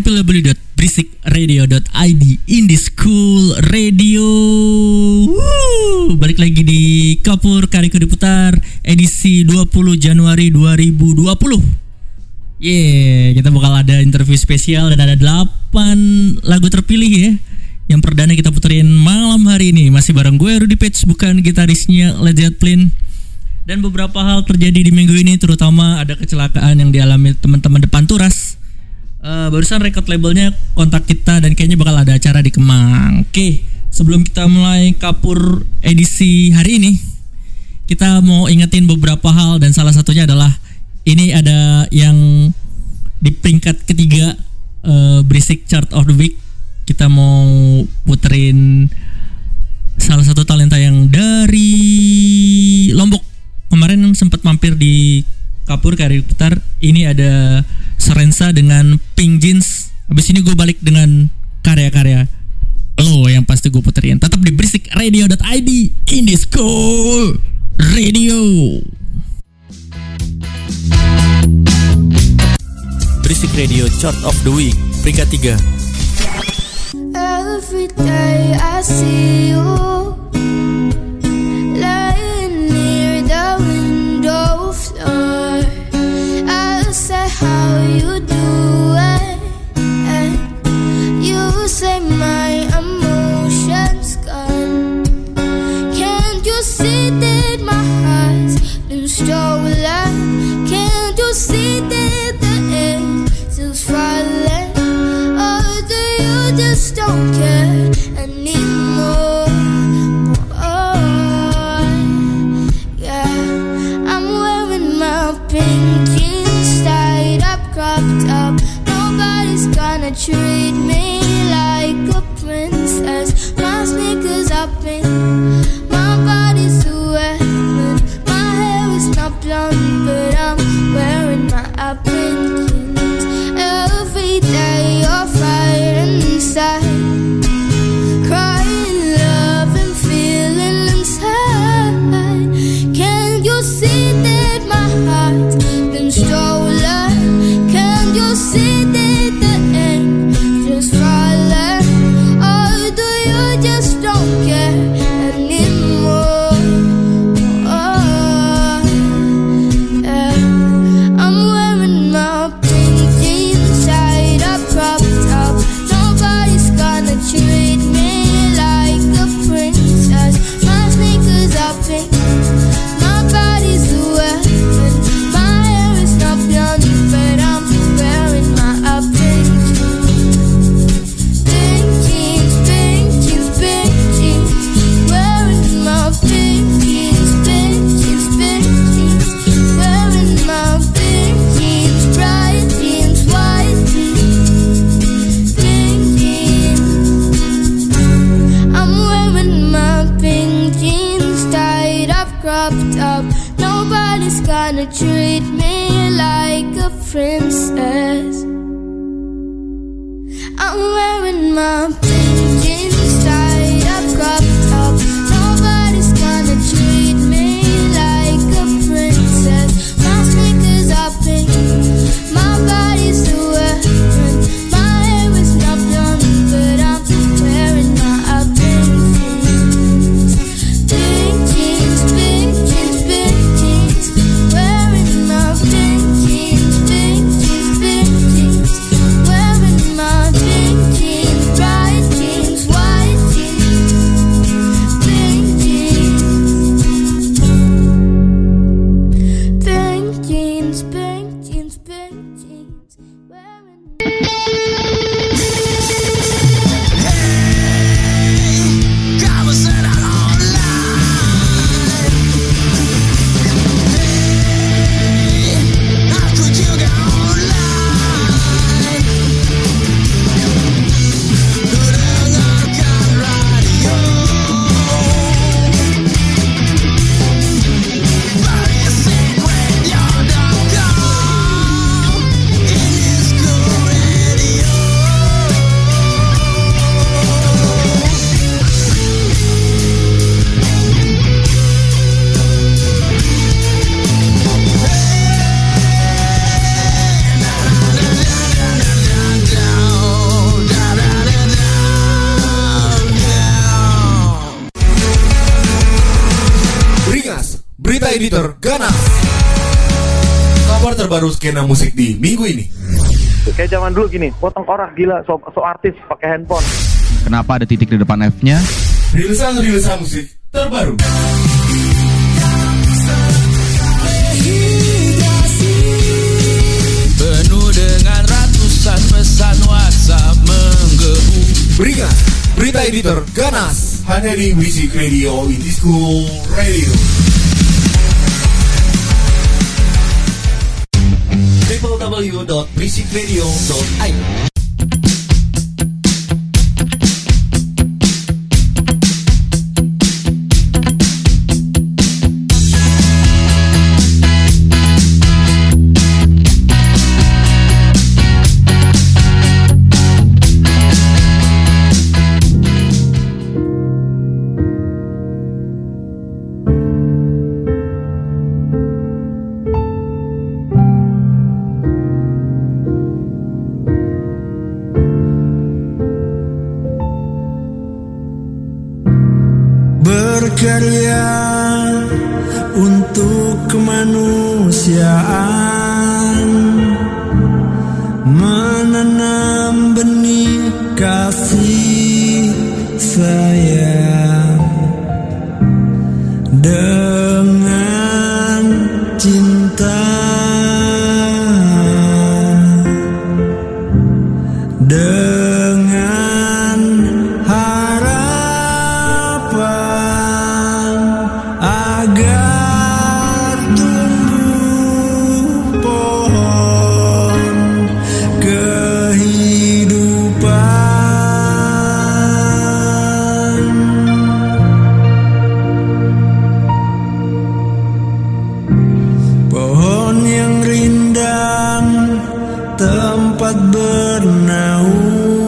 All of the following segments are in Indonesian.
www.beristikradio.id Indie School Radio. Balik lagi di Kapur Kariko Diputar edisi 20 Januari 2020. Kita bakal ada interview spesial dan ada 8 lagu terpilih ya. Yang perdana kita puterin malam hari ini. Masih bareng gue Rudy Page, bukan gitarisnya Led Zeppelin. Dan beberapa hal terjadi di minggu ini, terutama ada kecelakaan yang dialami teman-teman Depan Turas. Barusan record labelnya kontak kita dan kayaknya bakal ada acara di Kemang. Oke, sebelum kita mulai Kapur edisi hari ini, kita mau ingetin beberapa hal dan salah satunya adalah ini ada yang di peringkat ketiga Berisik Chart of the Week. Kita mau puterin salah satu talenta yang dari Lombok. Kemarin sempat mampir di Kapur Kariko Diputar. Ini ada Serensa dengan Pink Jeans. Habis ini gue balik dengan karya-karya lo yang pasti gue puterin. Tetap di beristikradio.id Indie School Radio. Berisik Radio Chart of the Week peringkat 3. Every day I see you lying near the window floor. I say how you doing, and you say my emotions gone. Can't you see that my heart's been stolen? Can't you see that the end is falling? Or do you just don't care anymore? Oh, yeah. I'm wearing my pink jeans, tied up, cropped up. Nobody's gonna treat me like a princess. My sneakers are pink, my body's wet, my hair is not blonde, but I'm wearing my pink jeans. Every day you're fighting inside, crying love and feeling inside. Can't you see that my heart's been stolen? Can't you see that the end just falling? Or do you just don't care anymore? Oh, yeah. I'm wearing my pink jeans, tied up, cropped up. Nobody's gonna treat me like a princess. My sneakers are pink, my body's wet, my hair is not blonde, but I'm wearing my pink jeans. Pink jeans, pink jeans, pink jeans. Wearing my pink jeans, pink jeans, pink jeans. Wearing my pink jeans, bright jeans, white jeans. Pink jeans. I'm wearing my pink jeans, tied up, cropped up. Nobody's gonna treat me like a princess. I'm wearing my pink jeans, tied up, cropped up. Nobody's gonna treat me like a princess. My sneakers are pink, my body's wet, my hair is not blonde, but I'm wearing my pink jeans. Pink jeans, pink jeans, pink jeans. Wearing my pink jeans, pink jeans, pink jeans. Wearing my pink jeans, bright editor Ganas. Kabar terbaru skena musik di minggu ini. Kayak zaman dulu gini, potong orang gila, so artis pakai handphone. Kenapa ada titik di depan F-nya? Rilisan musik terbaru. Penuh dengan ratusan pesan WhatsApp menggebu. Beringat, berita editor Ganas hanya di Music Radio Indie School Radio. www.musicradio.id. Berkarya untuk kemanusiaan, menanam benih kasih sayang dengan cinta, dengan harapan agar tumbuh pohon kehidupan. Pohon yang rindang, tempat bernaung,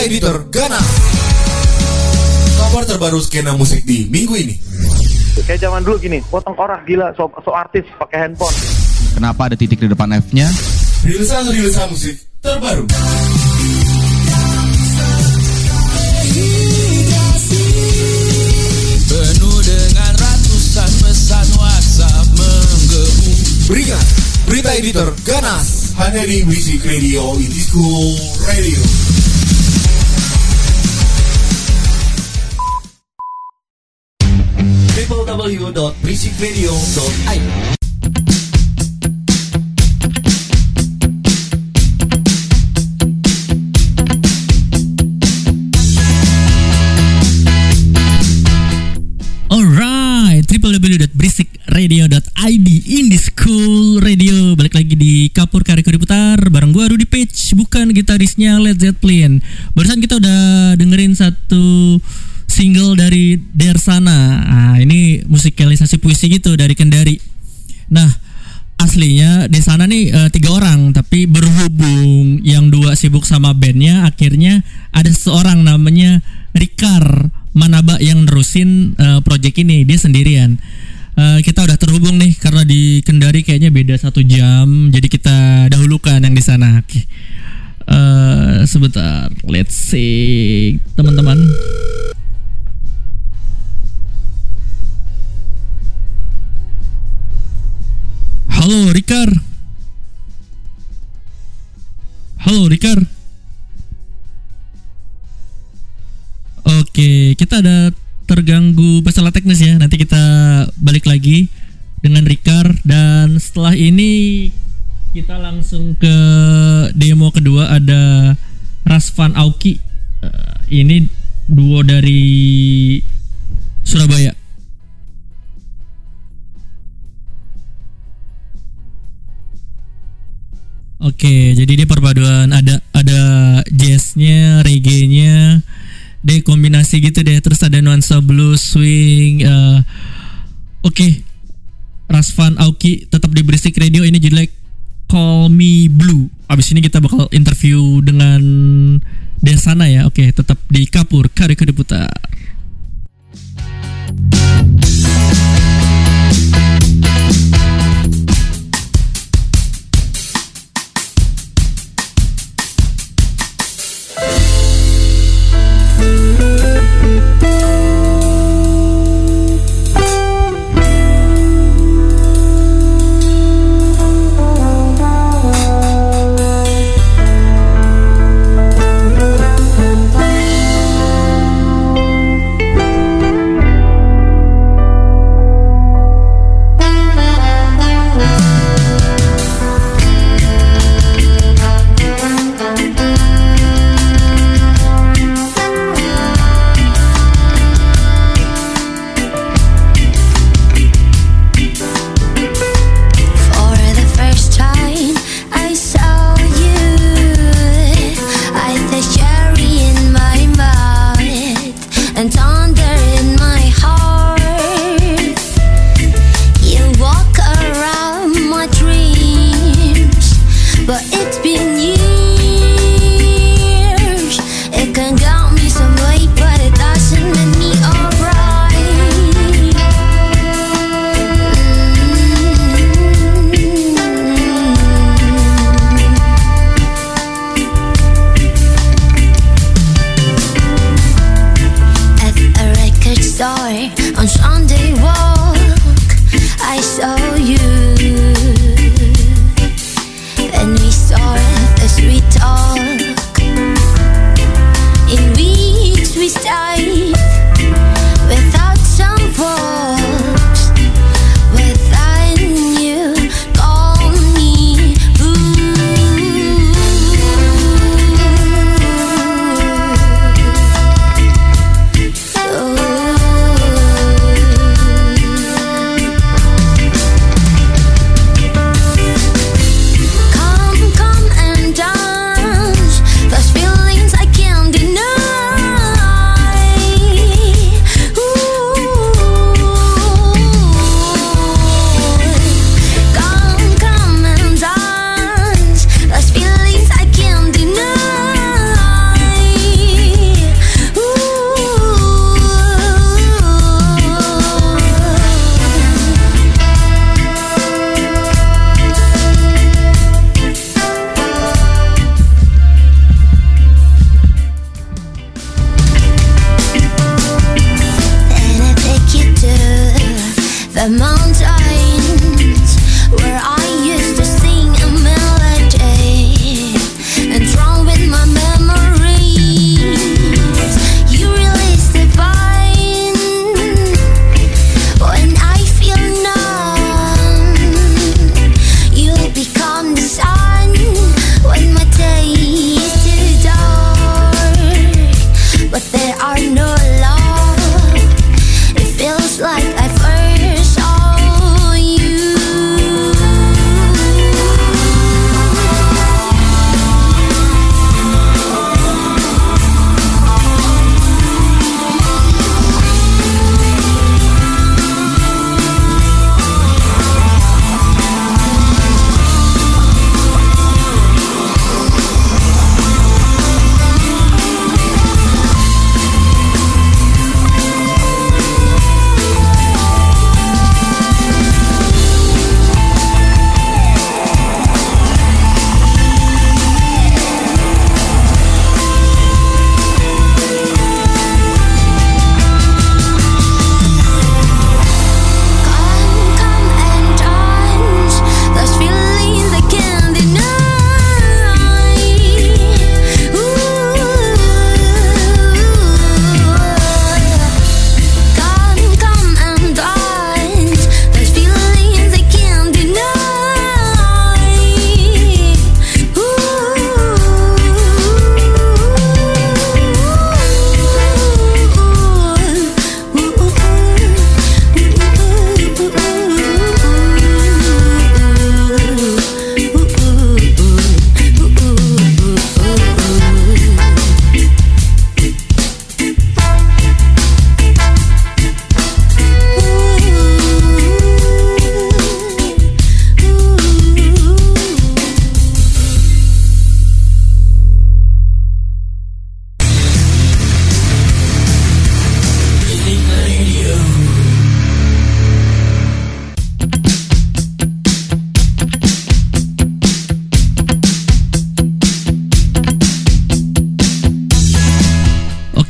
Editor Ganas. Kabar terbaru skena musik di minggu ini. Kayak zaman dulu gini, potong korak gila, so artis pakai handphone. Kenapa ada titik di depan F-nya? Rilisan musik terbaru. Penuh dengan ratusan pesan WhatsApp menggebu. Berikan Berita Editor Ganas hanya di Music Radio Indie School Radio. www.musicradio.id. Alright, www.beristikradio.id Indie School Radio. Balik lagi di Kapur Kariko Diputar bareng gue Rudy Page, bukan gitarisnya Led Zeppelin. Barusan kita udah dengerin satu single dari Dersana. Nah, ini musikalisasi puisi gitu dari Kendari. Nah, aslinya Dersana nih 3 orang, tapi berhubung yang 2 sibuk sama bandnya, akhirnya ada seorang namanya Rikar Manaba yang nerusin project ini. Dia sendirian. Kita udah terhubung nih karena di Kendari kayaknya beda 1 jam, jadi kita dahulukan yang di sana. Oke. Sebentar, let's see teman-teman. Halo Rikar. Halo Rikar. Oke, kita ada terganggu masalah teknis ya. Nanti kita balik lagi dengan Rikar. Dan setelah ini kita langsung ke demo kedua. Ada Rasvan Auki. Ini duo dari Surabaya. Oke, jadi dia perpaduan ada jazznya, reggae-nya, deh kombinasi gitu deh. Terus ada nuansa blues, swing. Oke, Rasvan Auki tetap di Berisik Radio. Ini judulnya Call Me Blue. Abis ini kita bakal interview dengan Dersana ya. Oke, tetap di Kapur Kariko Diputar.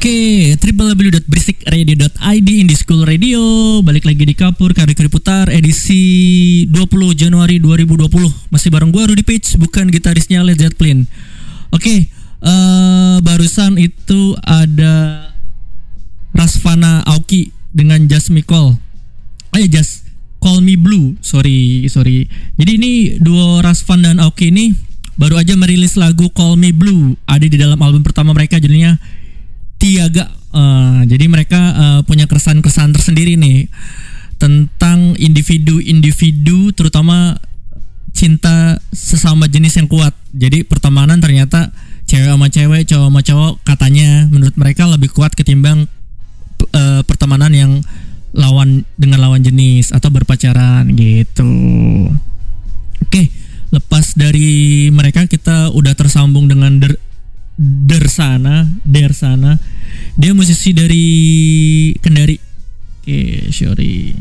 Oke, www.beristikradio.id Indie School Radio. Balik lagi di Kapur Kari Putar edisi 20 Januari 2020. Masih bareng gue Rudy Page, bukan gitarisnya Led Zeppelin. Oke, barusan itu ada Rasvana Aoki dengan Just Me Call. Just Call Me Blue. Sorry. Jadi ini duo Rasvan dan Aoki ini baru aja merilis lagu Call Me Blue. Ada di dalam album pertama mereka, judulnya Tiaga. Jadi mereka punya keresahan-keresahan tersendiri nih tentang individu, terutama cinta sesama jenis yang kuat. Jadi pertemanan ternyata cewek sama cewek, cowok sama cowok, katanya menurut mereka lebih kuat ketimbang pertemanan yang lawan jenis atau berpacaran gitu. Oke, lepas dari mereka kita udah tersambung dengan Dersana. Dia musisi dari Kendari. Oke, sorry.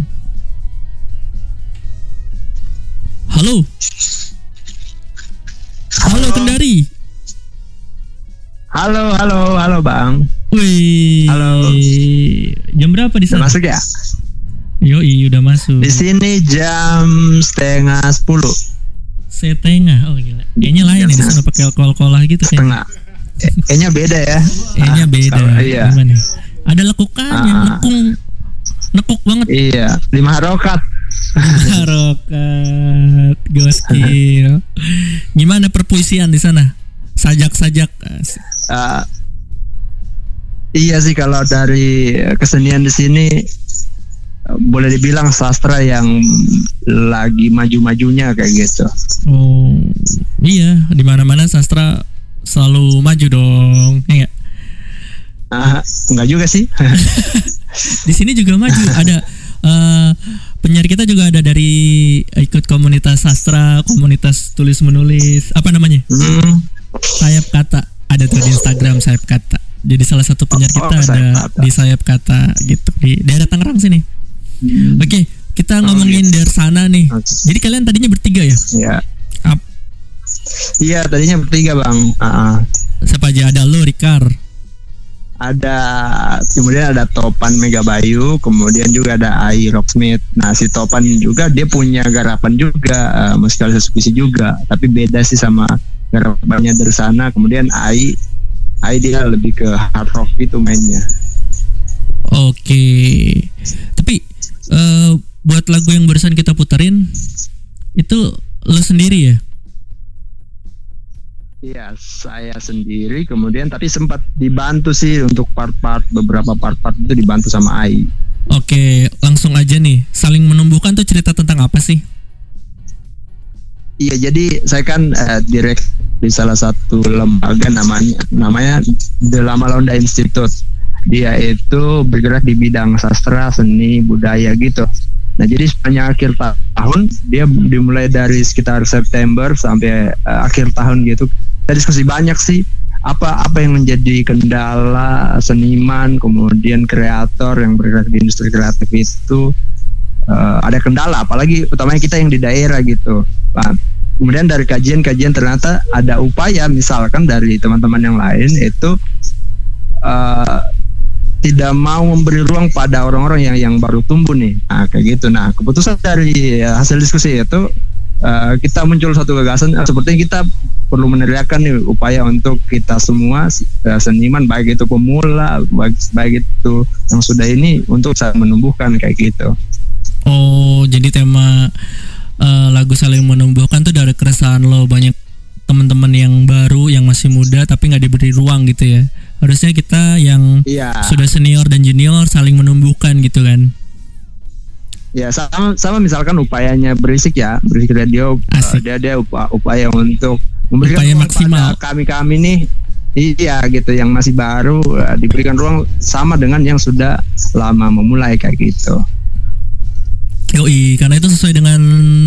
Halo Kendari. Halo Bang. Wih. Halo. Jam berapa di sana? Udah masuk ya? Yoi, udah masuk. Di sini jam 9:30. Setengah. Oh gila. Kayaknya lain ya di sana pakai kol-kolah gitu kayak. Setengah. Kayaknya beda ya. Kayaknya beda. Iya. Gimana? Ada lekukannya, nekuk banget. Iya, 5 harokat. Harokat, gokil. Gimana perpuisian di sana? Sajak-sajak. Iya sih, kalau dari kesenian di sini boleh dibilang sastra yang lagi maju-majunya kayak gitu. Oh, iya, di mana-mana sastra selalu maju dong, ya nggak? Enggak juga sih. Di sini juga maju. Ada penyiar kita juga ada dari ikut komunitas sastra, komunitas tulis menulis, apa namanya? Sayap Kata. Ada tuh di Instagram Sayap Kata. Jadi salah satu penyiar kita ada di Sayap Kata gitu di daerah Tangerang sini. Oke, kita ngomongin Dersana nih. Jadi kalian tadinya bertiga ya? Iya. Iya, tadinya bertiga Bang. Siapa aja? Ada lo, Rikar. Kemudian ada Topan Megabayu, kemudian juga ada Ai Rocksmith. Nah, si Topan juga dia punya garapan juga, musikalisasi puisi juga, tapi beda sih sama garapannya Dersana. Kemudian Ai dia lebih ke hard rock gitu mainnya. Oke. Tapi buat lagu yang barusan kita puterin itu lo sendiri ya? Iya, saya sendiri. Kemudian tapi sempat dibantu sih untuk beberapa part itu dibantu sama Ai. Oke, langsung aja nih. Saling menumbuhkan tuh cerita tentang apa sih? Iya, jadi saya kan direct di salah satu lembaga namanya The Lama Londa Institute. Dia itu bergerak di bidang sastra, seni, budaya gitu. Nah, jadi sepanjang akhir tahun dia dimulai dari sekitar September sampai akhir tahun gitu. Kita diskusi banyak sih apa yang menjadi kendala seniman, kemudian kreator yang bergerak di industri kreatif itu ada kendala, apalagi utamanya kita yang di daerah gitu. Nah, kemudian dari kajian ternyata ada upaya misalkan dari teman-teman yang lain itu tidak mau memberi ruang pada orang-orang yang baru tumbuh nih. Nah, kayak gitu. Nah, keputusan dari hasil diskusi itu kita muncul satu gagasan sepertinya kita perlu meneriakan nih upaya untuk kita semua seniman, baik itu pemula, baik itu yang sudah ini, untuk saling menumbuhkan kayak gitu. Oh, jadi tema lagu saling menumbuhkan tuh dari keresahan lo, banyak teman-teman yang baru yang masih muda tapi nggak diberi ruang gitu ya. Harusnya kita yang sudah senior dan junior saling menumbuhkan gitu kan. Ya, sama misalkan upayanya Berisik Radio, dia upaya untuk memberikan upaya ruang maksimal pada kami nih, iya gitu, yang masih baru diberikan ruang sama dengan yang sudah lama memulai kayak gitu. Yoi, karena itu sesuai dengan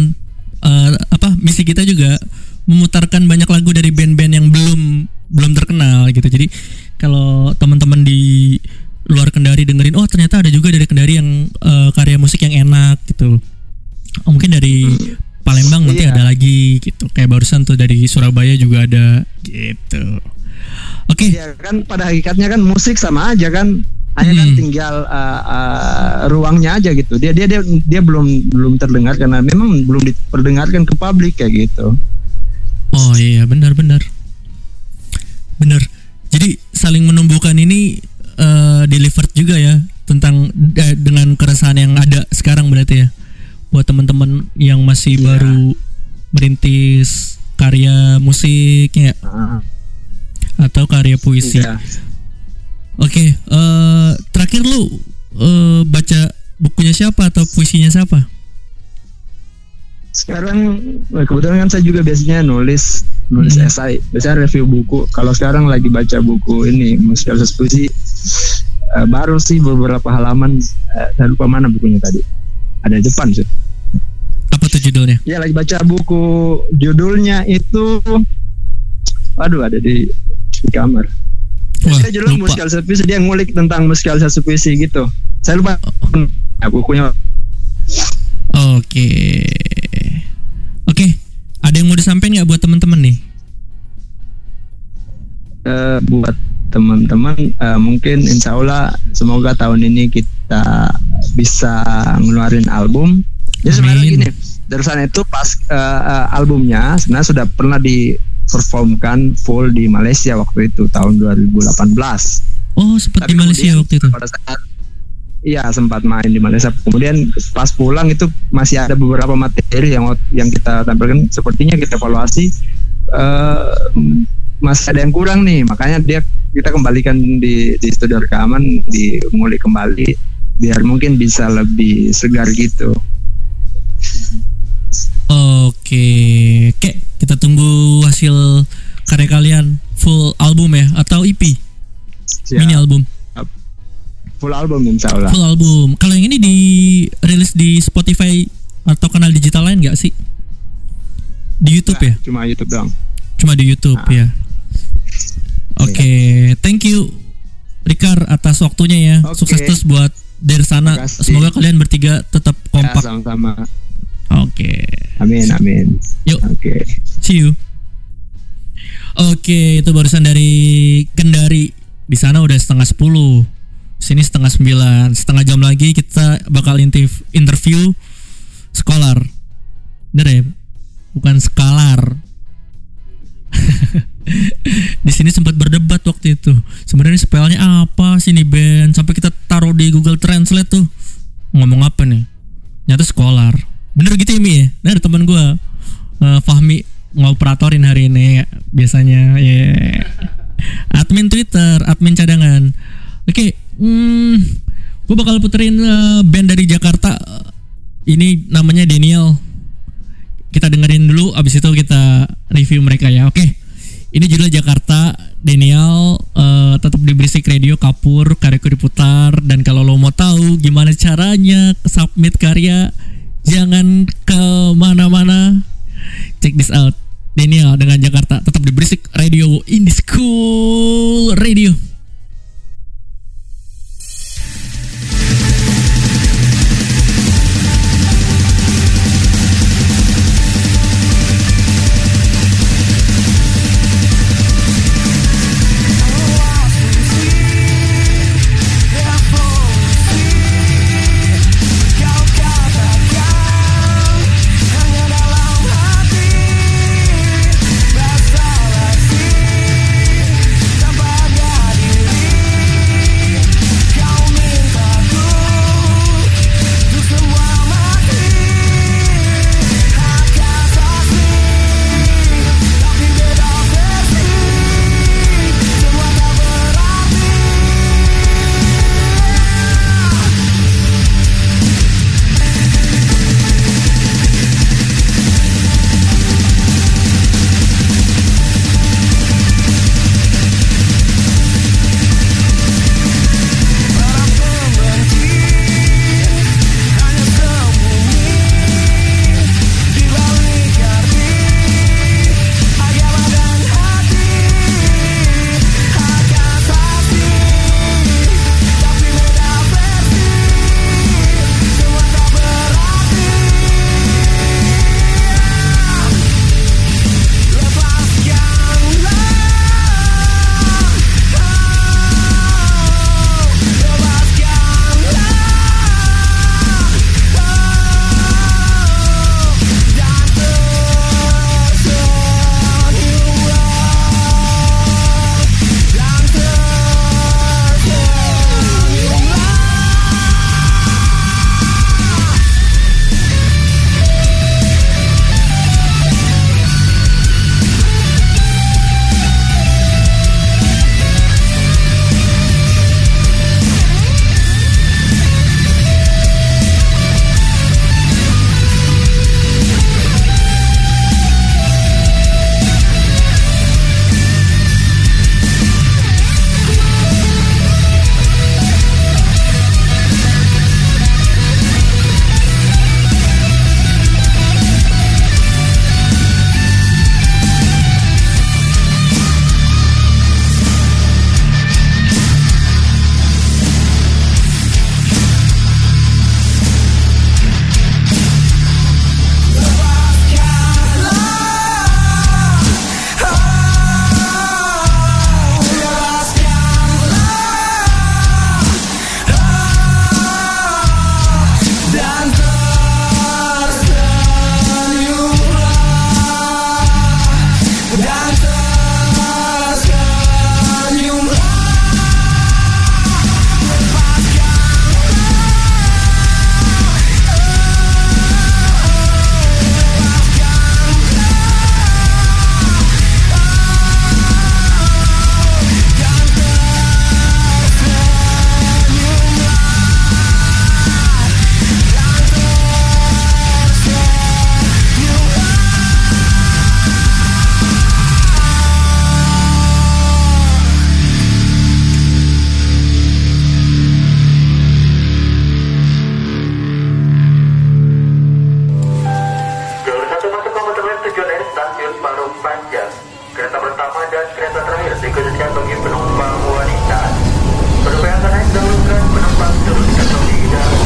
misi kita juga memutarkan banyak lagu dari band-band yang belum terkenal gitu. Jadi kalau teman-teman di luar Kendari dengerin, oh ternyata ada juga dari Kendari yang karya musik yang enak gitu. Mungkin dari Palembang nanti ada lagi gitu. Kayak barusan tuh dari Surabaya juga ada gitu. Oke. Ya kan pada hakikatnya kan musik sama aja kan, hanya kan tinggal ruangnya aja gitu. Dia belum terdengar karena memang belum diperdengarkan ke publik kayak gitu. Oh iya, benar. Jadi saling menumbuhkan ini delivered juga ya tentang dengan keresahan yang ada sekarang berarti ya. Buat teman-teman yang masih baru merintis karya musiknya atau karya puisi. Oke, terakhir lu baca bukunya siapa atau puisinya siapa? Sekarang kebetulan kan saya juga biasanya nulis esai, biasanya review buku. Kalau sekarang lagi baca buku ini Musikalitas Puisi, baru sih beberapa halaman. Saya lupa mana bukunya tadi. Ada di depan sih. Apa tuh judulnya? Ya lagi baca buku, judulnya itu, aduh ada di kamar. Saya judul Musikalisasi Puisi, dia ngulik tentang musikalisasi puisi gitu. Saya lupa bukunya. Oke, ada yang mau disampaikan nggak buat teman-teman nih? Buat teman-teman, mungkin insya Allah semoga tahun ini kita bisa ngeluarin album. Jadi sebenarnya gini, Derusan itu pas albumnya sebenarnya sudah pernah diperformkan full di Malaysia waktu itu tahun 2018. Oh, sempat di Malaysia waktu itu. Pada saat sempat main di Malaysia. Kemudian pas pulang itu masih ada beberapa materi yang kita tampilkan. Sepertinya kita evaluasi masih ada yang kurang nih. Makanya kita kembalikan di studio rekaman, dimulik kembali biar mungkin bisa lebih segar gitu. Oke, kita tunggu hasil karya kalian full album ya atau EP? Mini album. Full album insya Allah. Full album. Kalau yang ini dirilis di Spotify atau kanal digital lain nggak sih? Di YouTube ya? Cuma YouTube doang. Cuma di YouTube ya. Oke, thank you Rikar atas waktunya ya. Sukses terus buat dari sana. Semoga kalian bertiga tetap kompak. Ya, sama-sama. Oke. Amin. Yuk. See you. Oke, itu barusan dari Kendari. Di sana udah 8:30. Sini 8:30. Setengah jam lagi kita bakal interview Scholar. Bener ya? Bukan Skalar. Di sini sempat berdebat waktu itu. Sebenarnya spellnya apa sih nih band? Sampai kita taruh di Google Translate tuh. Ngomong apa nih? Nyata Scholar. Bener gitu ya Mi ya? Nah, ada teman gue Fahmi ngoperatorin hari ini ya, biasanya admin Twitter, admin cadangan. Oke, gue bakal puterin band dari Jakarta. Ini namanya Daniel. Kita dengerin dulu, abis itu kita review mereka ya. Oke, ini judulnya Jakarta. Daniel, tetap di Berisik Radio, Kapur, karyaku diputar. Dan kalau lo mau tahu gimana caranya submit karya, jangan kemana-mana. Check this out. Daniel dengan Jakarta, tetap di Berisik Radio, Indie School Radio. kereta terakhir dikhususkan bagi penumpang wanita. Penumpang akan naik dahulukan penumpang terus kembali dahulu.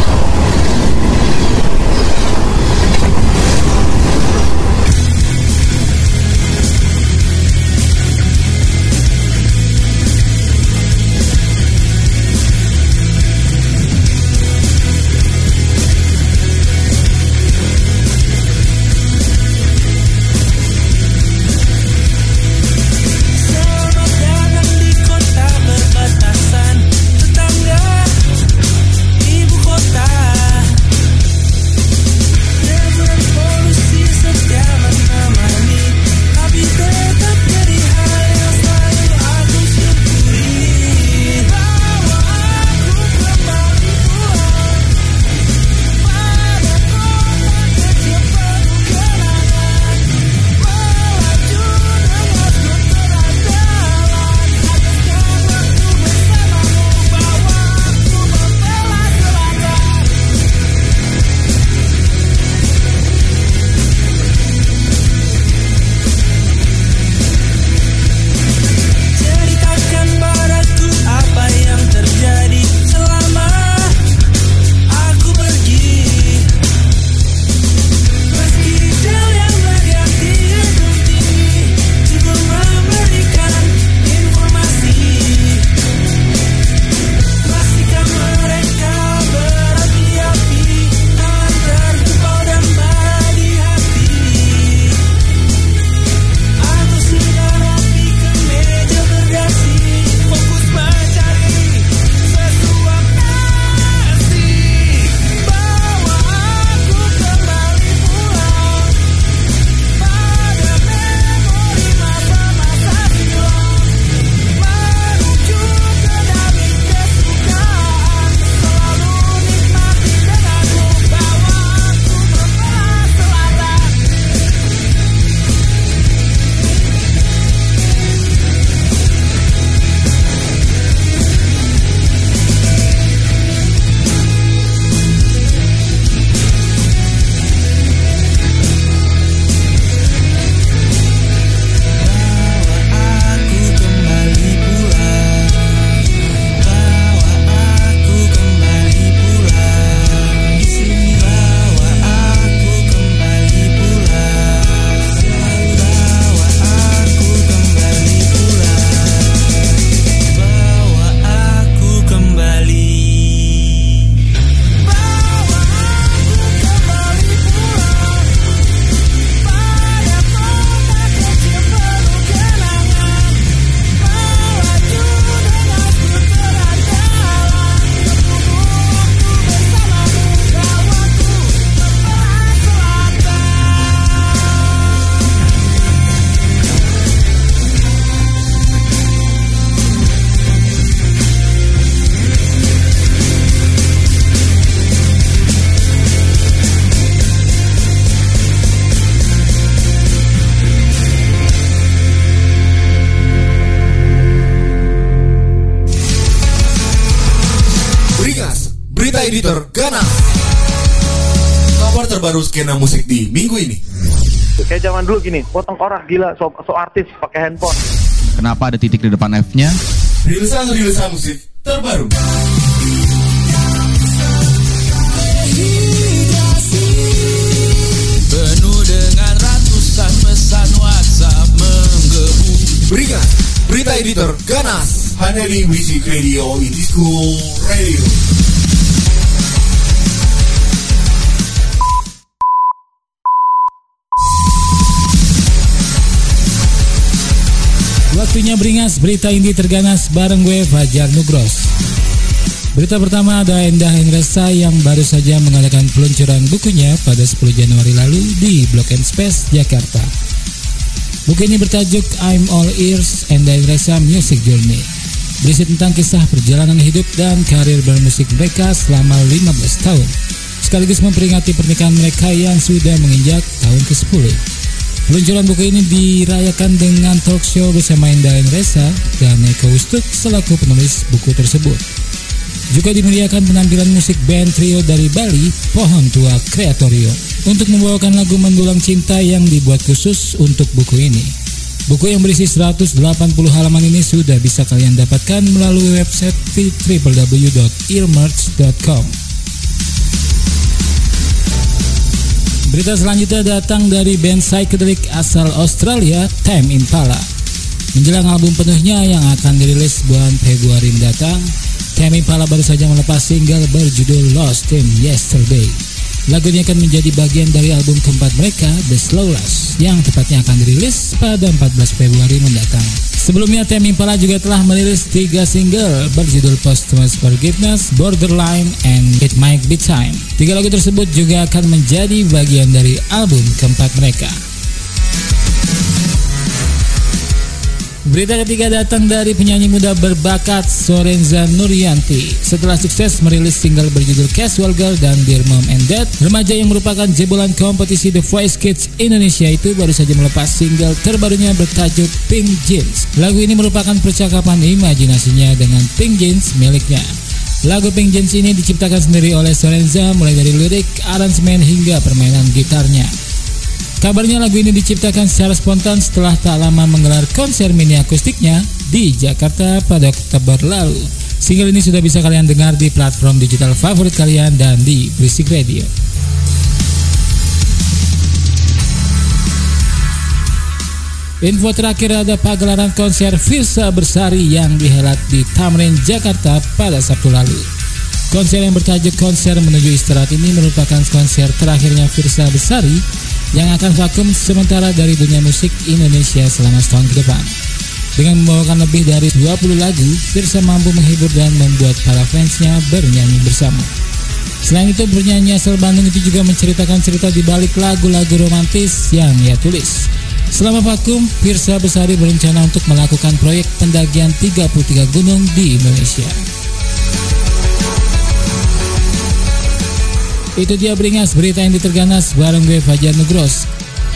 Editor Ganas. Kabar terbaru skena musik di minggu ini. Kayak zaman dulu gini, potong korak gila, so artis pakai handphone. Kenapa ada titik di depan F-nya? Rilisan musik terbaru. Penuh dengan ratusan pesan WhatsApp menggebu. Beringat, berita editor Ganas hanya di Music Radio Indie School Radio. Waktunya beringas berita indie terganas bareng gue Fajar Nugros. Berita pertama ada Endah Henresa yang baru saja mengadakan peluncuran bukunya pada 10 Januari lalu di Block and Space, Jakarta. Buku ini bertajuk I'm All Ears, Endah Henresa Music Journey. Berisi tentang kisah perjalanan hidup dan karir bermusik mereka selama 15 tahun. Sekaligus memperingati pernikahan mereka yang sudah menginjak tahun ke-10. Peluncuran buku ini dirayakan dengan talk show bersama Endah Henresa dan Eko Ustuk selaku penulis buku tersebut. Juga dimeriahkan penampilan musik band trio dari Bali, Pohon Tua Kreatorio, untuk membawakan lagu Mendulang Cinta yang dibuat khusus untuk buku ini. Buku yang berisi 180 halaman ini sudah bisa kalian dapatkan melalui website www.earmerch.com. Berita selanjutnya datang dari band psychedelic asal Australia, Tame Impala. Menjelang album penuhnya yang akan dirilis bulan Februari mendatang, Tame Impala baru saja melepas single berjudul Lost in Yesterday. Lagu ini akan menjadi bagian dari album keempat mereka, The Slow Rush, yang tepatnya akan dirilis pada 14 Februari mendatang. Sebelumnya, Tame Impala juga telah merilis 3 single berjudul Posthumous Forgiveness, Borderline, and It Might Be Time. 3 lagu tersebut juga akan menjadi bagian dari album keempat mereka. Berita ketiga datang dari penyanyi muda berbakat Sorenza Nuryanti. Setelah sukses merilis single berjudul Casual Girl dan Dear Mom and Dad, remaja yang merupakan jebolan kompetisi The Voice Kids Indonesia itu baru saja melepas single terbarunya bertajuk Pink Jeans. Lagu ini merupakan percakapan imajinasinya dengan Pink Jeans miliknya. Lagu Pink Jeans ini diciptakan sendiri oleh Sorenza mulai dari lirik, aransemen hingga permainan gitarnya. Kabarnya lagu ini diciptakan secara spontan setelah tak lama menggelar konser mini akustiknya di Jakarta pada Oktober lalu. Single ini sudah bisa kalian dengar di platform digital favorit kalian dan di Berisik Radio. Info terakhir ada pagelaran konser Firsa Bersari yang dihelat di Tamrin, Jakarta pada Sabtu lalu. Konser yang bertajuk Konser Menuju Istirahat ini merupakan konser terakhirnya Firsa Bersari yang akan vakum sementara dari dunia musik Indonesia selama setahun ke depan. Dengan membawakan lebih dari 20 lagu, Firsa mampu menghibur dan membuat para fansnya bernyanyi bersama. Selain itu, penyanyi asal Bandung itu juga menceritakan cerita di balik lagu-lagu romantis yang ia tulis. Selama vakum, Firsa Bersari berencana untuk melakukan proyek pendakian 33 gunung di Indonesia. Itu dia Beringas, berita yang diterganas bareng gue Fajar Nugros.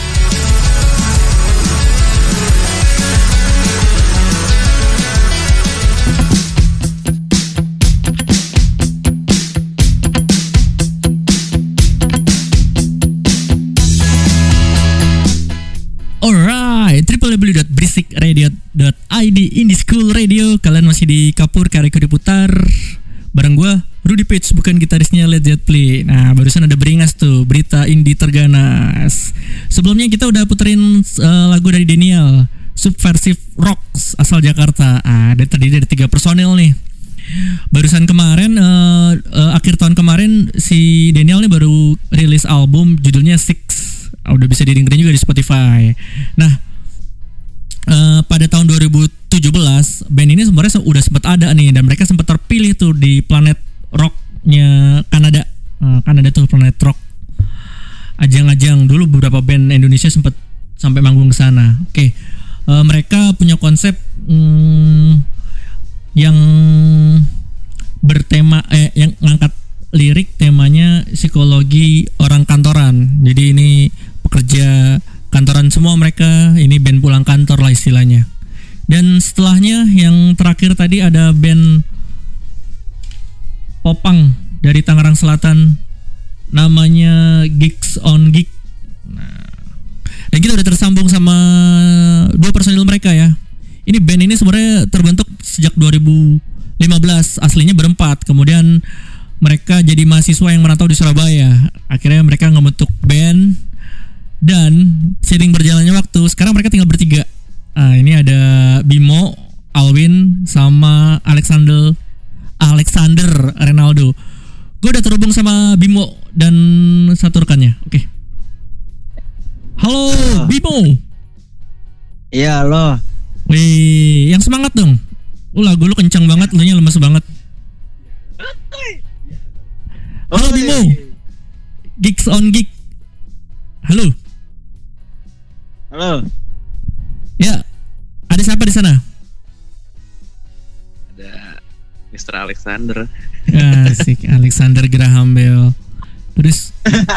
Alright, www.berisikradio.id Indie School Radio. Kalian masih di Kapur Kariko diputar bareng gue Rudy Page, bukan gitarisnya Led Zeppelin. Nah, barusan ada Beringas tuh, berita indie terganas. Sebelumnya kita udah puterin lagu dari Daniel, Subversive Rocks asal Jakarta. Terdiri dari 3 personil nih. Barusan kemarin akhir tahun kemarin si Daniel nih baru rilis album judulnya Six. Udah bisa didengerin juga di Spotify. Nah, pada tahun 2017 band ini sebenarnya udah sempat ada nih, dan mereka sempat terpilih tuh di Planet Rocknya Kanada. Kanada tuh Planet Rock. Ajang-ajang dulu beberapa band Indonesia sempat sampai manggung ke sana. Oke. Mereka punya konsep yang bertema yang ngangkat lirik temanya psikologi orang kantoran. Jadi ini pekerja kantoran semua mereka, ini band pulang kantor lah istilahnya. Dan setelahnya yang terakhir tadi ada band popang dari Tangerang Selatan namanya Geeks on Geek. Nah, dan kita udah tersambung sama 2 personil mereka ya. Ini band ini sebenarnya terbentuk sejak 2015, aslinya berempat. Kemudian mereka jadi mahasiswa yang merantau di Surabaya. Akhirnya mereka ngebentuk band, dan seiring berjalannya waktu sekarang mereka tinggal bertiga. Ini ada Bimo, Alwin, sama Alexander Renaldo. Gue udah terhubung sama Bimo dan satu rekannya. Oke. Halo Bimo. Iya, halo. Wih, yang semangat dong. Lagu lu kencang banget, lu nya lemes banget. Halo Bimo. Geeks on Geek. Halo. Halo. Ya. Ada siapa di sana? Ada Mr. Alexander. Asik, Alexander Graham Bell. Terus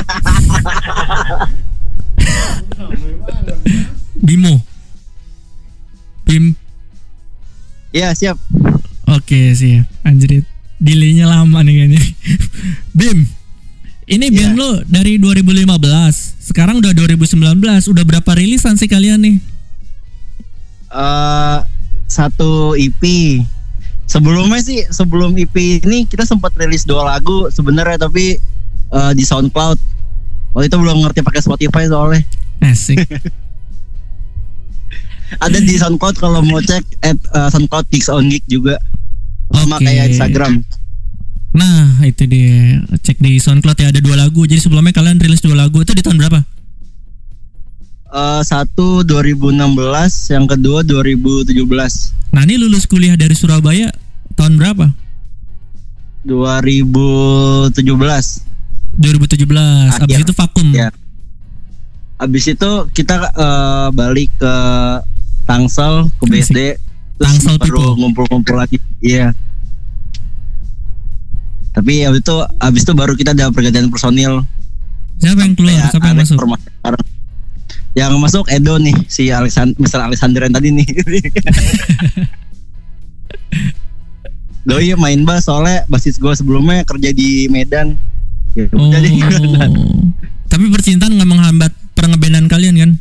Bimo. Bim. Iya, siap. Oke, siap. Anjrit, delay-nya lama nih kayaknya. Bim. Ini band lo dari 2015. Sekarang udah 2019. Udah berapa rilisan sih kalian nih? Satu EP. Sebelum EP ini kita sempat rilis 2 lagu sebenarnya, tapi di SoundCloud. Waktu itu belum ngerti pakai Spotify soalnya. Asik. Ada di SoundCloud kalau mau cek SoundCloud Geeks on Geek juga. Sama kayak Instagram. Nah, itu dia. Cek di SoundCloud ya, ada 2 lagu. Jadi sebelumnya kalian rilis 2 lagu. Itu di tahun berapa? Satu 2016, yang kedua 2017. Nah, ini lulus kuliah dari Surabaya tahun berapa? 2017. Habis itu vakum. Ya. Habis itu kita balik ke Tangsel, ke BSD. Terus Tangsel baru ngumpul-ngumpul lagi. Iya. Tapi habis itu baru kita ada pergantian personil. Siapa yang keluar? Siapa yang masuk? Yang masuk Edo nih, si Mr. Alexander yang tadi nih. Doi main bass, soalnya basis gue sebelumnya kerja di Medan. Ya, tapi percintaan nggak menghambat pengebandan kalian kan?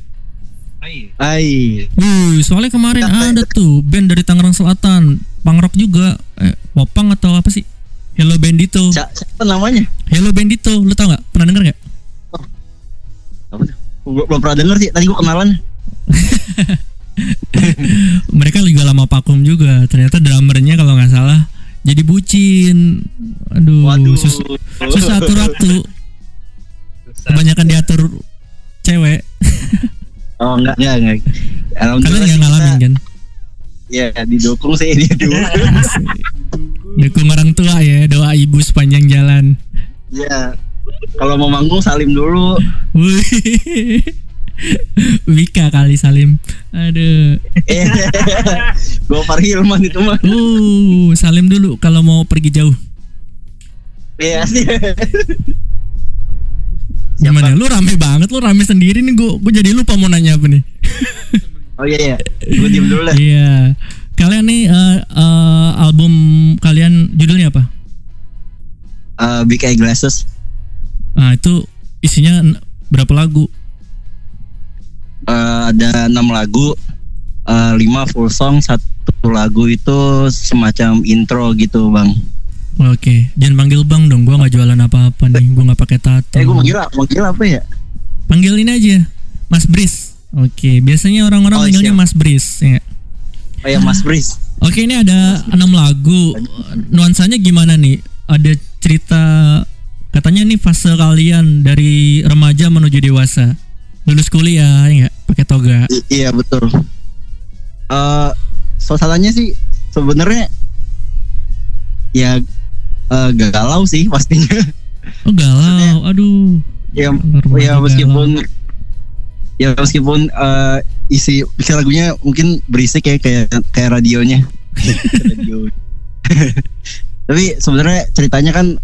Soalnya kemarin ada tuh band dari Tangerang Selatan, punk rock juga, popang atau apa sih? Hello Bandito. Siapa namanya? Hello Bandito, lu tau nggak? Pernah denger nggak? Belum pernah denger sih, tadi gue kenalan. Mereka juga lama vakum juga. Ternyata drummernya kalau nggak salah jadi bucin. Aduh, susah atur waktu. Kebanyakan diatur cewek. Oh enggak. Kalian nggak ngalamin kan? Iya, didukung sih ini dulu. Dukung orang tua ya, doa ibu sepanjang jalan. Iya. Kalau mau manggung salim dulu. Wika kali salim. Aduh. Gopar Hilman itu mah. Salim dulu kalau mau pergi jauh. Iya sih. Gimana? Lu rame banget, lu rame sendiri nih. Gue jadi lupa mau nanya apa nih. Oh iya. Gue diem dulu lah. Iya. Kalian nih album kalian judulnya apa? Big Eye Glasses. Nah, itu isinya berapa lagu? Ada 6 lagu, 5 full song, 1 lagu itu semacam intro gitu, Bang. Oke, jangan panggil Bang dong, gua nggak jualan apa-apa nih, gua nggak pakai tato. Gua manggil apa ya? Panggil ini aja, Mas Bris. Oke, biasanya orang-orang panggilnya Mas Bris. Ya. Oh ya, Mas Bris. Oke, ini ada 6 lagu. Nuansanya gimana nih? Ada cerita. Katanya nih fase kalian dari remaja menuju dewasa, lulus kuliah, ya nggak? Pakai toga. Iya betul. Suasananya sih sebenarnya ya galau sih pastinya. Oh galau, aduh. Ya meskipun isi lagunya mungkin berisik ya kayak radionya. Tapi sebenarnya ceritanya kan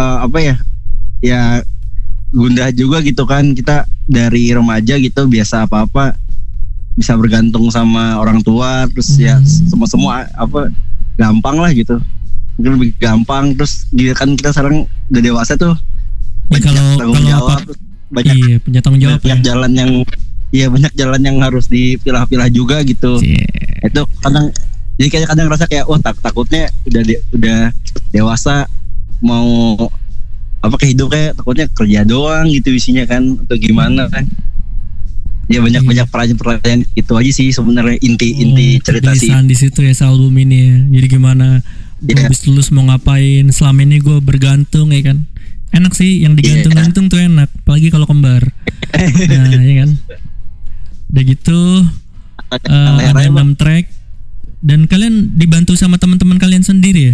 ya gundah juga gitu kan, kita dari remaja gitu biasa apa-apa bisa bergantung sama orang tua, terus ya semua apa gampang lah gitu, mungkin lebih gampang. Terus kan kita sekarang udah dewasa tuh, tanggung jawab, banyak tanggung jawab, banyak jalan yang banyak jalan yang harus dipilah-pilah juga gitu. Itu kadang ngerasa kayak takutnya udah dewasa mau kehidupnya takutnya kerja doang gitu isinya kan, atau gimana kan. Ya banyak pertanyaan itu aja sih sebenarnya inti cerita sih di situ ya, album ini ya. Jadi gimana gue habis lulus mau ngapain, selama ini gue bergantung ya kan. Enak sih yang digantung-gantung tuh enak, apalagi kalau kembar. Nah ya kan. Udah gitu ada 6 track. Dan kalian dibantu sama teman-teman kalian sendiri ya?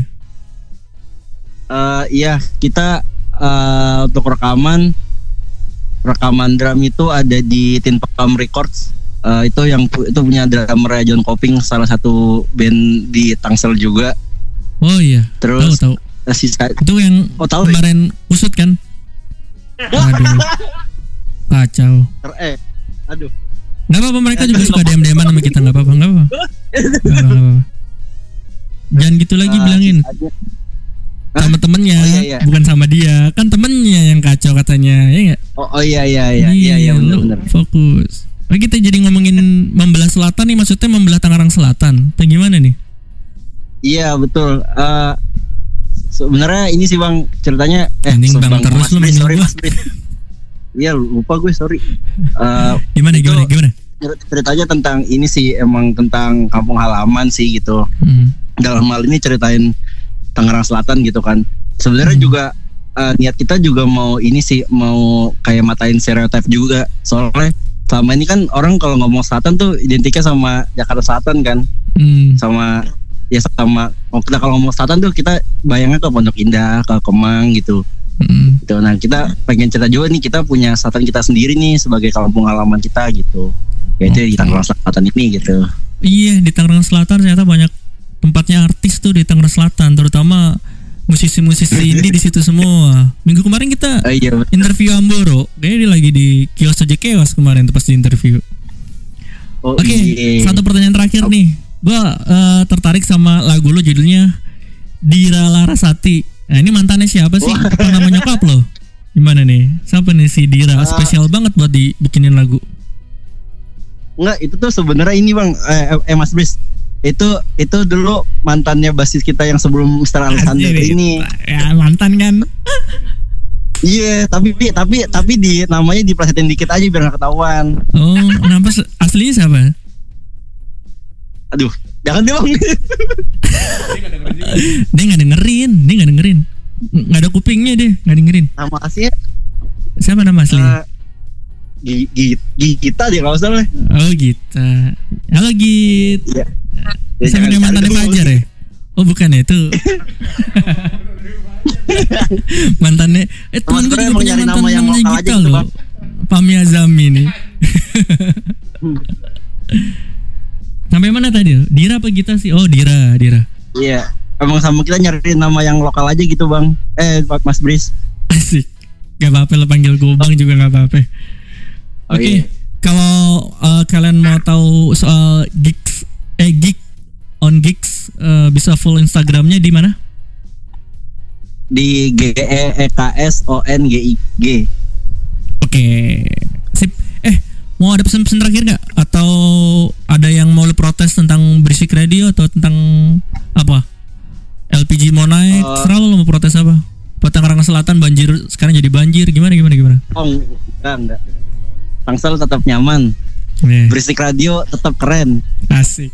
Iya, kita untuk rekaman drum itu ada di Tin Pakam Records. Itu punya drummer John Koping, salah satu band di Tangsel juga. Oh iya. Terus tahu. Itu yang kemarin usut kan? Aduh. Kacau. Aduh. Nggak apa-apa, mereka juga suka DM-DM-an sama kita, nggak apa-apa. Jangan gitu lagi bilangin. Sama temennya, bukan sama dia. Kan temennya yang kacau katanya, ya nggak? Iya benar. Fokus. kita jadi ngomongin membelah selatan nih, maksudnya membelah Tangerang Selatan. Atau gimana nih? Iya betul. Sebenarnya ini sih Bang ceritanya. Bang terus lu sorry Mas Bri. Iya lupa gue sorry. Gimana? Ceritanya tentang ini sih, emang tentang kampung halaman sih gitu. Dalam hal ini ceritain Tangerang Selatan gitu kan. Sebenarnya juga niat kita juga mau ini sih, mau kayak matain stereotip juga. Soalnya selama ini kan orang kalau ngomong selatan tuh identiknya sama Jakarta Selatan kan. Sama kita kalau ngomong selatan tuh kita bayangnya ke Pondok Indah, ke Kemang gitu. Gitu. Nah kita pengen cerita juga nih, kita punya selatan kita sendiri nih sebagai kampung halaman kita gitu. Yaitu di Tangerang Selatan ini gitu. Iya, di Tangerang Selatan ternyata banyak tempatnya artis tuh di Tangerang Selatan, terutama musisi-musisi indie di situ semua. Minggu kemarin kita interview Amboro, kayaknya dia lagi di kios aja kewas kemarin tuh pas di interview. Oke, satu pertanyaan terakhir nih. Gua tertarik sama lagu lo, judulnya Dira Larasati. Nah ini mantannya siapa sih? Apa nama nyokap lo? Gimana nih? Siapa nih si Dira? Spesial banget buat dibikinin lagu. Enggak, itu tuh sebenarnya ini Bang, Mas Bris. Itu dulu mantannya basis kita yang sebelum Mr. Alexander ini. Ya mantan kan. Iya, tapi di namanya diplesetin dikit aja biar nggak ketahuan. Oh, kenapa aslinya siapa? Aduh, jangan deh Bang. Dia nggak dengerin. Nggak ada kupingnya deh, nggak dengerin. Nama aslinya siapa nama aslinya? Gita dia kalau salah. Oh Gita. Halo Git. Iya. Sama dengan mantannya Fajar ya? Oh bukan ya itu. Mantannya teman gue juga punya mantan namanya Gita loh. Pami Azami nih. Sampai mana tadi? Dira apa Gita sih? Oh Dira. Iya. Emang sama kita nyari nama yang lokal aja gitu Bang. Mas Bris. Asik. Gak apa-apa lo panggil gue Bang juga gak apa-apa. Oke. Kalau kalian mau tahu soal gigs on gigs, bisa full Instagramnya di mana? Di GEEKSONGIG. Oke. Sip. Mau ada pesan-pesan terakhir nggak? Atau ada yang mau protes tentang Berisik Radio atau tentang apa? LPG mau naik, selalu mau protes apa? Buat Tangerang Selatan banjir, sekarang jadi banjir, gimana? Oh enggak. Tangsel tetap nyaman. Berisik Radio tetap keren. Asik.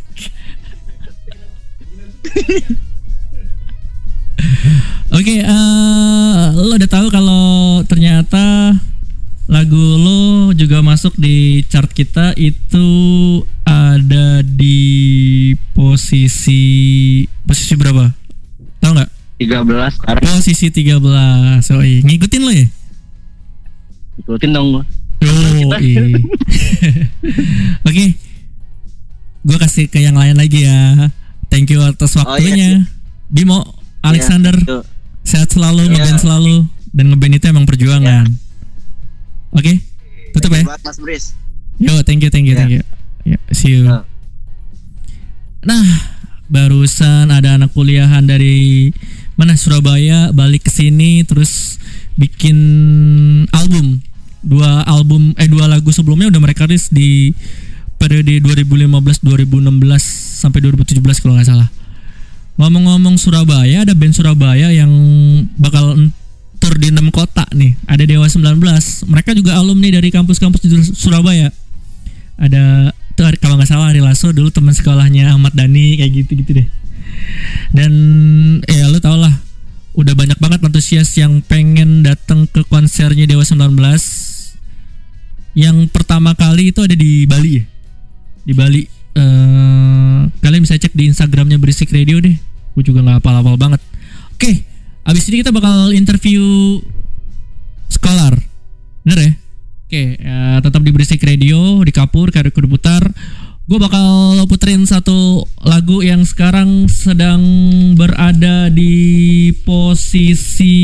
Oke, lo udah tahu kalau ternyata lagu lo juga masuk di chart kita, itu ada di posisi berapa? Tahu nggak? 13 sekarang. Posisi 13. Oh iya, ngikutin lo ya? Ngikutin dong lo. Oh iya. Oke, gue kasih ke yang lain lagi ya. Thank you atas waktunya. Bimo, Alexander, sehat selalu, ngeband selalu, dan ngeband itu emang perjuangan. Oke, tutup ya. Mas Bris. Yo, thank you. Ya, see you. Nah, barusan ada anak kuliahan dari mana, Surabaya, balik ke sini terus bikin album. Dua lagu sebelumnya udah mereka rilis di periode 2015, 2016 sampai 2017 kalau nggak salah. Ngomong-ngomong Surabaya, ada band Surabaya yang bakal tur di 6 kota nih. Ada Dewa 19. Mereka juga alumni dari kampus-kampus di Surabaya. Ada tuh kalau nggak salah Ari Lasso dulu teman sekolahnya Ahmad Dhani, kayak gitu deh. Dan ya lo tau lah, udah banyak banget antusias yang pengen datang ke konsernya Dewa 19. Yang pertama kali itu ada di Bali ya. Di Bali. Kalian bisa cek di Instagramnya Berisik Radio deh. Gue juga nggak hafal banget. Oke, abis ini kita bakal interview Scholar. Bener ya? Oke, tetap di Berisik Radio, di Kapur, Karya Kudu Putar. Gue bakal puterin satu lagu yang sekarang sedang berada di posisi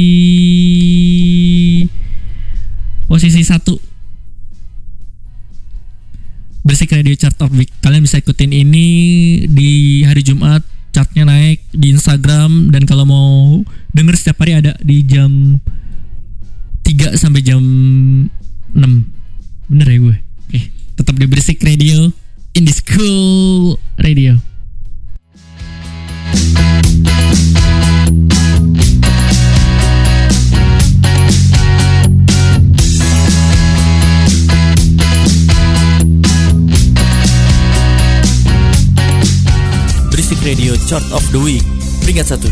1 Berisik Radio Chart of Week. Kalian bisa ikutin ini di hari Jumat, chartnya naik di Instagram. Dan kalau mau denger setiap hari ada di jam 3 sampai jam 6. Bener ya gue? Oke. Tetap di Berisik Radio, in the school radio. Berisik Radio Chart of the Week, peringkat 1.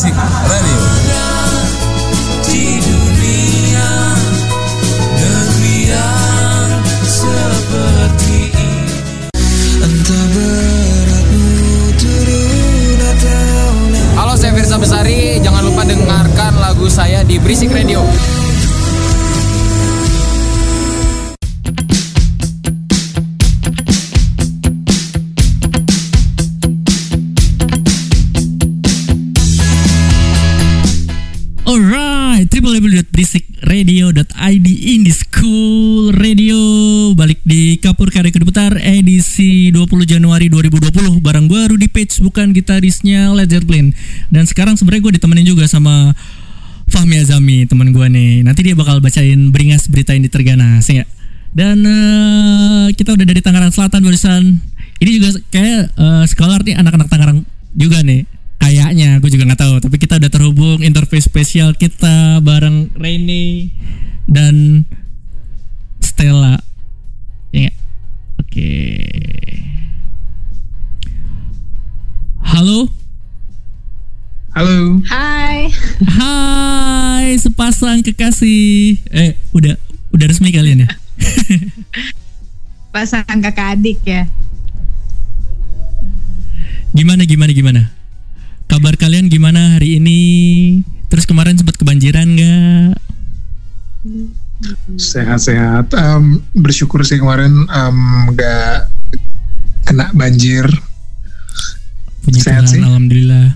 Berisik Radio. Di dunia negeri yang seperti ini, entah beratmu turun atau naik. Halo, saya Firsa Besari. Jangan lupa dengarkan lagu saya di Berisik Radio. Alright, www.berisikradio.id Indie School Radio. Balik di Kapur Karya Keduputar edisi 20 Januari 2020 bareng gue Rudy Page, bukan gitarisnya Led Zeppelin. Dan sekarang sebenarnya gue ditemenin juga sama Fahmi Azami, teman gue nih. Nanti dia bakal bacain beringas berita yang diterganas ya. Dan kita udah dari Tangerang Selatan barusan. Ini juga kayak Scholar nih, anak-anak Tangerang juga nih. Kayaknya, gue juga nggak tahu. Tapi kita udah terhubung interview spesial kita bareng Rene dan Stella. Ya, oke. Halo. Halo. Hai. Hai, sepasang kekasih. Udah resmi kalian ya? Pasangan kakak adik ya. Gimana? Kabar kalian gimana hari ini? Terus kemarin sempat kebanjiran nggak? Sehat-sehat. Bersyukur sih kemarin nggak kena banjir. Puji Sehat Tuhan, sih. Alhamdulillah.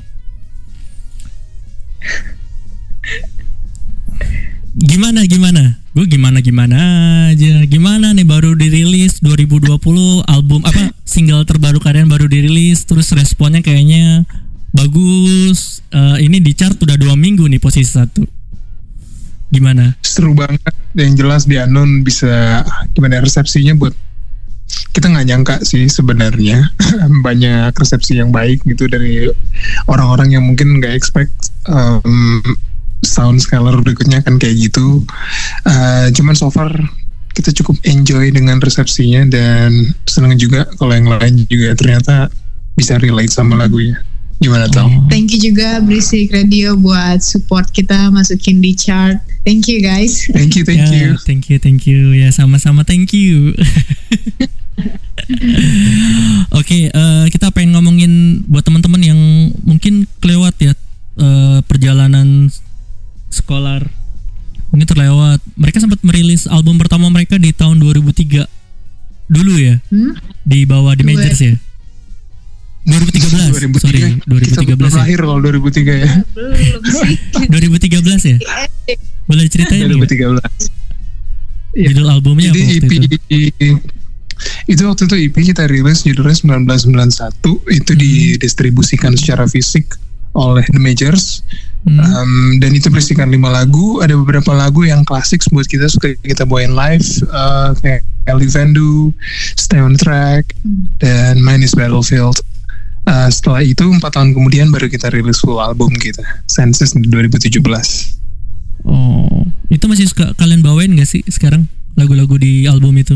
Gimana? Gue gimana aja. Gimana nih, baru dirilis 2020 album apa single terbaru kalian baru dirilis, terus responnya kayaknya bagus. Ini di chart udah 2 minggu nih, posisi 1. Gimana? Seru banget. Yang jelas di Unknown bisa gimana resepsinya buat kita nggak nyangka sih sebenarnya. Banyak resepsi yang baik gitu dari orang-orang yang mungkin nggak expect sound Scholar berikutnya kan kayak gitu. Cuman so far kita cukup enjoy dengan resepsinya dan senang juga kalau yang lain juga ternyata bisa relate sama lagunya. Gimana Tom? Thank you juga Berisik Radio buat support kita masukin di chart. Thank you guys. Thank you. Thank you. Ya, sama-sama thank you. Oke, kita pengen ngomongin buat teman-teman yang mungkin kelewat ya perjalanan Scholar. Mungkin terlewat. Mereka sempat merilis album pertama mereka di tahun 2003 dulu ya. Di bawah The Majors ya. 2013. Sorry, 2013 kita ya. lahir kalau 2003 ya. Belum sih. 2013 ya. Boleh ceritain 2013. Judul albumnya jadi apa waktu itu waktu itu EP kita rilis judulnya 1991. Itu didistribusikan secara fisik oleh The Majors. Dan itu berisikan 5 lagu. Ada beberapa lagu yang klasik buat kita, suka kita bawain live, kayak Live and Do, Stay on Track, dan Mine is Battlefield. Setelah itu 4 tahun kemudian baru kita rilis full album kita, Senses 2017. Oh, itu masih suka kalian bawain gak sih sekarang lagu-lagu di album itu?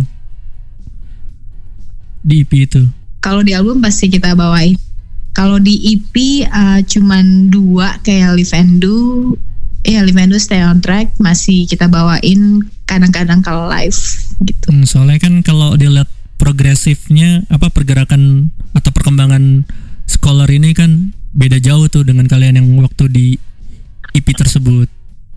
Di EP itu? Kalau di album pasti kita bawain. Kalau di EP cuman 2 kayak Live and Do, Live and Do, Stay on Track masih kita bawain kadang-kadang kalau live gitu. Soalnya kan kalau dilihat progresifnya apa pergerakan atau perkembangan Scholar ini kan beda jauh tuh dengan kalian yang waktu di EP tersebut.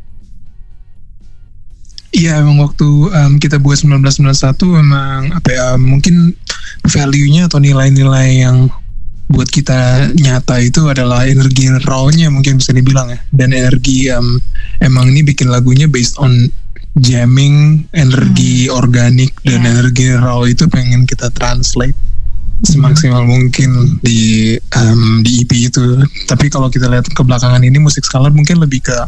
Iya, emang waktu kita buat 1991 memang apa ya, mungkin value-nya atau nilai-nilai yang buat kita nyata itu adalah energi raw-nya mungkin bisa dibilang ya. Dan energi emang ini bikin lagunya based on jamming, energi organik dan energi raw itu pengen kita translate semaksimal mungkin di EP itu. Tapi kalau kita lihat ke belakangan ini musik Scholar mungkin lebih ke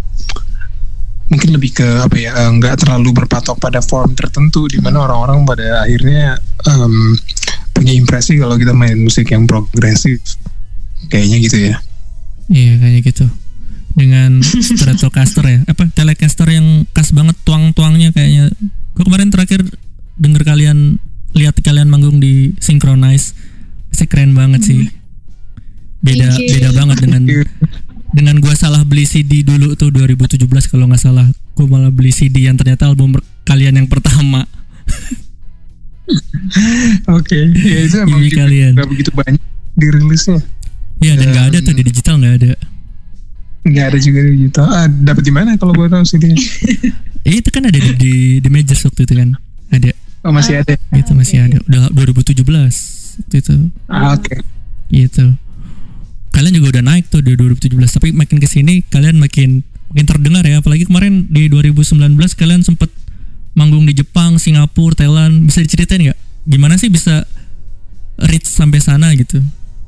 apa ya, nggak terlalu berpatok pada form tertentu, di mana orang-orang pada akhirnya punya impresi kalau kita main musik yang progresif kayaknya gitu ya. Iya, kayaknya gitu. Dengan Stratocaster ya, apa Telecaster yang khas banget tuang-tuangnya kayaknya. Gue kemarin terakhir denger lihat kalian manggung di Synchronize, pasti keren banget sih. Beda banget dengan dengan gua salah beli CD dulu tuh 2017 kalau nggak salah. Gua malah beli CD yang ternyata album kalian yang pertama. Oke, ya itu emang Ini kalian. gak begitu banyak dirilisnya. Iya, dan nggak ada tuh di digital, nggak ada. Nggak ada juga di digital. Dapat di mana kalau boleh tahu CD-nya? Itu kan ada di Majors waktu itu kan. Ada. Oh, masih ada. Itu masih ada. Udah 2017 waktu itu. Oke. Gitu. Kalian juga udah naik tuh di 2017, tapi makin kesini kalian makin terdengar ya. Apalagi kemarin di 2019 kalian sempet manggung di Jepang, Singapura, Thailand. Bisa diceritain nggak? Gimana sih bisa reach sampai sana gitu?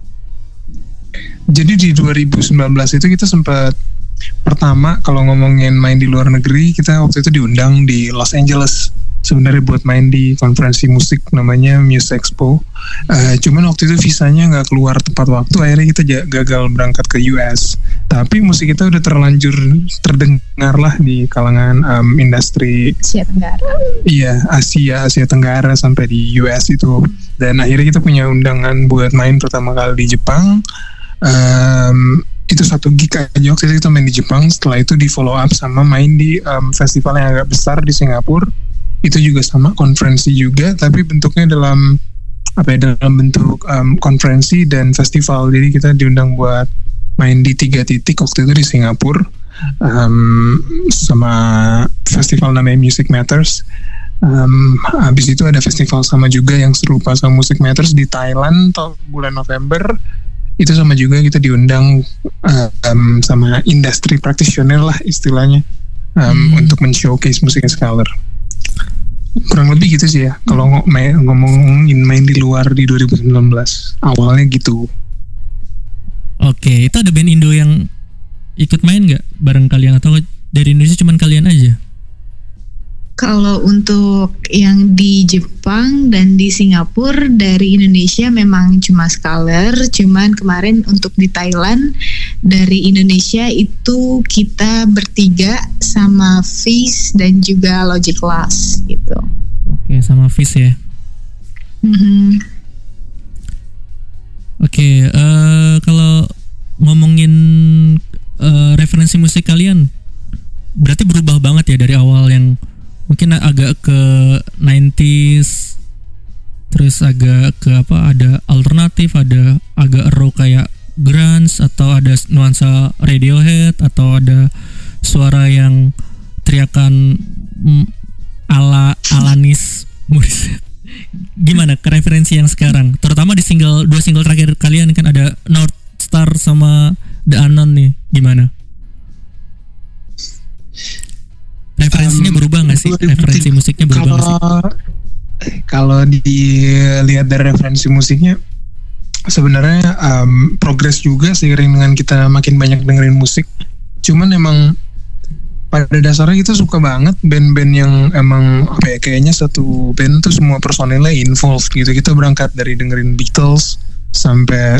Jadi di 2019 itu kita sempat pertama kalau ngomongin main di luar negeri, kita waktu itu diundang di Los Angeles sebenarnya buat main di konferensi musik namanya Music Expo. Cuman waktu itu visanya nggak keluar tepat waktu, akhirnya kita gagal berangkat ke US. Tapi musik kita udah terlanjur terdengar lah di kalangan industri Asia Tenggara. Iya, Asia Tenggara sampai di US itu. Dan akhirnya kita punya undangan buat main pertama kali di Jepang. Itu 1 gig aja waktu itu kita main di Jepang. Setelah itu di follow up sama main di festival yang agak besar di Singapura. Itu juga sama, konferensi juga, tapi bentuknya dalam bentuk konferensi dan festival. Jadi kita diundang buat main di 3 titik waktu itu di Singapura, sama festival namanya Music Matters. Habis itu ada festival sama juga yang serupa sama Music Matters di Thailand bulan November. Itu sama juga kita diundang sama industri practitioner lah istilahnya, untuk men-showcase musiknya Scholar. Kurang lebih gitu sih ya kalau ngomongin main di luar di 2019 awalnya gitu. Oke, itu ada band Indo yang ikut main nggak bareng kalian atau dari Indonesia cuman kalian aja? Kalau untuk yang di Jepang dan di Singapura dari Indonesia memang cuma Scholar. Cuman kemarin untuk di Thailand dari Indonesia itu kita bertiga sama Fizz dan juga Logic Class gitu. Oke, sama Fizz ya. Oke, kalau ngomongin referensi musik kalian berarti berubah banget ya dari awal yang mungkin agak ke 90s, terus agak ke ada alternatif, ada agak raw kayak grunge, atau ada nuansa Radiohead, atau ada suara yang teriakan alanis. Gimana ke referensi yang sekarang, terutama di 2 single terakhir kalian kan ada North Star sama The Unknown nih, gimana? Referensinya berubah nggak sih? Referensi musiknya berubah nggak sih? Kalau dilihat dari referensi musiknya, sebenarnya progres juga seiring dengan kita makin banyak dengerin musik. Cuman emang pada dasarnya kita suka banget band-band yang emang kayaknya satu band tuh semua personilnya involved gitu. Kita berangkat dari dengerin Beatles sampai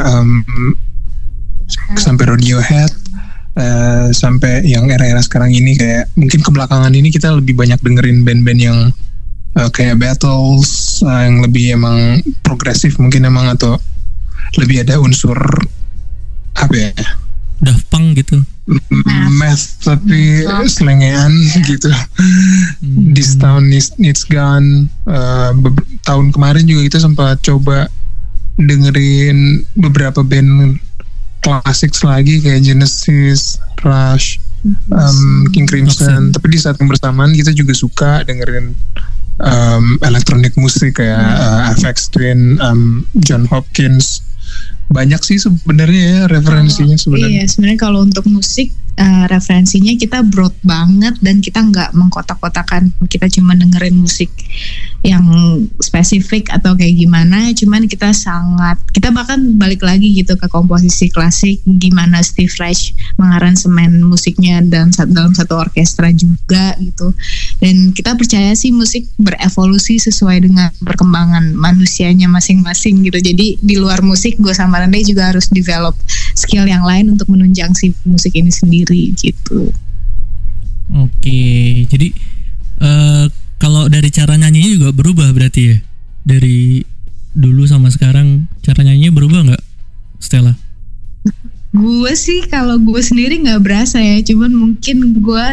Radiohead. Sampai yang era-era sekarang ini, kayak mungkin kebelakangan ini kita lebih banyak dengerin band-band yang kayak Battles, yang lebih emang progresif mungkin emang, atau lebih ada unsur Daft Punk gitu, math tapi selengean gitu. This Town Needs Gone. Tahun kemarin juga kita sempat coba dengerin beberapa band klasik lagi kayak Genesis, Rush, King Crimson. Tapi di saat yang bersamaan kita juga suka dengerin elektronik musik kayak Aphex Twin, John Hopkins. Banyak sih sebenarnya ya referensinya sebenarnya. Iya, sebenarnya kalau untuk musik referensinya kita broad banget dan kita nggak mengkotak-kotakan. Kita cuma dengerin musik yang spesifik atau kayak gimana. Cuman kita bahkan balik lagi gitu ke komposisi klasik, gimana Steve Reich mengaransemen musiknya dalam satu orkestra juga gitu. Dan kita percaya sih musik berevolusi sesuai dengan perkembangan manusianya masing-masing gitu. Jadi di luar musik gue sama Rene juga harus develop skill yang lain untuk menunjang si musik ini sendiri gitu. Oke, jadi kalau dari cara nyanyinya juga berubah berarti ya? Dari dulu sama sekarang cara nyanyinya berubah nggak, Stella? Gue gue sih kalau gue sendiri nggak berasa ya, cuman mungkin gue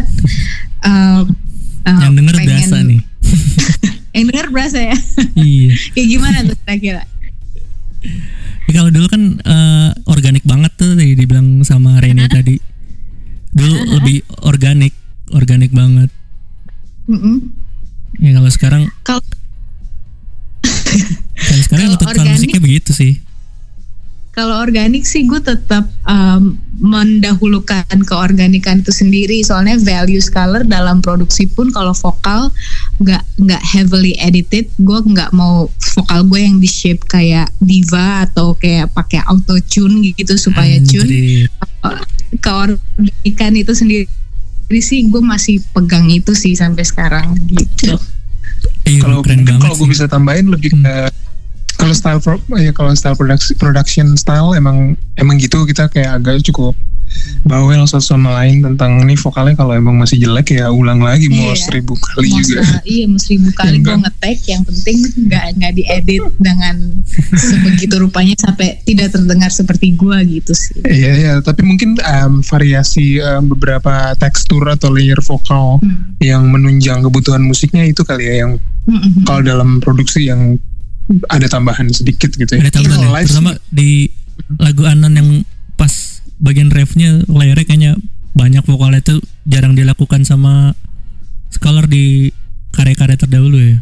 yang denger berasa nih. Yang denger berasa ya. Iya. Kayak gimana tuh kira-kira? Ya, kalau dulu kan organik banget tuh tadi dibilang sama Reni tadi. Dulu lebih organik banget. Ya kalau sekarang kan sekarang tetap musiknya begitu sih. Kalau organik sih gue tetap mendahulukan keorganikan itu sendiri, soalnya value color dalam produksi pun kalau vokal nggak heavily edited, gue nggak mau vokal gue yang di shape kayak diva atau kayak pakai auto tune gitu supaya tune. Keorganikan itu sendiri sih gue masih pegang itu sih sampai sekarang gitu. Kalau gue bisa tambahin lebih ke kalau style production style emang gitu, kita kayak agak cukup bawel satu sama lain tentang ini vokalnya, kalau emang masih jelek ya ulang lagi mau 1000 kali juga. Iya, mau 1000 kali gue nge-take, yang penting nggak diedit dengan sebegitu rupanya sampai tidak terdengar seperti gue gitu sih. Iya, tapi mungkin variasi beberapa tekstur atau layer vokal yang menunjang kebutuhan musiknya itu kali ya, yang kalau dalam produksi yang ada tambahan sedikit gitu ya. Ada tambahan ya. Terutama di lagu Anon yang pas bagian refnya layernya kayaknya banyak vokalnya, itu jarang dilakukan sama Scholar di karya-karya terdahulu ya.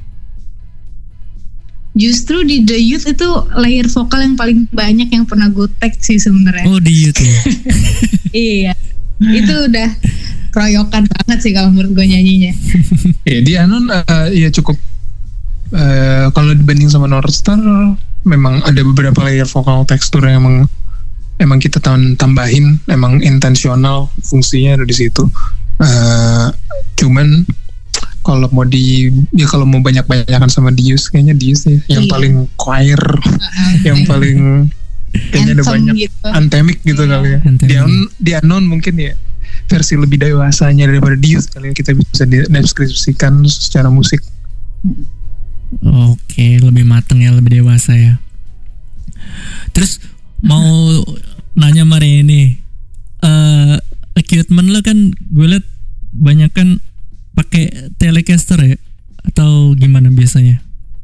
Justru di The Youth itu layer vokal yang paling banyak yang pernah gue tag sih sebenarnya. Oh, di Youth ya. Iya. Itu udah keroyokan banget sih kalau menurut gue nyanyinya. Iya, di Anon ya cukup kalau dibanding sama North Star memang ada beberapa layer vokal tekstur yang emang kita tambahin, emang intensional, fungsinya ada di situ. Cuman kalau mau banyak-banyakan sama Dius, kayaknya Dius ya yang paling choir, yang paling kayaknya ada banyak gitu. Anthemic gitu kali ya. Di Unknown mungkin ya versi lebih dewasanya daripada Dius kali ya, kita bisa deskripsikan secara musik. Oke, lebih mateng ya, lebih dewasa ya. Terus mau nanya Mari ini, equipment lo kan gue liat banyak kan pakai Telecaster ya, atau gimana biasanya?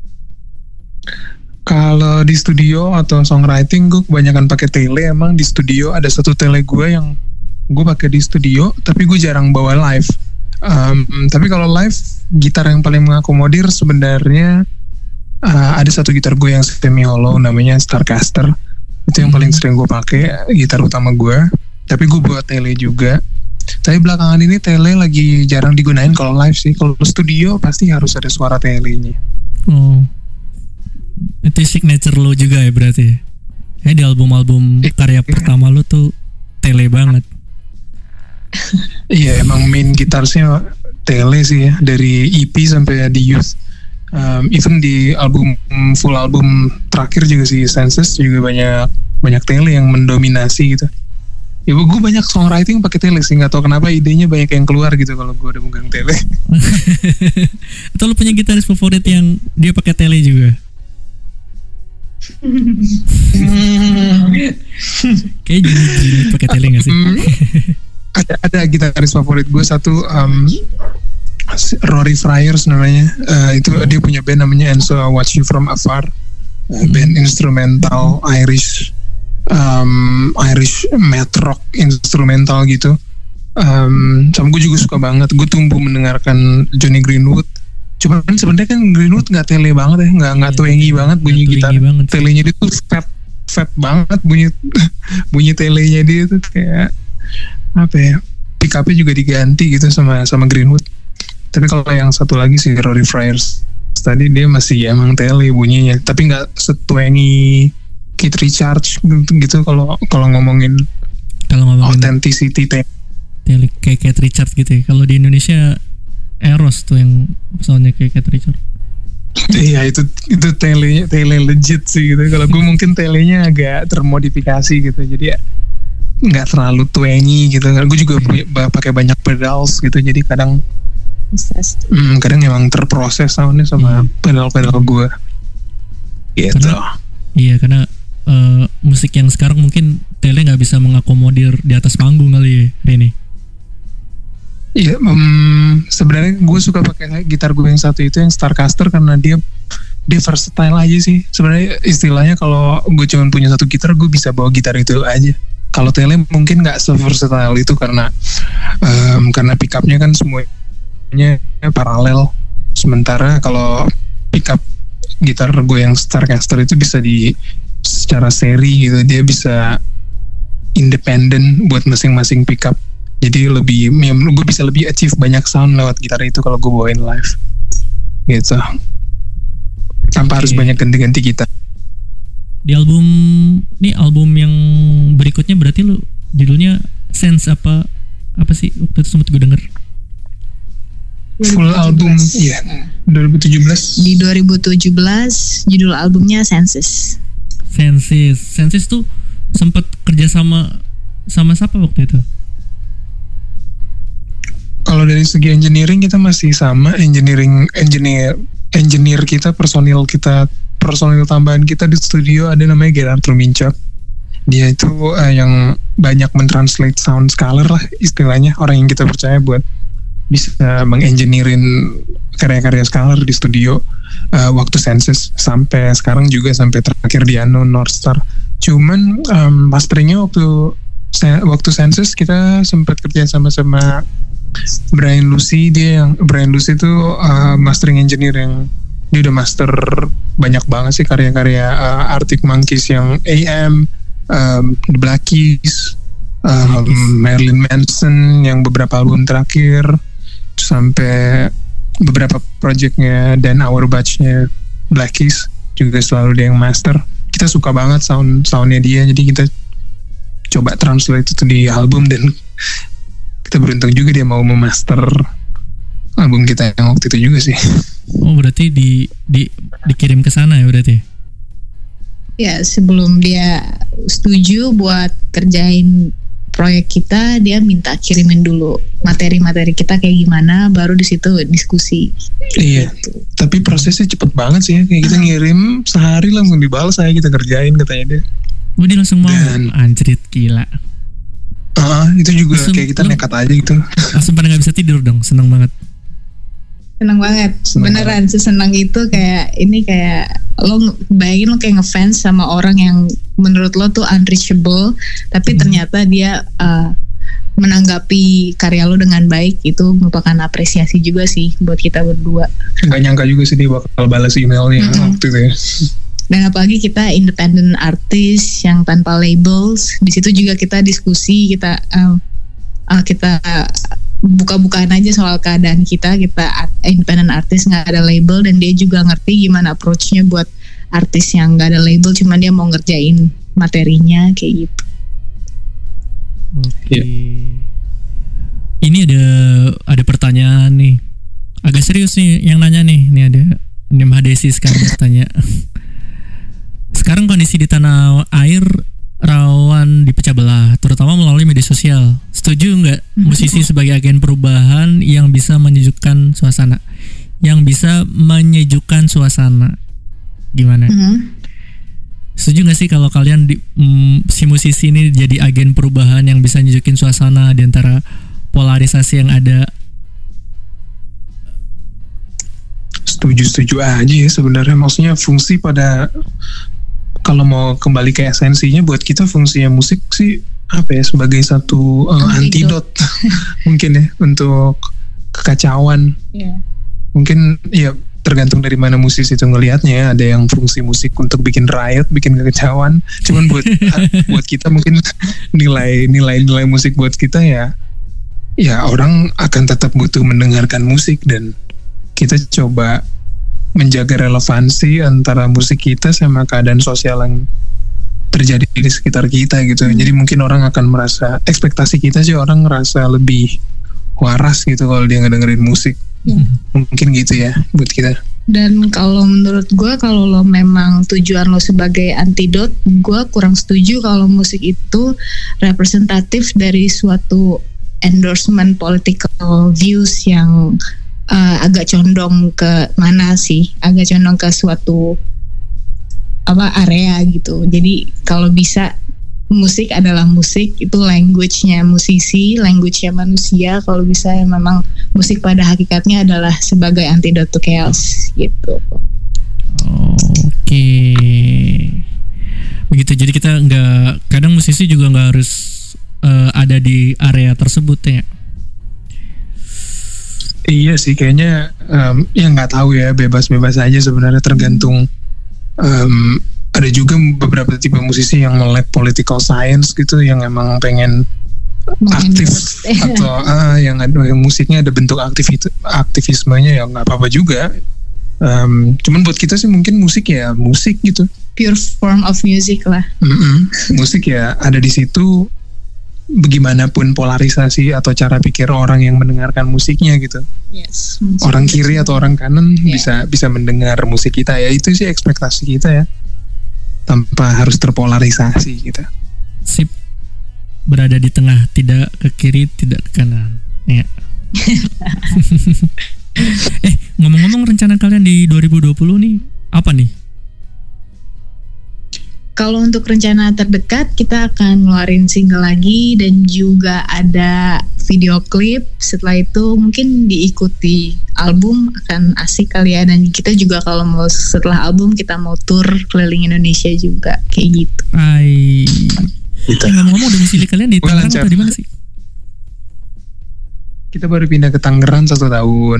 Kalau di studio atau songwriting gue kebanyakan pakai tele. Emang di studio ada satu tele gue yang gue pakai di studio, tapi gue jarang bawa live. Tapi kalau live, gitar yang paling mengakomodir sebenarnya ada satu gitar gue yang semi hollow namanya Starcaster. Itu yang paling sering gue pakai, gitar utama gue. Tapi gue buat tele juga. Tapi belakangan ini tele lagi jarang digunain kalau live sih. Kalau studio pasti harus ada suara telenya. Oh, itu signature lo juga ya berarti? Di album-album karya pertama lo tuh tele banget. Iya, emang main gitarsnya tele sih ya, dari EP sampai di Youth. Even di full album terakhir juga sih, Senses juga banyak tele yang mendominasi gitu. Ya gue banyak songwriting pakai tele sih, nggak tahu kenapa idenya banyak yang keluar gitu kalau gue udah megang tele. Atau lu punya gitaris favorit yang dia pakai tele juga? Kayak gini pakai tele nggak sih? Ada gitaris favorit gue satu, Rory Friars namanya. Itu dia punya band namanya And So I Watch You From Afar, band instrumental Irish math rock instrumental gitu. Sama gue juga suka banget. Gue tumbuh mendengarkan Johnny Greenwood. Cuman sebenarnya kan Greenwood nggak tele banget ya, nggak twangy banget bunyi gitar. Telenya dia tuh fat banget bunyi telenya dia tuh kayak apa ya, pick up-nya juga diganti gitu sama Greenwood. Tapi kalau yang satu lagi si Rory Friars tadi, dia masih emang tele bunyinya, tapi nggak setwangy Keith Richards gitu kalau ngomongin authenticity tele kayak Keith Richards gitu ya. Kalau di Indonesia Eros tuh yang soundnya kayak Keith Richards. Iya, itu tele legit sih gitu. Kalau gue mungkin telenya agak termodifikasi gitu, jadi ya nggak terlalu twangy gitu. Gue juga pakai banyak pedals gitu, jadi kadang emang terproses soundnya sama pedal gue gitu. Iya, karena musik yang sekarang mungkin Tele nggak bisa mengakomodir di atas panggung kali ya, Rene? Iya, sebenarnya gue suka pakai gitar gue yang satu itu yang Starcaster karena dia versatile aja sih. Sebenarnya istilahnya kalau gue cuma punya satu gitar, gue bisa bawa gitar itu aja. Kalau Tele mungkin nggak se-versatile itu karena pickupnya kan semuanya paralel. Sementara kalau pickup gitar gue yang Starcaster itu bisa secara seri gitu, dia bisa independen buat masing-masing pickup. Jadi gue bisa lebih achieve banyak sound lewat gitar itu kalau gue bawain live gitu, tanpa harus banyak ganti-ganti gitar. Di album yang berikutnya berarti lu judulnya Sense apa sih waktu itu sempat gue denger? Full album, iya, 2017. Di 2017 judul albumnya Senses tuh sempat kerja sama siapa waktu itu? Kalau dari segi engineering kita masih sama, engineer kita, personil tambahan kita di studio ada namanya Gerard Ruminchak. Dia itu yang banyak mentranslate sound scalar lah istilahnya, orang yang kita percaya buat bisa mengengineerin karya-karya scalar di studio waktu Senses sampai sekarang juga, sampai terakhir di Unknown North Star. Cuman masteringnya waktu Senses kita sempat kerja sama Brian Lucy. Brian Lucy itu mastering engineer yang dia udah master banyak banget sih karya-karya Arctic Monkeys yang AM, The Black Keys, Marilyn Manson yang beberapa album terakhir, sampai beberapa projectnya Dan Auerbach-nya Black Keys juga selalu dia yang master. Kita suka banget soundnya dia, jadi kita coba translate itu di album, dan kita beruntung juga dia mau memaster album kita yang waktu itu juga sih. Oh, berarti dikirim ke sana ya berarti? Ya, sebelum dia setuju buat kerjain proyek kita, dia minta kirimin dulu materi-materi kita kayak gimana, baru di situ diskusi. Iya. Gitu. Tapi prosesnya cepet banget sih ya. Kayak kita ngirim sehari langsung dibalas, saya kita kerjain katanya dia. Dia langsung mau anjrit, gila. Itu juga kayak kita nekat aja gitu. Langsung pada gak bisa tidur dong, seneng banget. Beneran sesenang itu. Kayak lo bayangin lo kayak ngefans sama orang yang menurut lo tuh unreachable, tapi ternyata dia menanggapi karya lo dengan baik. Itu merupakan apresiasi juga sih buat kita berdua. Gak nyangka juga sih dia bakal balas emailnya waktu itu ya. Dan apalagi kita independent artist yang tanpa labels, di situ juga kita diskusi, kita buka-bukaan aja soal keadaan kita independent artist nggak ada label, dan dia juga ngerti gimana approach-nya buat artis yang nggak ada label, cuman dia mau ngerjain materinya kayak gitu. Oke. Ini ada pertanyaan nih, agak serius nih yang nanya nih. Ini ada Mbak Desi sekarang bertanya. Sekarang kondisi di tanah air rawan dipecah belah, terutama melalui media sosial. Setuju nggak musisi sebagai agen perubahan yang bisa menyejukkan suasana? Gimana? Setuju nggak sih kalau kalian si musisi ini jadi agen perubahan yang bisa nunjukin suasana di antara polarisasi yang ada? Setuju aja ya sebenarnya. Maksudnya fungsi pada, kalau mau kembali ke esensinya, buat kita fungsinya musik sih apa ya, sebagai satu antidot mungkin ya untuk kekacauan. Mungkin ya tergantung dari mana musisi itu ngelihatnya. Ada yang fungsi musik untuk bikin riot, bikin kekacauan. Cuman buat kita mungkin nilai musik buat kita ya orang akan tetap butuh mendengarkan musik, dan kita coba menjaga relevansi antara musik kita sama keadaan sosial yang terjadi di sekitar kita gitu. Jadi mungkin orang akan merasa, ekspektasi kita sih orang ngerasa lebih waras gitu kalau dia ngedengerin musik. Mungkin gitu ya buat kita. Dan kalau menurut gue, kalau lo memang tujuan lo sebagai antidot, gue kurang setuju kalau musik itu representatif dari suatu endorsement political views yang agak condong ke mana sih? Agak condong ke suatu area gitu. Jadi kalau bisa musik adalah musik, itu language-nya musisi, language-nya manusia. Kalau bisa memang musik pada hakikatnya adalah sebagai antidote to chaos gitu. Oke. Begitu, jadi kita nggak, kadang musisi juga nggak harus ada di area tersebut ya. Iya sih, kayaknya ya nggak tahu ya, bebas-bebas aja sebenarnya, tergantung. Ada juga beberapa tipe musisi yang melek political science gitu, yang emang pengen aktif atau yang musiknya ada bentuk aktivismenya, ya nggak apa-apa juga. Cuman buat kita sih mungkin musik ya musik gitu, pure form of music lah. Musik ya ada di situ, bagaimanapun polarisasi atau cara pikir orang yang mendengarkan musiknya gitu. Yes, orang kiri atau orang kanan bisa mendengar musik kita ya, itu sih ekspektasi kita ya, tanpa harus terpolarisasi gitu. Sip, berada di tengah, tidak ke kiri, tidak ke kanan. Ya. Ngomong-ngomong, rencana kalian di 2020 nih apa nih? Kalau untuk rencana terdekat, kita akan ngeluarin single lagi dan juga ada video klip. Setelah itu mungkin diikuti album, akan asik kali ya. Dan kita juga kalau mau setelah album kita mau tour keliling Indonesia juga kayak gitu. Ngomong-ngomong, domisili kalian di Tangerang atau di mana sih? Kita baru pindah ke Tangerang 1 tahun.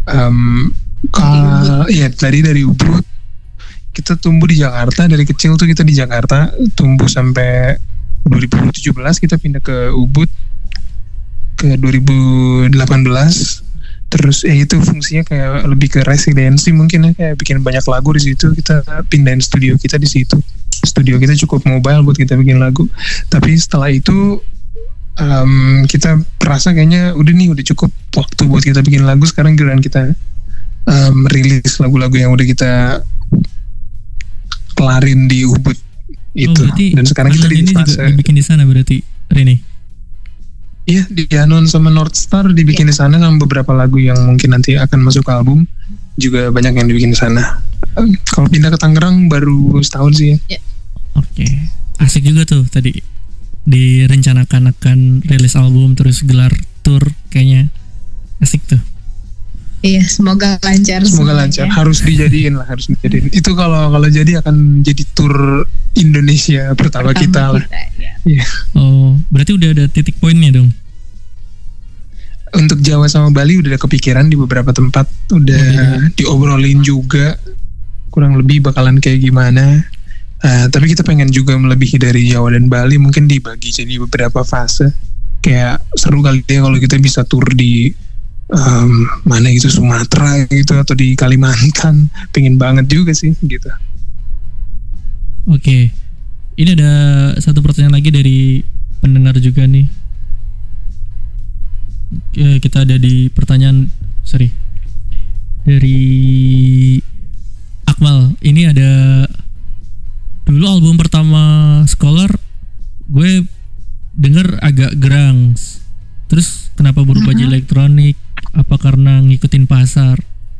Ya tadi dari Ubud. Kita tumbuh di Jakarta, dari kecil tuh kita di Jakarta, tumbuh sampai 2017 kita pindah ke Ubud ke 2018. Terus itu fungsinya kayak lebih ke residensi mungkin ya, kayak bikin banyak lagu di situ. Kita pindahin studio kita di situ. Studio kita cukup mobile buat kita bikin lagu. Tapi setelah itu kita merasa kayaknya udah cukup waktu buat kita bikin lagu. Sekarang giliran kita rilis lagu-lagu yang udah kita kelarin di Ubud itu. Dan sekarang kita di fase dibikin di sana berarti, Rene? Iya, di Anon sama North Star dibikin di sana, sama beberapa lagu yang mungkin nanti akan masuk ke album juga banyak yang dibikin di sana. Kalau pindah ke Tangerang baru setahun sih ya. Oke. Asik juga tuh tadi direncanakan akan rilis album terus gelar tour, kayaknya asik tuh. Iya, semoga lancar. Semoga lancar. Harus dijadiin. Itu kalau jadi akan jadi tour Indonesia pertama kita lah. Ya. Oh, berarti udah ada titik poinnya dong. Untuk Jawa sama Bali udah ada kepikiran di beberapa tempat, udah diobrolin juga. Kurang lebih bakalan kayak gimana. Tapi kita pengen juga melebihi dari Jawa dan Bali, mungkin dibagi jadi beberapa fase. Kayak seru kali ya kalau kita bisa tour di mana gitu, Sumatera gitu atau di Kalimantan. Pengen banget juga sih gitu. Oke. Ini ada satu pertanyaan lagi dari pendengar juga nih. Kita ada di pertanyaan dari Akmal. Ini ada, dulu album pertama Scholar gue denger agak gerang, terus kenapa berubah jadi elektronik? Apa karena ngikutin pasar?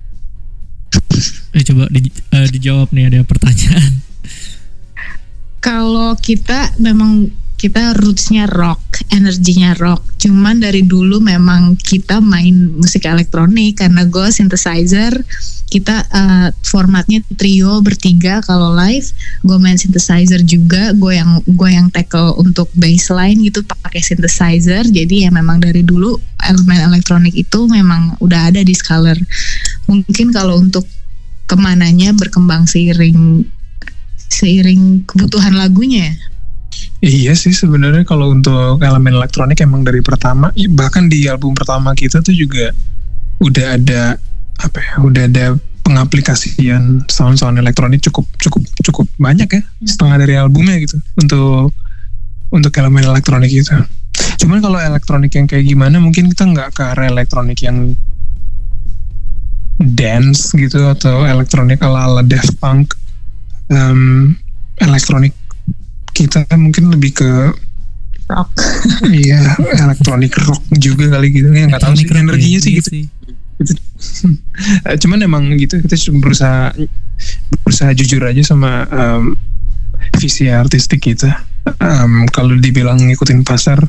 Coba dijawab nih, ada pertanyaan. Kalau kita rootsnya rock, energinya rock. Cuman dari dulu memang kita main musik elektronik karena gue synthesizer. Kita formatnya trio bertiga kalau live. Gue main synthesizer juga. Gue yang tackle untuk bassline gitu pakai synthesizer. Jadi ya memang dari dulu elemen elektronik itu memang udah ada di Scholar. Mungkin kalau untuk kemananya berkembang seiring kebutuhan lagunya. Iya sih sebenarnya kalau untuk elemen elektronik emang dari pertama, bahkan di album pertama kita tuh juga udah ada pengaplikasian sound elektronik cukup banyak ya, setengah dari albumnya gitu untuk elemen elektronik itu. Cuman kalau elektronik yang kayak gimana, mungkin kita nggak ke arah elektronik yang dance gitu atau elektronik ala Daft Punk. Elektronik kita mungkin lebih ke rock. Iya, elektronik rock juga kali gitu. Ya nggak tahu sih energinya sih gitu. Cuman emang gitu, kita berusaha jujur aja sama visi artistik kita. Kalau dibilang ngikutin pasar,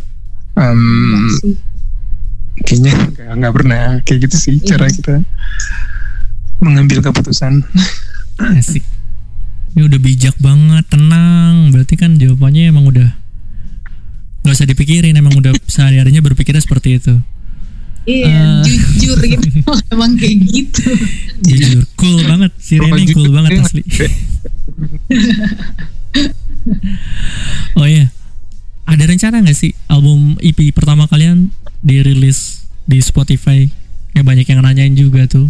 kayaknya nggak pernah kayak gitu sih cara kita mengambil keputusan. Asik. Ini udah bijak banget, tenang. Berarti kan jawabannya emang udah nggak usah dipikirin, emang udah sehari-harinya berpikirnya seperti itu. Iya, jujur gitu. Emang kayak gitu. Jujur, cool banget. Si Reni cool banget asli. Oh iya, ada rencana nggak sih album EP pertama kalian dirilis di Spotify? Ya banyak yang nanyain juga tuh.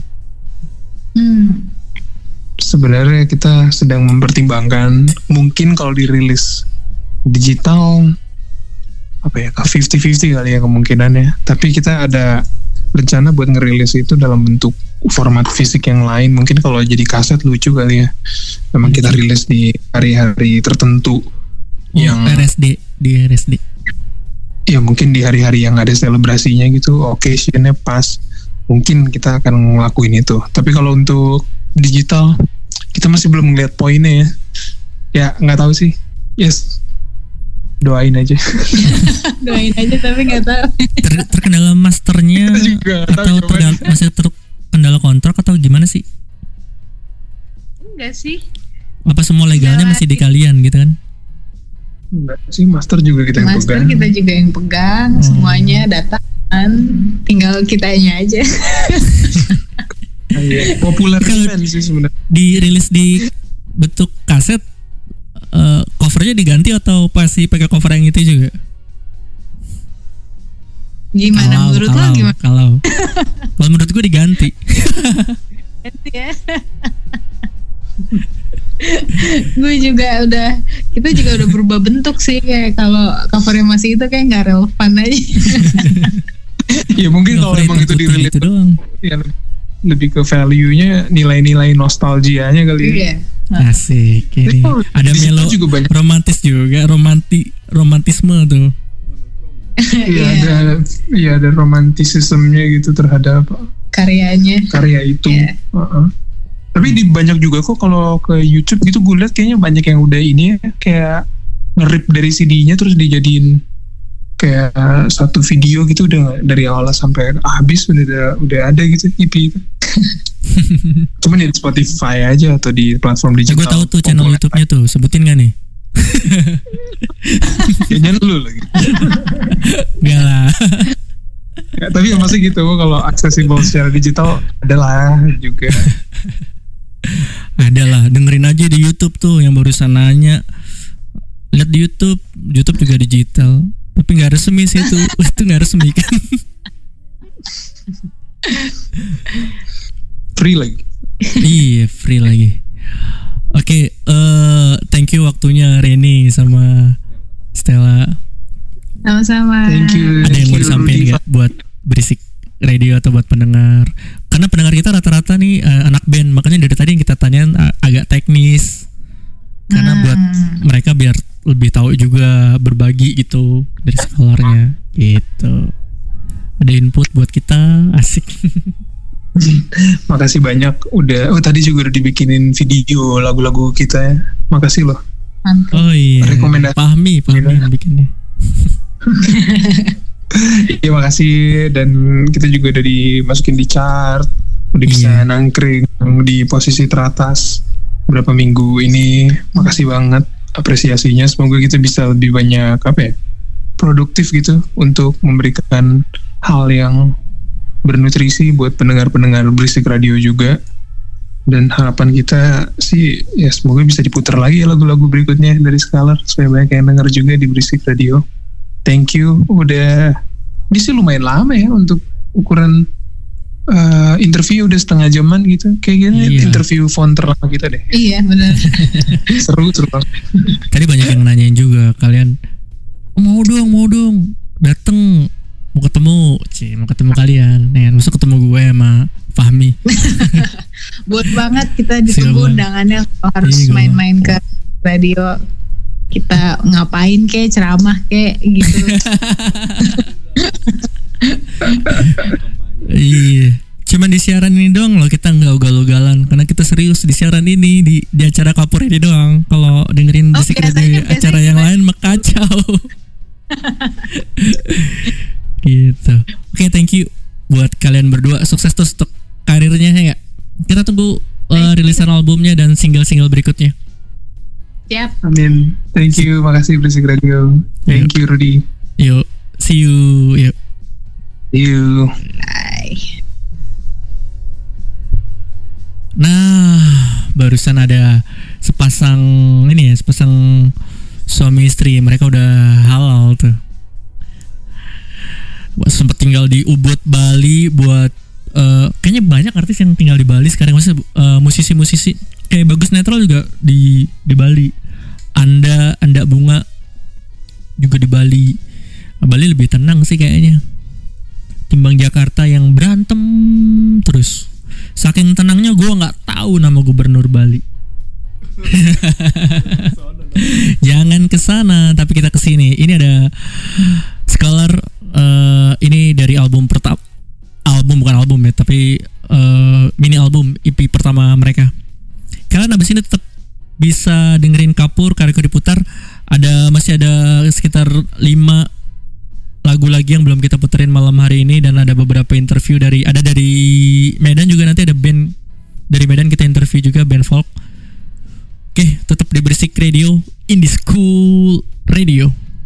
Sebenarnya kita sedang mempertimbangkan, mungkin kalau dirilis digital apa ya, 50-50 kali ya kemungkinannya. Tapi kita ada rencana buat ngerilis itu dalam bentuk format fisik yang lain. Mungkin kalau jadi kaset lucu kali ya. Memang kita rilis di hari-hari tertentu yang di RSD. Ya mungkin di hari-hari yang ada selebrasinya gitu, occasionnya pas. Mungkin kita akan ngelakuin itu. Tapi kalau untuk digital kita masih belum ngeliat poinnya ya. Ya nggak tahu sih. Yes. Doain aja. Doain aja tapi nggak tahu. Terkendala masternya atau masih terkendala kontrak atau gimana sih? Enggak sih. Apa semua legalnya masih di kalian gitu kan? Enggak sih, master juga kita yang pegang. Master kita juga yang pegang, semuanya dataan, tinggal kitanya aja. Populer sih sebenarnya. Dirilis di bentuk kaset, covernya diganti atau pasti pakai cover yang itu juga? Gimana menurut lo gimana? Kalau menurut gue diganti. Ganti ya. Kita juga udah berubah bentuk sih, kayak kalau covernya masih itu kayak nggak relevan aja. Ya mungkin kalau emang itu dirilis doang. Ya, lebih ke value-nya, nilai-nilai nostalgianya kali ya. Iya. Asik ini. Ada melo romantis juga, romantisme tuh. Iya ada romantisismenya gitu terhadap karya itu. Yeah. Tapi di banyak juga kok kalau ke YouTube gitu gue liat kayaknya banyak yang udah ini ya, kayak nge-rip dari CD-nya terus dijadiin kayak satu video gitu, udah dari awal sampai habis udah ada gitu EP itu. Cuman di Spotify aja atau di platform digital. Gue tahu tuh channel YouTube-nya tuh, sebutin gak nih? Kayaknya lu lagi. Gak lah. Ya, tapi masih gitu, kalau accessible secara digital adalah juga. Adalah, dengerin aja di YouTube tuh yang barusan nanya. Lihat di YouTube juga digital. Tapi nggak resmi sih itu nggak resmi kan. Free lagi. Iya, free lagi. Oke, thank you waktunya Reni sama Stella. Sama-sama. Thank you. Ada yang mau disampaikan nggak buat Berisik Radio atau buat pendengar? Karena pendengar kita rata-rata nih anak band, makanya dari tadi yang kita tanyain agak teknis. Karena buat mereka biar lebih tahu juga, berbagi gitu dari skalarnya gitu. Ada input buat kita, asik. Makasih banyak udah. Tadi juga udah dibikinin video lagu-lagu kita ya. Makasih loh. Mantap. Oh iya. Rekomendasi. Pahmi yang bikinnya. Ya makasih, dan kita juga udah dimasukin di chart, udah bisa nangkring di posisi teratas berapa minggu ini. Makasih banget apresiasinya. Semoga kita bisa lebih banyak produktif gitu untuk memberikan hal yang bernutrisi buat pendengar-pendengar Berisik Radio juga. Dan harapan kita sih ya semoga bisa diputar lagi lagu-lagu berikutnya dari Skalar supaya banyak yang denger juga di Berisik Radio. Thank you. Ini sih lumayan lama ya untuk ukuran interview, udah setengah jaman gitu. Kayaknya interview phone terlama kita deh. Iya benar. seru banget. Tadi banyak yang nanyain juga, kalian mau dong dateng, mau ketemu kalian. Nih, masa ketemu gue sama Fahmi. Buat banget kita ditunggu undangannya, harus main-main ke radio. Kita ngapain kek, ceramah kek gitu. Iya, cuman di siaran ini doang loh kita nggak ugal-ugalan, karena kita serius di siaran ini, di acara Kapur ini doang. Kalau dengerin di berisik radio. Acara yang lain mekacau. Gitu. Oke, thank you buat kalian berdua. Sukses terus untuk karirnya ya. Kita tunggu rilisan albumnya dan single-single berikutnya. Siap. Amin. Thank you. Makasih Berisik Radio. Thank you Rudy. Yuk, see you. Yuk. See you. Bye. Nah, barusan ada sepasang suami istri. Mereka udah halal tuh. Sempet tinggal di Ubud, Bali buat kayaknya banyak artis yang tinggal di Bali sekarang. Maksudnya musisi-musisi kayak Bagus Netral juga di Bali. Anda Bunga juga di Bali. Bali lebih tenang sih kayaknya timbang Jakarta yang berantem terus. Saking tenangnya gue nggak tahu nama gubernur Bali. Jangan kesana, tapi kita kesini. Ini ada Scholar. Ini dari album pertama. Bukan album ya, tapi mini album EP pertama mereka. Kalian abis ini tetap bisa dengerin Kapur, Kariko diputar. Masih ada sekitar 5 lagu lagi yang belum kita puterin malam hari ini, dan ada beberapa interview dari Medan juga. Nanti ada band dari Medan kita interview juga, band folk. Oke, tetap di Berisik Radio, Indie School Radio.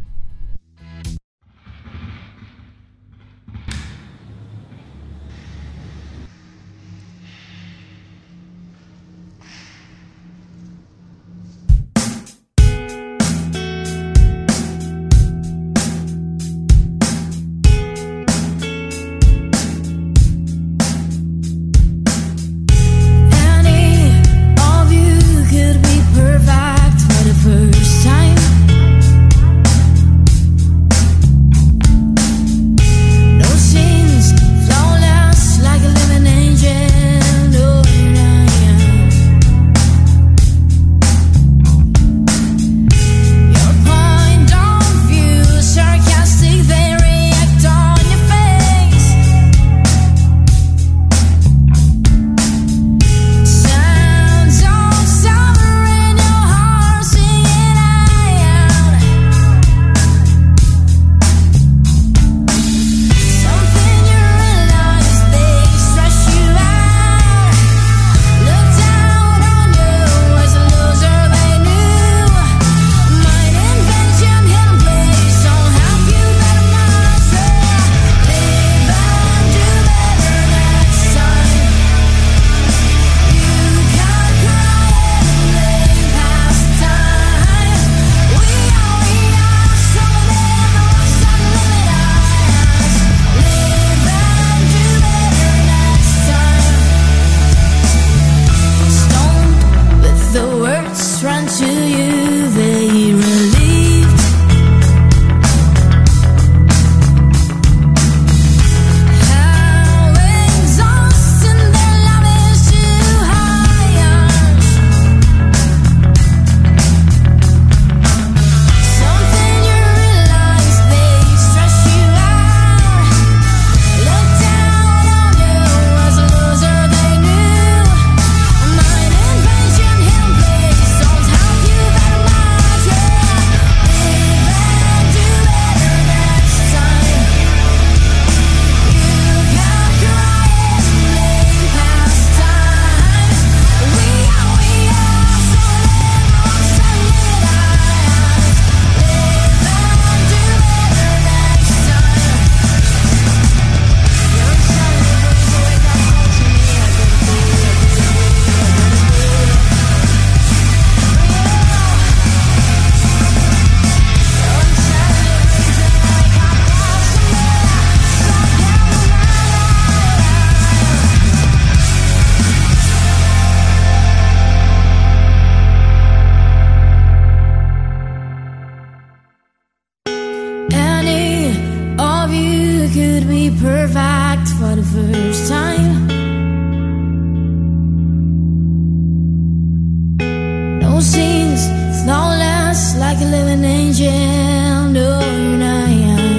perfect for the first time. No scenes, flawless like a living angel. No, you're not young.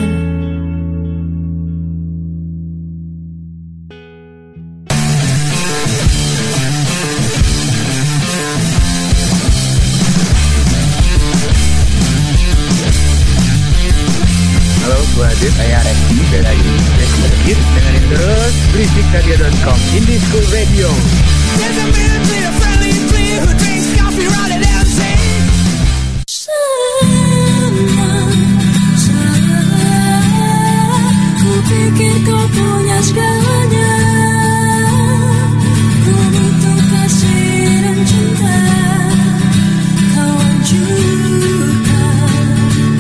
Saya Reski dari Reski Berit. Dengerin terus berisikradio.com, Indie School Radio. Pikir kau punya segalanya, ku butuh kasih dan cinta, kau hancurkan.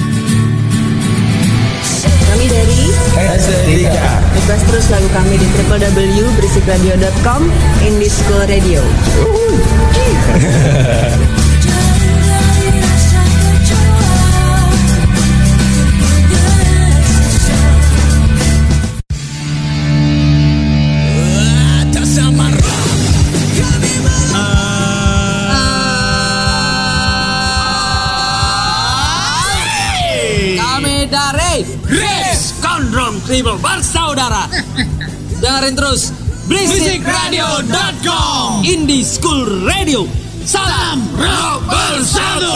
Kami dari Estetika. Request terus lagu kami di www.berisikradio.com, Indie School Radio. Tribal bersaudara. Dengerin terus berisikradio.com, Indie School Radio. Salam rock bersatu.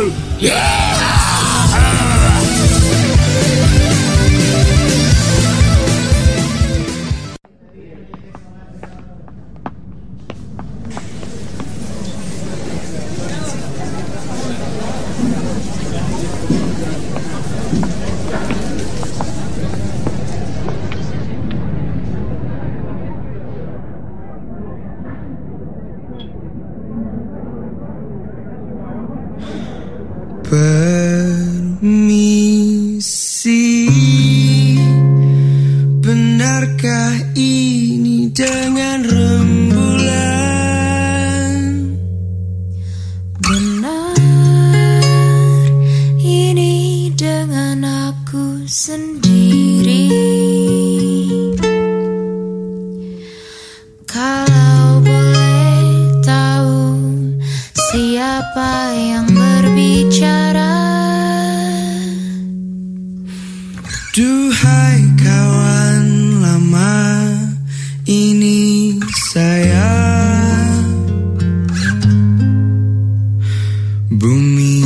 Permisi, benarkah ini dengan rembulan? Benar, ini dengan aku sendiri. Kalau boleh tahu siapa yang berbicara? Duhai kawan lama, ini saya. Bumi.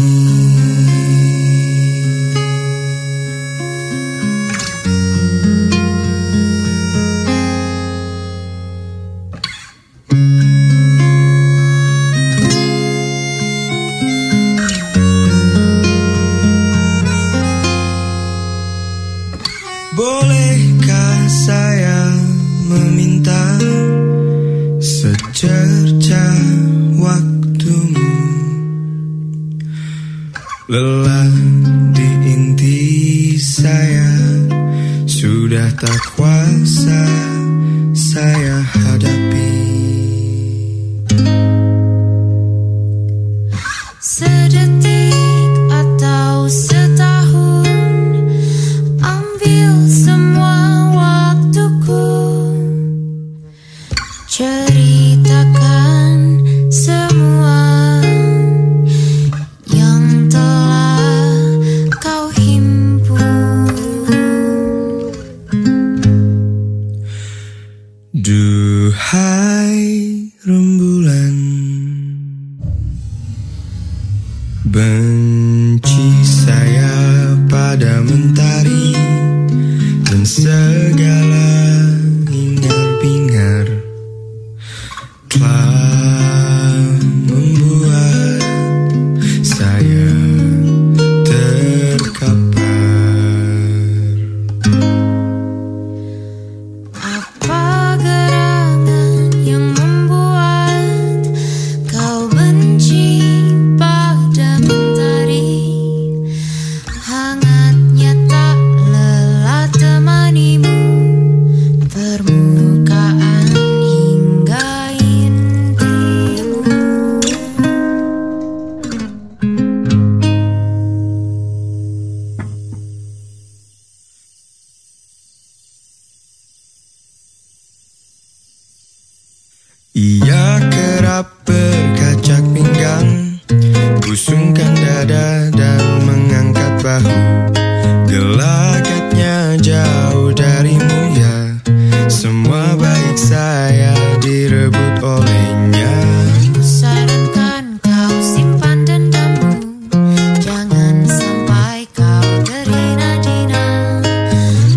Bolehkah saya meminta secerca waktumu? Lelah di inti saya, sudah tak kuasa saya hadapi. Sedetik atau setahun, ambil semua waktuku, ceritakan semua yang telah kau himpun. Duhai rembulan, benci saya pada mentari dan segala hingar-bingar telah membuat saya terkapar. Apa gerangan yang membuat kau benci pada mentari? Hangatnya tak lelah temanimu, permukaan hingga intimu. Ia kerap berkacak pinggang, busungkan dada dan mengangkat bahu. Gelagatnya jauh darimu ya, semua baik saya direbut olehnya. Sarankan kau simpan dendammu, jangan sampai kau terhina-hina.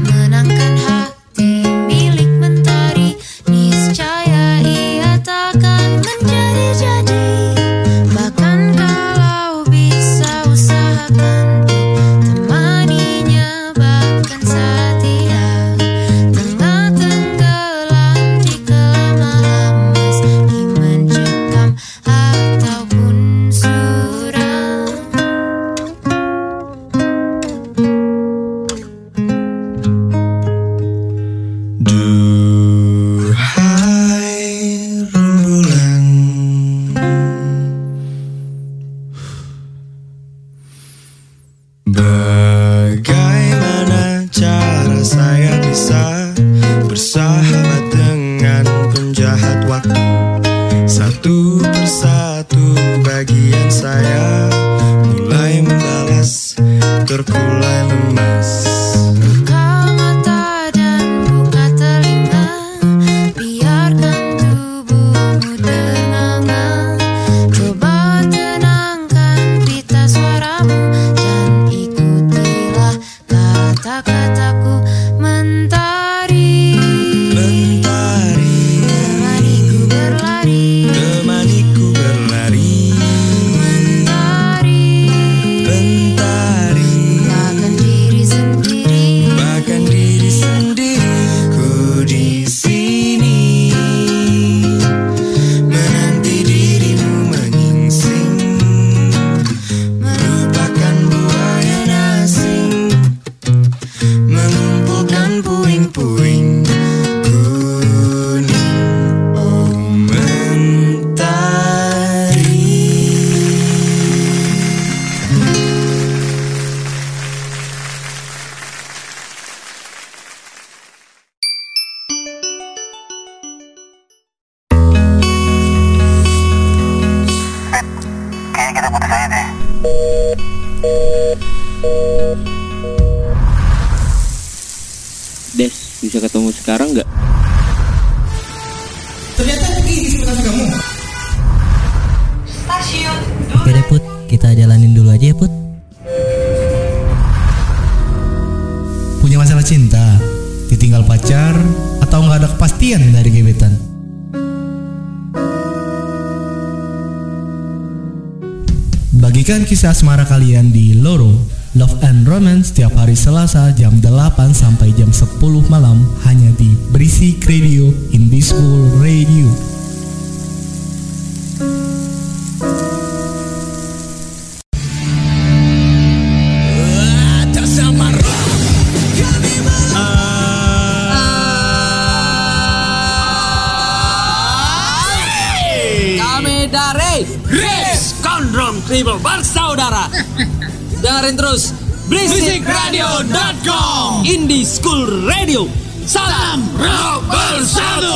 Bagaimana cara saya bisa bersahabat dengan penjahat waktu? Satu persatu bagian saya mulai membalas, terkulai lemas. Buka mata dan buka telinga, biarkan tubuhmu ternganga. Coba tenangkan pita suaramu dan ikutilah kata-kataku. Mentari, Mentari, temaniku berlari. temaniku berlari. Mentari, Mentari, bahkan diri sendiri. bahkan diri sendiriku di sini menanti dirimu menyingsing, merupakan buaya asing, mengumpulkan puing-puing kuning. Oh mentari. Kayaknya kita putus aja deh. Des, bisa ketemu sekarang nggak? Ternyata begini sebenarnya kamu. Stasiun Oke deh Put, kita jalanin dulu aja ya Put. Punya masalah cinta, ditinggal pacar, atau nggak ada kepastian dari gebetan? Bagikan kisah asmara kalian di Loro Love and Romance setiap hari Selasa jam 8 sampai jam 10 malam hanya di Berisik Radio Indie School Radio. Kami dari Grace Kondrom Tribal Bersaudara. Dengerin terus BerisikRadio.com Indie School Radio. Salam rock bersatu.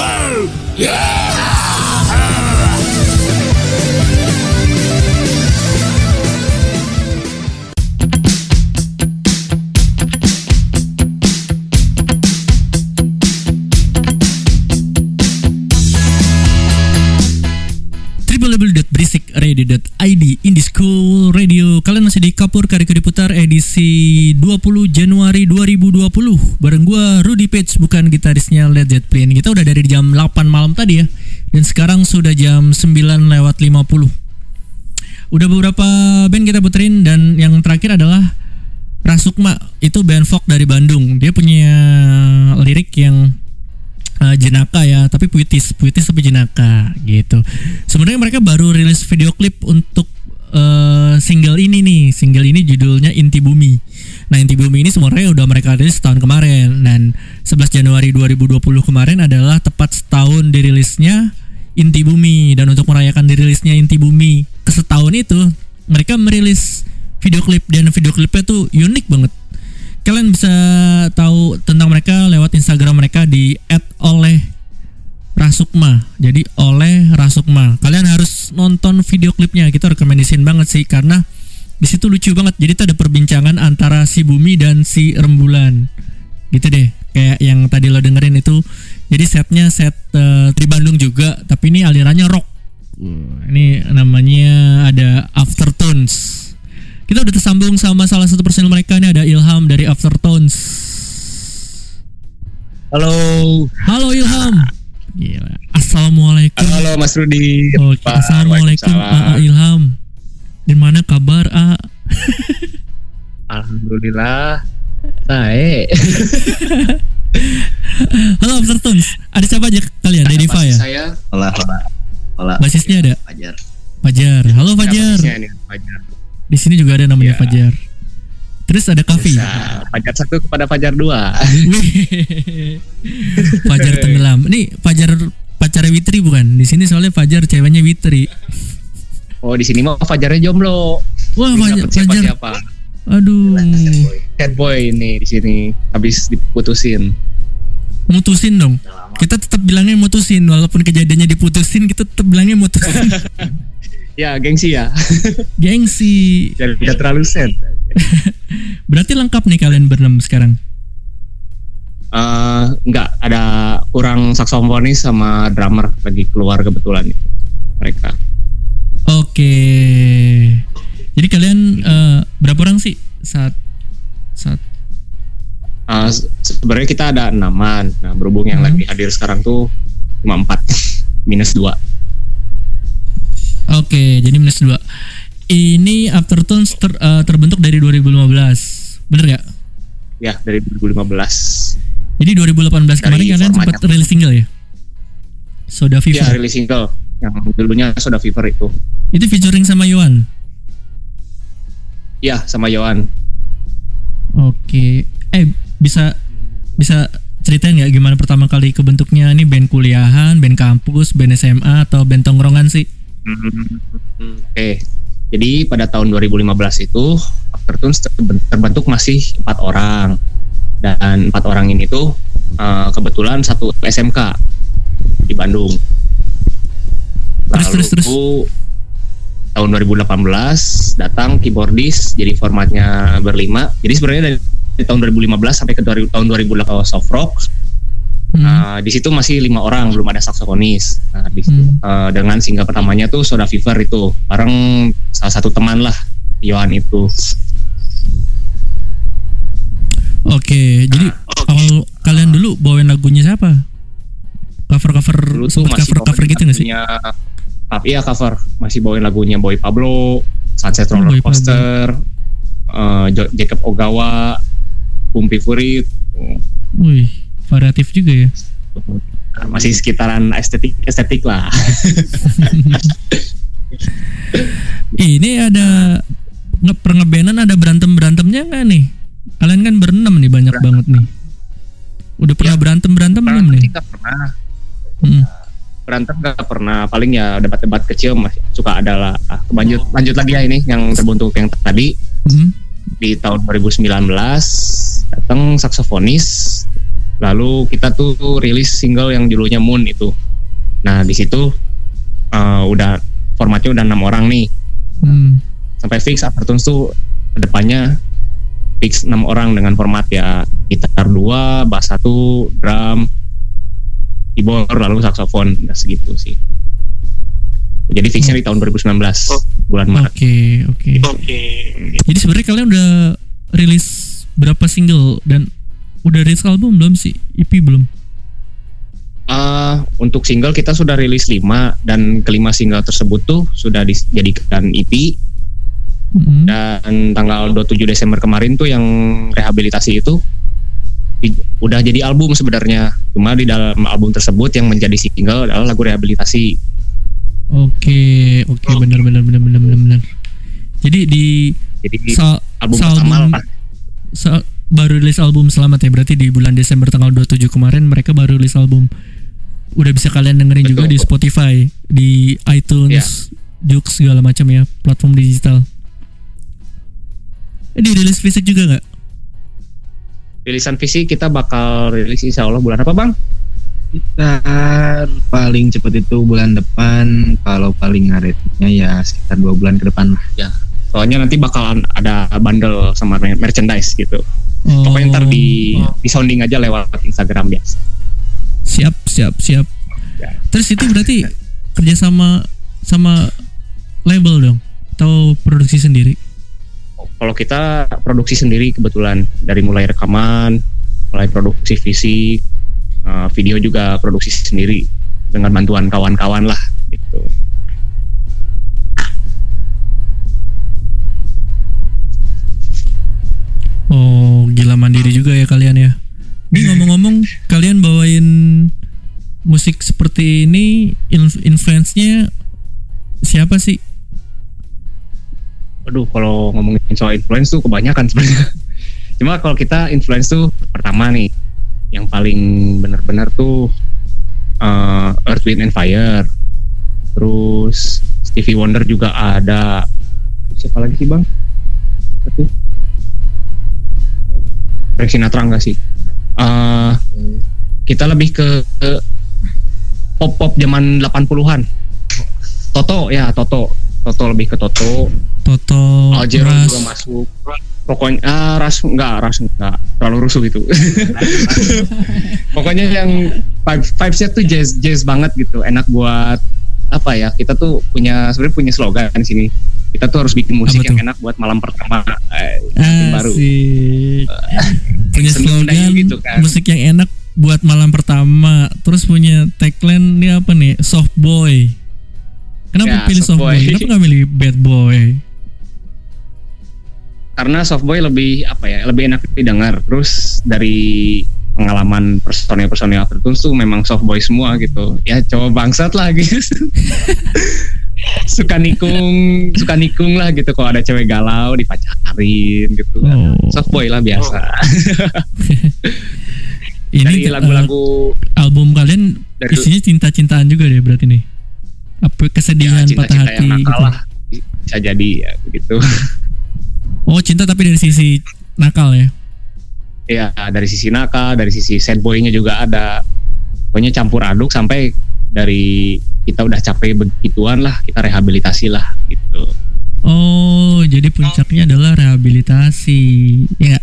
www.berisikradio.id Indie School Radio. Kalian masih di Kapur Kariko Diputar edisi 20 Januari 2020 bareng gua Rudy Page, bukan gitarisnya Led Zeppelin. Kita udah dari jam 8 malam tadi ya, dan sekarang sudah jam 9:50. Udah beberapa band kita puterin, dan yang terakhir adalah Rasukma. Itu band folk dari Bandung. Dia punya lirik yang jenaka ya, tapi puitis tapi jenaka gitu. Sebenarnya mereka baru rilis video klip untuk single ini nih. Single ini judulnya Inti Bumi. Nah, Inti Bumi ini sebenarnya udah mereka rilis tahun kemarin, dan 11 Januari 2020 kemarin adalah tepat setahun dirilisnya Inti Bumi. Dan untuk merayakan dirilisnya Inti Bumi ke setahun itu, mereka merilis video klip, dan video klipnya tuh unik banget. Kalian bisa tahu tentang mereka lewat Instagram mereka di @oleh_rasukma. Jadi oleh Rasukma. Kalian harus nonton video klipnya. Kita rekomendasiin banget sih, karena di situ lucu banget. Jadi itu ada perbincangan antara si Bumi dan si Rembulan. Gitu deh. Kayak yang tadi lo dengerin itu. Jadi setnya set di Bandung juga, tapi ini alirannya rock. Ini namanya ada Aftertones. Kita udah tersambung sama salah satu personil mereka nih, ada Ilham dari Aftertones. Halo Ilham. Gila. Assalamualaikum. Halo Mas Rudi. Oke, assalamualaikum Ilham. Di mana kabar Alhamdulillah. Baik. Halo Aftertones. Ada siapa aja kalian? Ada Diva ya? Saya. Hola. Basisnya ada? Fajar. Halo Fajar. Fajar. Di sini juga ada namanya Fajar. Terus ada Kavi. Fajar 1 kepada Fajar 2. Fajar tenggelam. Nih pacarnya Witri bukan? Di sini soalnya Fajar ceweknya Witri. Oh, di sini mah Fajarnya jomblo. Wah, Fajar. Siapa? Aduh. Sad boy ini di sini habis diputusin. Mutusin dong. Kita tetap bilangnya mutusin walaupun kejadiannya diputusin, kita tetap bilangnya mutusin. Ya, gengsi ya. Gengsi. Biar tidak terlalu sad. Berarti lengkap nih kalian berenam sekarang? Enggak, ada kurang saksofonis sama drummer lagi keluar kebetulan mereka. Oke. Jadi kalian berapa orang sih saat sebenarnya kita ada 6-an. Nah, berhubung yang lagi hadir sekarang tuh cuma 4 minus 2. Oke, jadi minus 2. Ini Aftertones terbentuk dari 2015. Bener gak? Ya, dari 2015. Jadi 2018 kemarin kalian sempat rilis single ya? Soda Fever. Ya, rilis single. Yang dulunya Soda Fever itu. Itu featuring sama Yohan? Ya, sama Yohan. Oke. Bisa ceritain nggak gimana pertama kali kebentuknya? Ini band kuliahan, band kampus, band SMA, atau band tongkrongan sih? Oke. Jadi pada tahun 2015 itu Aftertones terbentuk masih 4 orang. Dan 4 orang ini tuh kebetulan satu SMK di Bandung. Lalu terus. Tahun 2018 datang keyboardis, jadi formatnya berlima. Jadi sebenarnya dari tahun 2015 sampai ke tahun 2018 soft rock. Di situ masih 5 orang, belum ada saksofonis. Nah, di situ, dengan single pertamanya tuh Soda Fever itu bareng salah satu teman lah, Yohan itu. Oke, jadi awal kalian dulu bawain lagunya siapa? Cover gitu nggak sih? Iya, cover. Masih bawain lagunya Boy Pablo, Sunset Roller Coaster, Jacob Ogawa, Bumpy Fury. Wih, variatif juga ya. Masih sekitaran estetik lah. Ini ada ngebenan, ada berantemnya nggak nih? Kalian kan berenam nih, banyak banget nih. Udah pernah berantem belum nih? Nggak pernah. Berantem nggak pernah. Paling ya debat-debat kecil masih suka ada lah. Lanjut lagi ya ini yang terbentuk yang tadi. Di tahun 2019 datang saksofonis. Lalu kita tuh rilis single yang judulnya Moon itu. Nah di situ udah formatnya udah 6 orang nih. Sampai fix Aftertones tuh kedepannya fix 6 orang dengan format ya gitar 2, bass 1, drum, keyboard, lalu saksofon, udah segitu sih. Jadi fixnya di tahun 2019 bulan Maret. Oke. Jadi sebenarnya kalian udah rilis berapa single dan udah rilis album belum sih? EP belum? Untuk single kita sudah rilis 5 dan kelima single tersebut tuh sudah dijadikan EP. Dan tanggal 27 Desember kemarin tuh yang rehabilitasi itu udah jadi album sebenarnya. Cuma di dalam album tersebut yang menjadi single adalah lagu rehabilitasi. Oke, benar. Jadi album pertama lah. Baru rilis album Selamat ya, berarti di bulan Desember tanggal 27 kemarin mereka baru rilis album. Udah bisa kalian dengerin juga di Spotify, di iTunes, Joox segala macam ya, platform digital. Dirilis fisik juga nggak? Rilisan fisik kita bakal rilis insya Allah bulan apa bang? Kita paling cepat itu bulan depan, kalau paling ngaretnya ya sekitar 2 bulan ke depan lah. Ya, soalnya nanti bakalan ada bundle sama merchandise gitu. Pokoknya ntar di sounding aja lewat Instagram biasa. Siap. Ya. Terus itu berarti kerja sama label dong atau produksi sendiri? Kalau kita produksi sendiri kebetulan, dari mulai rekaman, mulai produksi fisik, video juga produksi sendiri dengan bantuan kawan-kawan lah gitu. Oh, gila mandiri juga ya kalian ya. Ini ngomong-ngomong, kalian bawain musik seperti ini, influence-nya siapa sih? Aduh, kalau ngomongin soal influence tuh kebanyakan sebenarnya. Cuma kalau kita influence tuh pertama nih, yang paling benar-benar tuh Earth, Wind and Fire. Terus Stevie Wonder juga ada. Siapa lagi sih bang? Frank Sinatra enggak sih. Kita lebih ke pop zaman 80-an. Toto lebih ke Toto. Jero juga masuk. Pokoknya ras enggak terlalu rusuh gitu. Pokoknya yang vibes-nya tuh jazz banget gitu. Enak buat apa ya? Kita tuh sebenarnya punya slogan di sini. Kita tuh harus bikin musik yang enak buat malam pertama baru. Punya slogan gitu kan. Musik yang enak buat malam pertama. Terus punya tagline ini apa nih? Soft boy. Kenapa pilih soft boy? Kenapa nggak milih bad boy? Karena soft boy lebih enak didengar. Terus dari pengalaman personil Aftertoons tuh memang soft boy semua gitu. Ya cowok bangsat lah gitu. suka nikung lah gitu. Kalau ada cewek galau dipacarin gitu. Soft boy lah biasa. Ini dari lagu-lagu album kalian isinya cinta-cintaan juga deh berarti nih. Apa kesedihan, cinta-cinta patah hati yang nakal gitu. lah. Bisa jadi ya begitu. Oh, cinta tapi dari sisi nakal ya? Iya, dari sisi nakal, dari sisi sad boy-nya juga ada. Pokoknya campur aduk sampai dari kita udah capek begituan lah, kita rehabilitasi lah gitu. Oh, jadi puncaknya adalah rehabilitasi. Ya.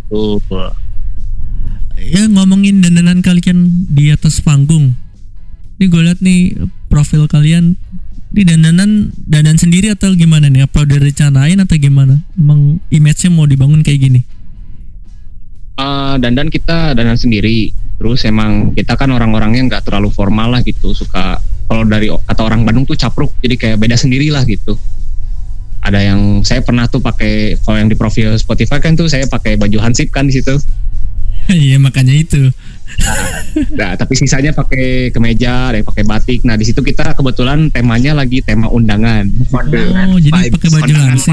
Ya, ngomongin dandanan kalian di atas panggung. Ini gue liat nih profil kalian. Ini dandan sendiri atau gimana nih? Apa udah rencanain atau gimana? Emang image-nya mau dibangun kayak gini? Kita dandan sendiri. Terus emang kita kan orang-orangnya nggak terlalu formal lah gitu. Suka kalau dari kata orang Bandung tuh capruk. Jadi kayak beda sendiri lah gitu. Ada yang saya pernah tuh pakai, kalau yang di profil Spotify kan tuh saya pakai baju hansip kan di situ. Iya makanya itu. Nah, tapi sisanya pakai kemeja, ada yang pakai batik. Nah, di situ kita kebetulan temanya lagi tema undangan. Oh, jadi pakai baju hansip.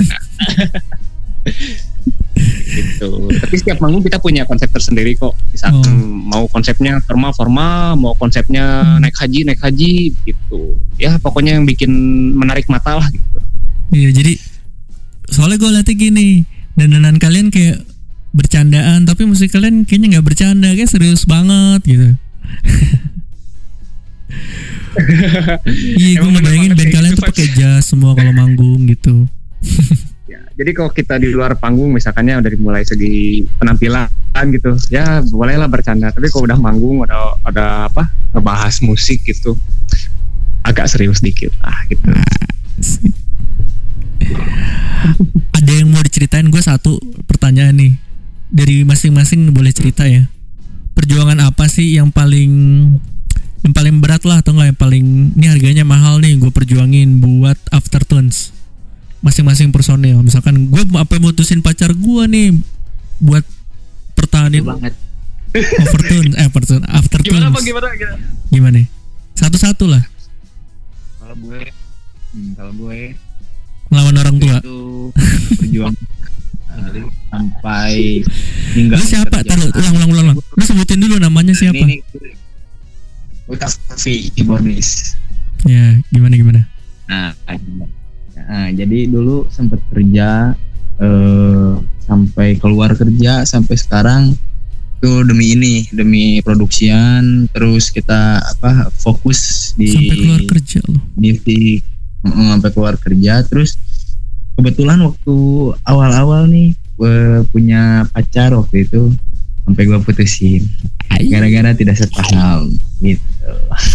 Gitu. Tapi setiap manggung kita punya konsep tersendiri kok. Misalkan mau konsepnya formal, mau konsepnya naik haji gitu. Ya pokoknya yang bikin menarik mata lah gitu. Iya, jadi soalnya gue liatnya gini, dandanan kalian kayak bercandaan, tapi musik kalian kayaknya nggak bercanda, kayak serius banget gitu. Iya, gue ngebayangin band kalian tuh pakai jas semua kalau manggung gitu. Ya, jadi kalau kita di luar panggung misalkannya udah dimulai segi penampilan gitu, ya bolehlah bercanda. Tapi kalau udah manggung ada ngebahas musik gitu, agak serius dikit gitu. Ada yang mau diceritain? Gue satu pertanyaan nih dari masing-masing, boleh cerita ya. Perjuangan apa sih yang paling berat lah, atau enggak yang paling ini harganya mahal nih gue perjuangin buat Aftertoons masing-masing personil. Misalkan gue mutusin pacar gue nih buat pertahanin Aftertoons. Gimana? Satu-satu lah. Kalau gue melawan orang tua itu berjuang sampai hingga. Lu siapa? Ulang. Lu sebutin dulu namanya siapa? Ini Utafi keyboardis. Ya, gimana? Nah, jadi dulu sempat kerja sampai keluar kerja sampai sekarang tuh demi produksian, terus kita fokus di sampai keluar kerja loh. Sampai keluar kerja. Terus kebetulan waktu awal-awal nih gue punya pacar waktu itu, sampai gue putusin gara-gara tidak sepaham gitu.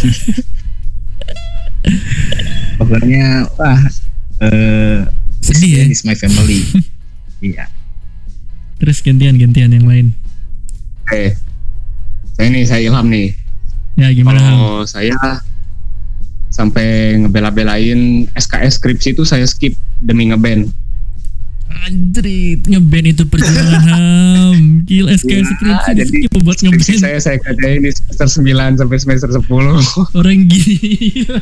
Pokoknya sedih ya. This my family. Iya. Terus gantian yang lain. Saya Ilham nih. Ya gimana? Kalau saya sampai ngebela-belain SKS skripsi itu saya skip demi ngeband. Anjrit, ngeband itu perjuangan Ham. Gila, SKS skripsi skip buat ngeband. Saya kerjain di semester 9 sampai semester 10. Orang gila.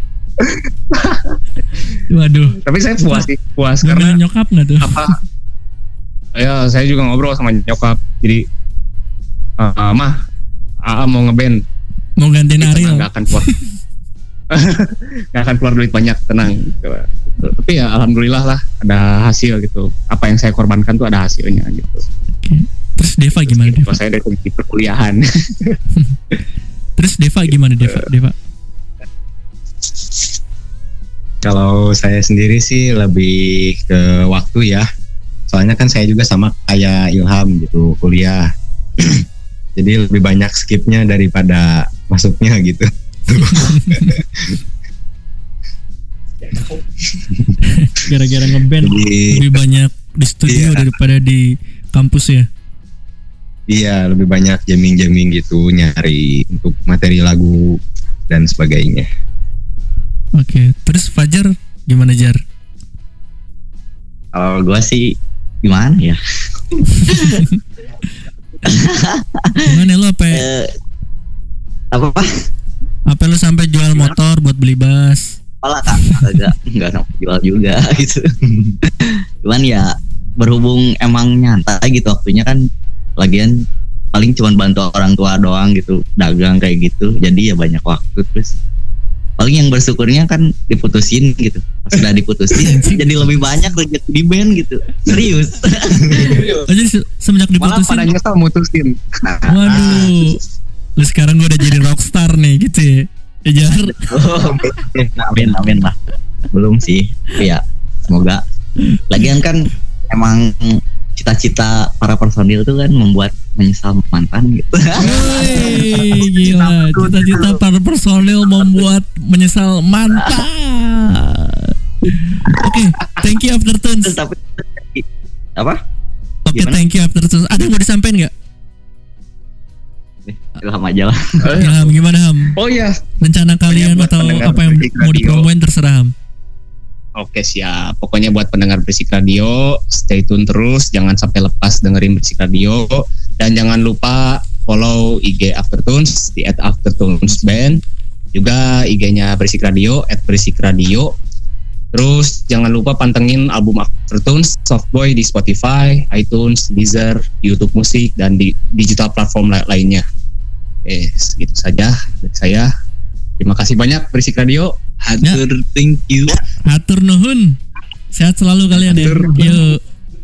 Waduh. Tapi saya puas karena nyokap nggak tuh? Ya, saya juga ngobrol sama nyokap. Jadi mah mau ngeband, mau gantiin Ariel, nggak akan keluar duit banyak, tenang gitu. Tapi ya alhamdulillah lah ada hasil gitu. Apa yang saya korbankan tuh ada hasilnya gitu. Okay. Terus Deva gimana Deva? Kalau saya dari segi perkuliahan. Terus Deva gimana Deva? Kalau saya sendiri sih lebih ke waktu ya. Soalnya kan saya juga sama kayak Ilham gitu, kuliah. Jadi lebih banyak skipnya daripada masuknya gitu. Gara-gara ngeband lebih banyak di studio daripada di kampus ya. Iya, lebih banyak jamming gitu, nyari untuk materi lagu dan sebagainya. Oke, terus Fajar gimana Jar? Kalau gue sih gimana ya? Gimana lo apa? Apa lo sampai jual motor buat beli bass? Alah kak, enggak sampai jual juga gitu. Cuman ya berhubung emang nyantai gitu waktunya kan, lagian paling cuman bantu orang tua doang gitu, dagang kayak gitu. Jadi ya banyak waktu, terus paling yang bersyukurnya kan diputusin gitu. Pas udah diputusin jadi lebih banyak rezeki di band gitu. Serius. Jadi semenjak diputusin malah pada nyesel mutusin. Waduh. Lu sekarang gue udah jadi rockstar nih gitu ya. Jar. Amin lah. Belum sih. Ya, semoga. Lagian kan emang cita-cita para personil itu kan membuat menyesal mantan gitu. Wey, gila. Cita-cita para personil membuat menyesal mantan. Oke, thank you Aftertones. Tapi apa? Oke, thank you Aftertones. Ada yang mau disampaikan nggak? Ilham aja lah. Ilham gimana Ham? Oh iya. Rencana kalian atau apa yang mau dipromoin terserah Ham. Oke siap. Pokoknya buat pendengar Berisik Radio, stay tune terus, jangan sampai lepas dengerin Berisik Radio, dan jangan lupa follow IG Aftertones di @aftertonesband, juga IG-nya Berisik Radio @berisikradio. Terus jangan lupa pantengin album Aftertones Softboy di Spotify, iTunes, Deezer, YouTube Musik, dan di digital platform lainnya. Segitu saja dari saya. Terima kasih banyak Berisik Radio. Hatur, thank you. Hatur nuhun. Sehat selalu kalian ya. Yuk.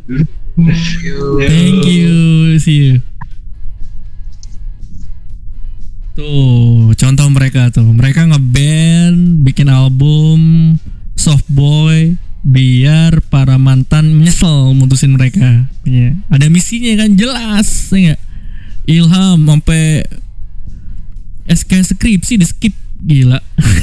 Thank you. See you. Tuh, contoh mereka tuh. Mereka ngeband, bikin album Softboy biar para mantan menyesal mutusin mereka. Ada misinya kan jelas, ya gak? Ilham sampai SK skripsi di skip, gila.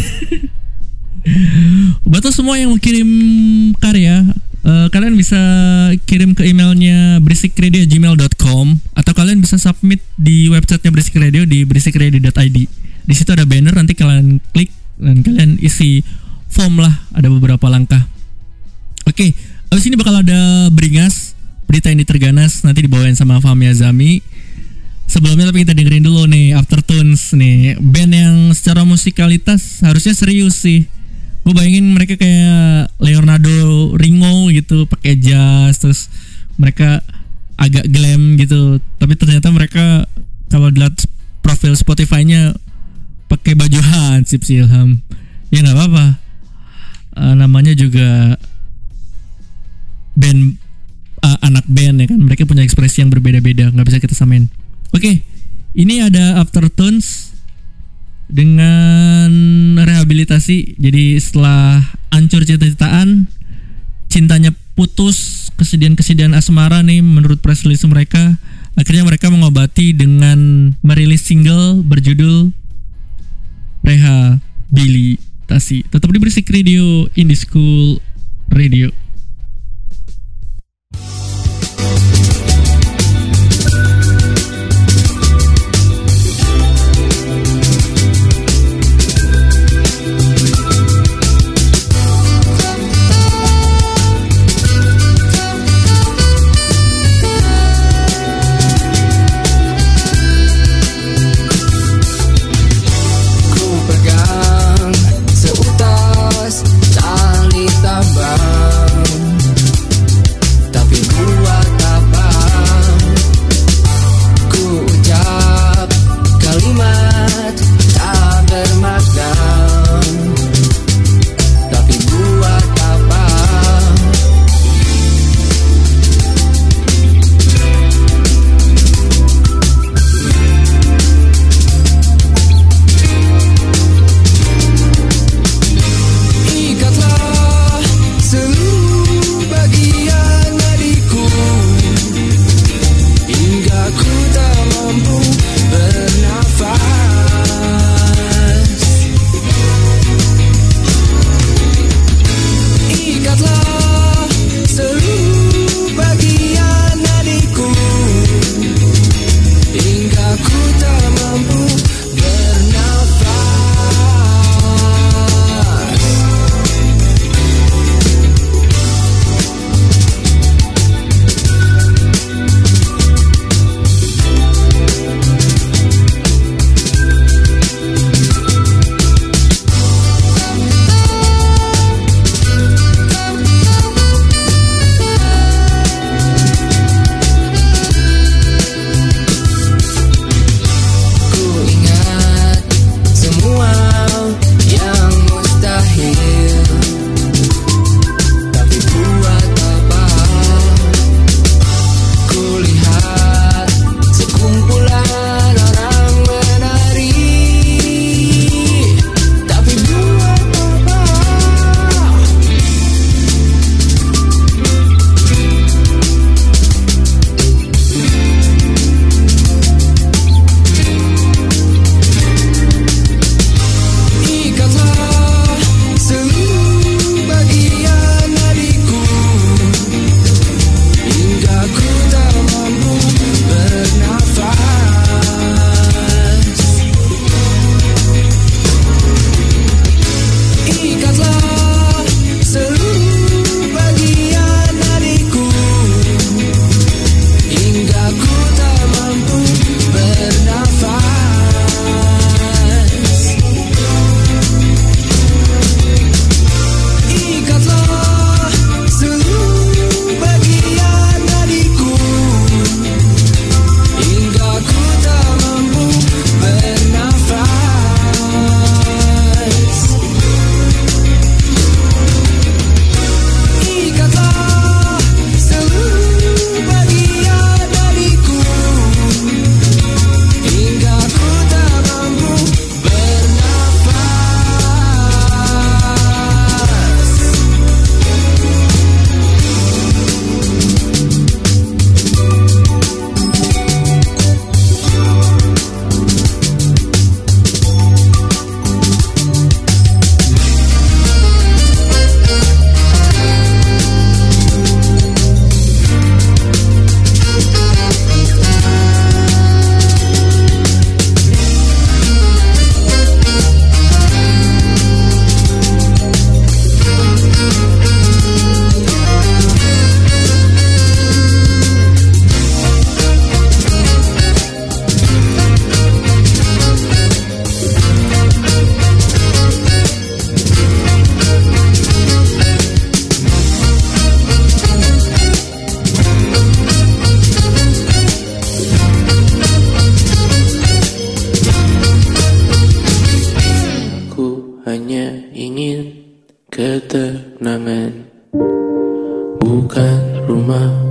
Buat lo semua yang mau kirim karya, kalian bisa kirim ke emailnya berisikradio@gmail.com, atau kalian bisa submit di websitenya Berisik Radio di berisikradio.id. Di situ ada banner, nanti kalian klik dan kalian isi form lah, ada beberapa langkah. Oke, abis ini bakal ada Beringas, berita ini terganas, nanti dibawain sama Fahmi Azami. Sebelumnya tapi kita dengerin dulu nih Aftertones nih, band yang secara musikalitas harusnya serius sih. Gue bayangin mereka kayak Leonardo Ringo gitu, pakai jazz, terus mereka agak glam gitu. Tapi ternyata mereka kalau dilihat profil Spotify-nya pakai baju hansip sih Ilham. Ya nggak apa-apa. Namanya juga band, anak band ya kan. Mereka punya ekspresi yang berbeda-beda, nggak bisa kita samain. Oke, ini ada Aftertones dengan rehabilitasi. Jadi setelah hancur cita-citaan, cintanya putus, kesedihan-kesedihan asmara nih menurut press release mereka, akhirnya mereka mengobati dengan merilis single berjudul Rehabilitasi. Tetap di Berisik Radio, Indie School Radio. Seutas tali tambang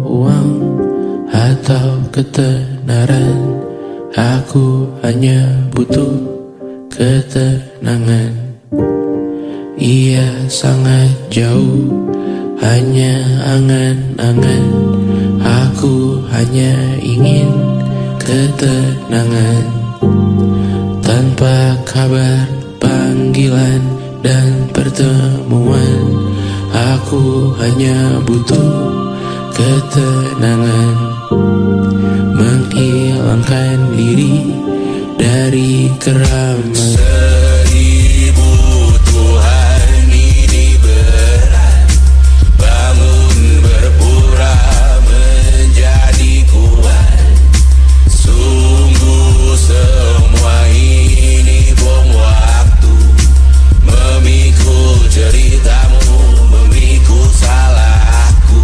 uang atau ketenaran. Aku hanya butuh ketenangan. Ia sangat jauh, hanya angan-angan. Aku hanya ingin ketenangan. Tanpa kabar, panggilan dan pertemuan, aku hanya butuh ketenangan. Menghilangkan diri dari keramaian. Seribu Tuhan ini berat, bangun berpura menjadi kuat. Sungguh semua ini bom waktu, memikul ceritamu, memikul salahku.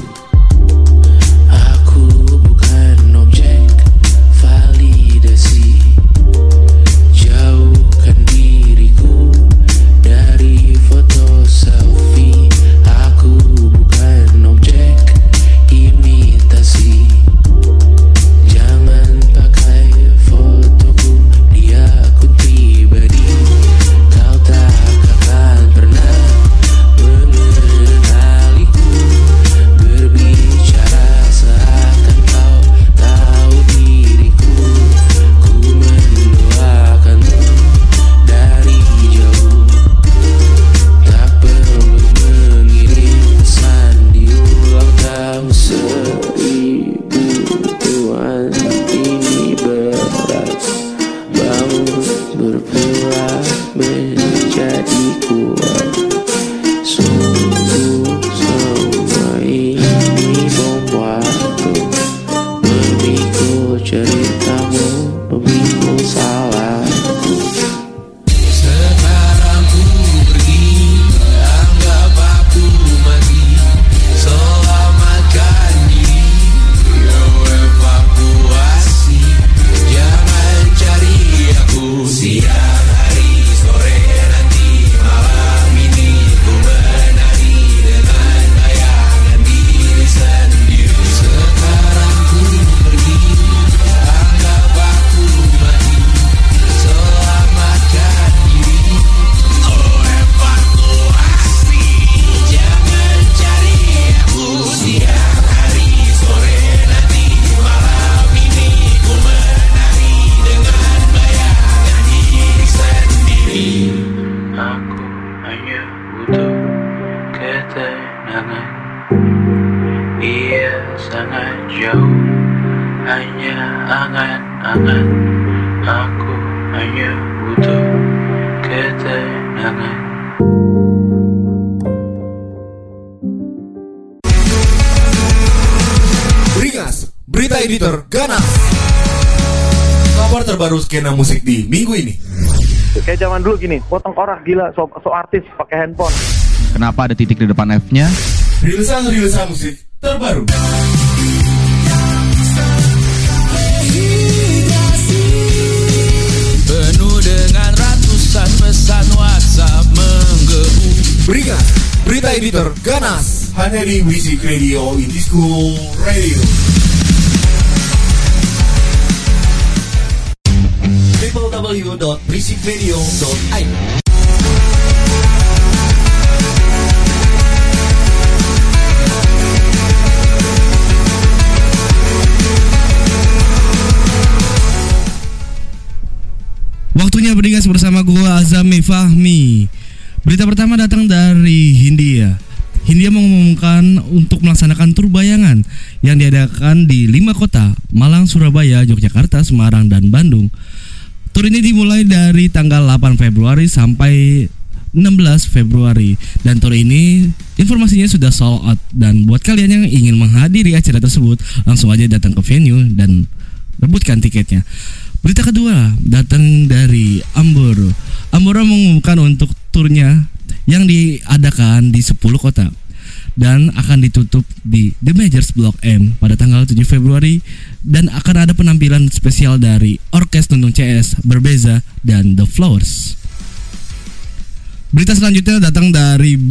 Aku bukan objek validasi. Jauhkan diriku dari foto selfie. Aku bukan objek imitasi. Jangan pakai fotoku di akun pribadi. Kau tak akan pernah mengenaliku. Berbicara seakan kau tahu diriku. Ku mendoakanmu dari jauh. Tak perlu mengirim pesan di ulang tahun. Seribu Tuhan ini berat, bangun berpura menjadi kuat. Sungguh semua ini bom waktu, memikul ceritamu, memikul salahku. Sekarang ku pergi, anggap aku mati. Selamatkan diri, yo evakuasi. Jangan cari aku siang hari sore nanti malam ini. Ku menari dengan bayangan diri sendiri. Sekarang ku pergi, anggap aku mati. Selamatkan diri, oh evakuasi. Jangan cari aku siang hari sore nanti malam ini. Ku menari dengan bayangan diri sendiri. Aku hanya butuh ketenangan. Ia sangat jauh, hanya angan-angan. Aku hanya butuh ketenangan. Beringas, berita editor ganas. Kabar terbaru skena musik di minggu ini. Kayak zaman dulu gini, potong korak gila, so artis pakai handphone. Kenapa ada titik di depan F-nya? Rilisan musik terbaru. Penuh dengan ratusan pesan WhatsApp menggebu. Beringas, berita editor ganas. Hanya di Basic Radio Indie School Radio. www.basicradio.id. Waktunya beringas bersama gua Azami Fahmi. Berita pertama datang dari Hindia. Hindia mengumumkan untuk melaksanakan tur bayangan yang diadakan di 5 kota, Malang, Surabaya, Yogyakarta, Semarang, dan Bandung. Tur ini dimulai dari tanggal 8 Februari sampai 16 Februari. Dan tur ini informasinya sudah sold out. Dan buat kalian yang ingin menghadiri acara tersebut, langsung aja datang ke venue dan rebutkan tiketnya. Berita kedua datang dari Amboro. Amboro mengumumkan untuk turnya yang diadakan di 10 kota dan akan ditutup di The Majors Blok M pada tanggal 7 Februari dan akan ada penampilan spesial dari Orkes Nunung CS, Berbeza, dan The Flowers. Berita selanjutnya datang dari band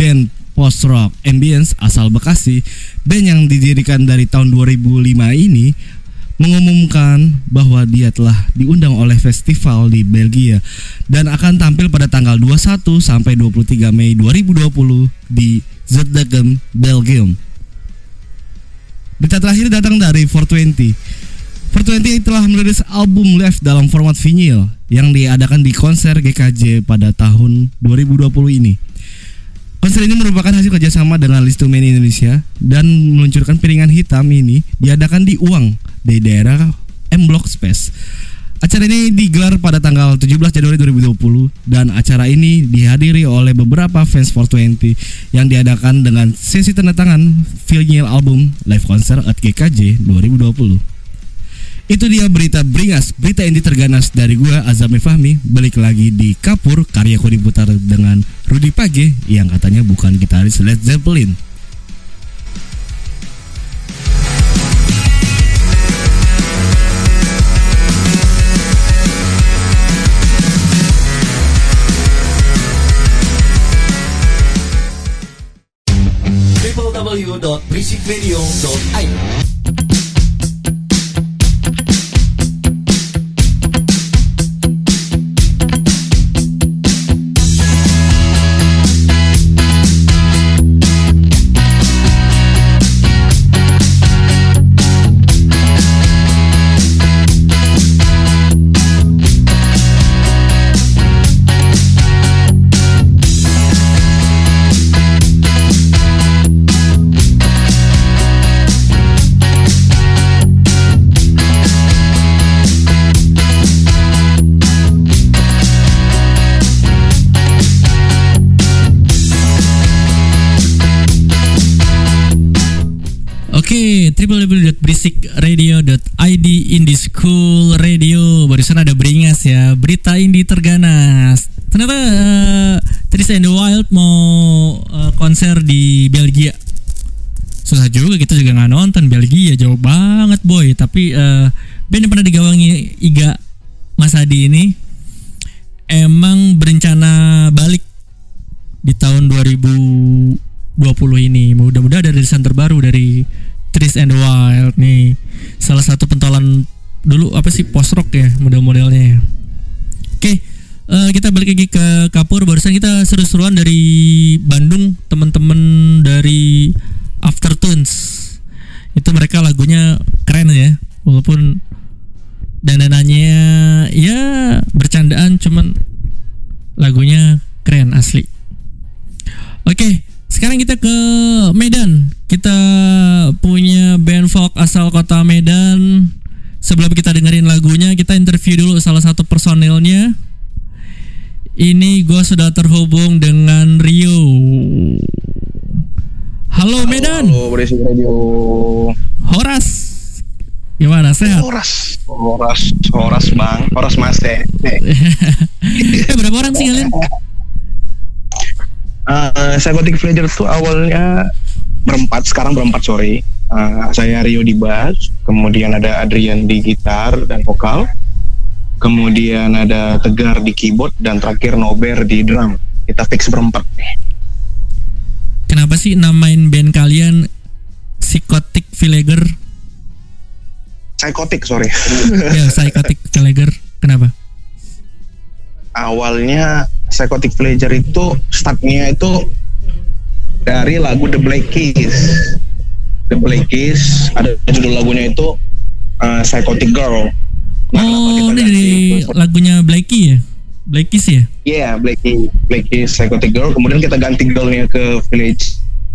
post rock ambience asal Bekasi. Band yang didirikan dari tahun 2005 ini mengumumkan bahwa dia telah diundang oleh festival di Belgia dan akan tampil pada tanggal 21 sampai 23 Mei 2020 di Zutphen, Belgium. Berita terakhir datang dari 420. 420 telah merilis album live dalam format vinyl yang diadakan di konser GKJ pada tahun 2020 ini. Konser ini merupakan hasil kerjasama dengan Listumen Indonesia dan meluncurkan piringan hitam ini diadakan di Uang di daerah M Block Space. Acara ini digelar pada tanggal 17 Januari 2020 dan acara ini dihadiri oleh beberapa fans 420 yang diadakan dengan sesi tanda tangan vinyl album live concert at GKJ 2020. Itu dia berita Bringas, berita indie terganas dari gua Azami Fahmi. Balik lagi di Kapur, karyaku diputar dengan Rudy Page yang katanya bukan gitaris Led Zeppelin. www.berisikradio.id. www.berisikradio.id Indie School Radio. Barusan ada Bringas ya, berita indie terganas. Ternyata Trees and the Wild mau konser di Belgia. Susah juga, kita juga nggak nonton. Belgia jauh banget boy. Tapi band yang pernah digawangi Iga Mas Hadi ini emang berencana balik di tahun 2020 ini. Mudah-mudahan ada rilisan terbaru dari Trees and the Wild nih. Salah satu pentolan dulu apa sih, post rock ya model-modelnya. Oke, kita balik lagi ke Kapur. Barusan kita seru-seruan dari Bandung, teman-teman dari Aftertones. Itu mereka lagunya keren ya, walaupun dandanannya ya bercandaan, cuman lagunya keren asli. Oke, sekarang kita ke Medan. Kita punya band folk asal kota Medan. Sebelum kita dengerin lagunya, kita interview dulu salah satu personilnya. Ini gue sudah terhubung dengan Rio. Halo Medan. Halo Berisik Radio. Horas. Gimana, sehat? Horas bang. Horas mas berapa orang sih kalian? Psychotic Pleasure tuh awalnya berempat, sekarang berempat sorry. Saya Rio di bass, kemudian ada Adrian di gitar dan vokal, kemudian ada Tegar di keyboard, dan terakhir Nober di drum. Kita fix berempat. Kenapa sih namain band kalian Psychotic Villager? Psychotic sorry. Ya, Psychotic Villager. Kenapa? Awalnya Psychotic Pleasure itu startnya itu dari lagu The Black Keys. The Black Keys ada judul lagunya itu Psychotic Girl. Oh, ini dari lagunya Blackie ya? Black Keys ya? Iya, Black Keys Psychotic Girl. Kemudian kita ganti girlnya ke Village.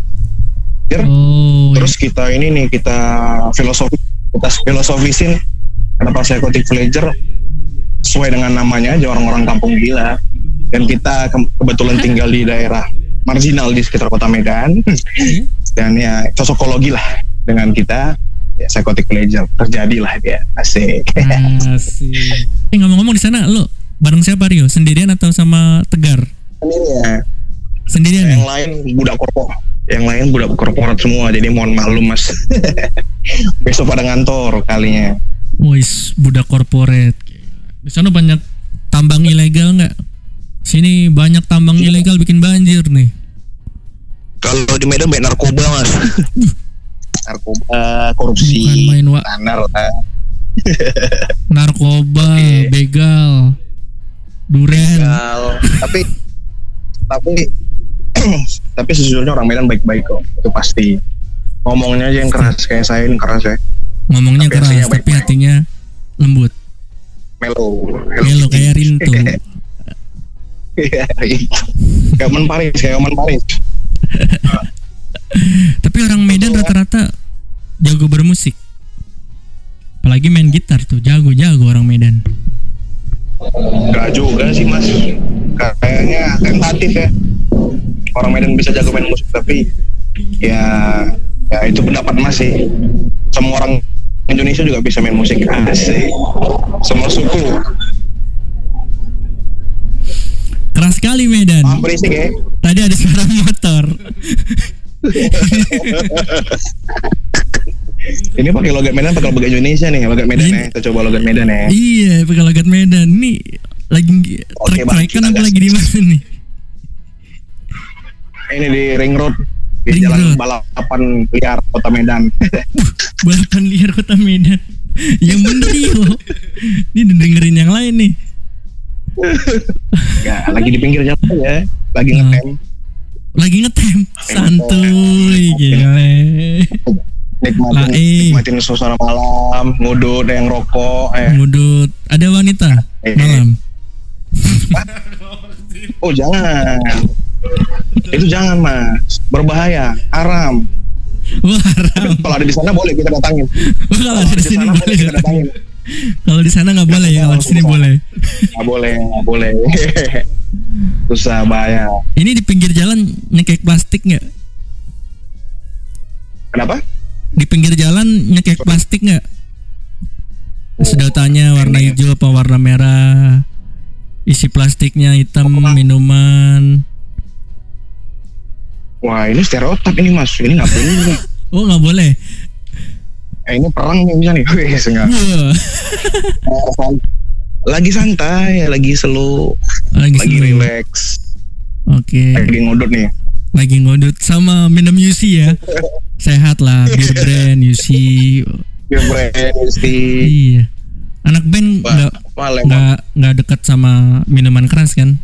Terus kita ini nih, kita filosofisin kenapa Psychotic Pleasure, sesuai dengan namanya aja, orang-orang kampung gila. Dan kita kebetulan tinggal di daerah marginal di sekitar kota Medan. Dan ya cocokologi lah dengan kita, ya, Psychotic Pleasure terjadilah dia. Asik. Asik. Ngomong-ngomong, di sana lo bareng siapa Rio? Sendirian atau sama Tegar? Sendirian. Yang lain budak korporat semua, jadi mohon maklum mas. Besok pada ngantor kalinya. Wis, budak korporat. Di sana banyak tambang ilegal nggak? Sini banyak tambang ilegal bikin banjir nih. Kalau di Medan banyak narkoba mas. Narkoba, korupsi, Bukan main, Wak. Narkoba, begal, duren. Tapi sejujurnya orang Medan baik-baik kok, itu pasti. Ngomongnya aja yang keras, kayak saya ini keras ya. Ngomongnya Tapi keras, hatinya tapi baik-baik. hatinya lembut. Melo Kayak Rinto. Kayak Oman Paris. Tapi orang Medan rata-rata jago bermusik. Apalagi main gitar tuh, jago orang Medan. Gak juga sih mas, kayaknya tentatif ya. Orang Medan bisa jago main musik, tapi ya itu pendapat mas sih. Semua orang Indonesia juga bisa main musik, asik. Semua suku. Keras sekali Medan. Berisik ya. Tadi ada suara motor. Ini pakai logat Medan, pakai logat Indonesia nih, logat Medan ya. Kita coba logat Medan ya. Iya, pakai logat Medan. Ini lagi trek-trekan apa lagi di mana nih? Ini di Ring Road, di jalan balapan liar Kota Medan. Balapan liar Kota Medan. Yang bener yo. Ini dengerin yang lain nih. Ya, lagi di pinggir jalan ya, lagi ngetem. Santuy gile. Nikmatin suasana malam, ngudut, ada yang rokok, ngudut. Ada wanita malam. Oh jangan, itu jangan mas, berbahaya, haram. Wah, haram. Kalau ada di sana boleh kita datangin. Kalau ada di sini boleh kita datangin. Kalau di sana nggak boleh ya, kalau di sini boleh. Nggak boleh. Susah, bahaya. Ini di pinggir jalan nyekek plastik nggak? Kenapa? Di pinggir jalan nyekek plastik nggak? Sedotannya warna hijau apa warna merah? Isi plastiknya hitam, minuman. Wah ini stereotip ini mas, ini nggak boleh. Oh nggak boleh. Ini perang nih bisa nih. Enggak. Lagi santai, lagi slow, lagi relax. Oke. Lagi ngudut nih. Lagi ngudut sama minum UC ya. Sehat lah, beer brand UC. Iya. Anak band nggak dekat sama minuman keras kan?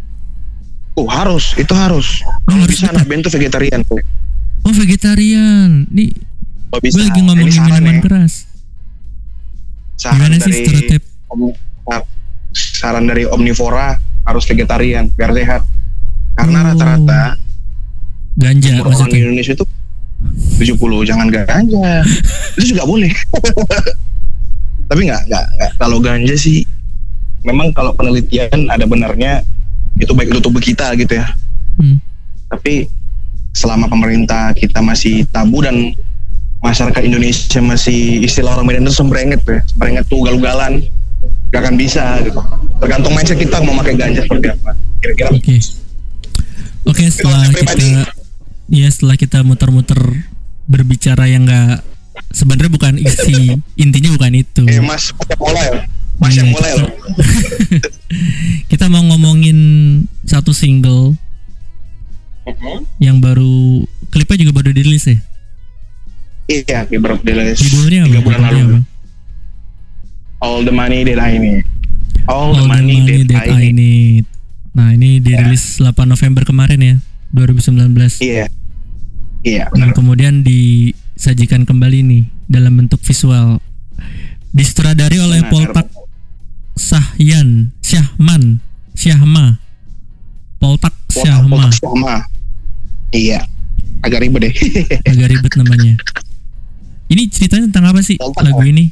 Itu harus. Kalau bisa anak band tuh vegetarian tuh. Oh vegetarian. Nih. Gue lagi ngomongin minuman keras. Gimana sih stereotip? Saran dari Omnivora harus vegetarian biar sehat. Karena rata-rata ganja orang di Indonesia itu 70, jangan ganja. Itu juga boleh. Tapi nggak kalau ganja sih memang kalau penelitian ada benarnya itu baik untuk tubuh kita gitu ya. Tapi selama pemerintah kita masih tabu dan masyarakat Indonesia masih istilah orang Medan itu sembrenget ya, sembrenget tuh ugal-ugalan, gak akan bisa gitu. Tergantung mindset kita mau pakai ganja seperti apa kira-kira. Oke, setelah kita muter-muter berbicara yang nggak sebenarnya bukan isi intinya bukan itu. Mas mulai ya. Mas yang mulai loh. Kita mau ngomongin satu single yang baru, klipnya juga baru dirilis ya? Iya, baru dirilis. Judulnya 3 bulan lalu. All the money that I need. All the money that I need. Nah, ini dirilis 8 November kemarin ya, 2019. Iya. Dan kemudian disajikan kembali nih dalam bentuk visual. Disutradari oleh Poltak Syahma. Poltak Syahma. Iya. Agak ribet deh. Agak ribet namanya. Ini ceritanya tentang apa sih lagu ini?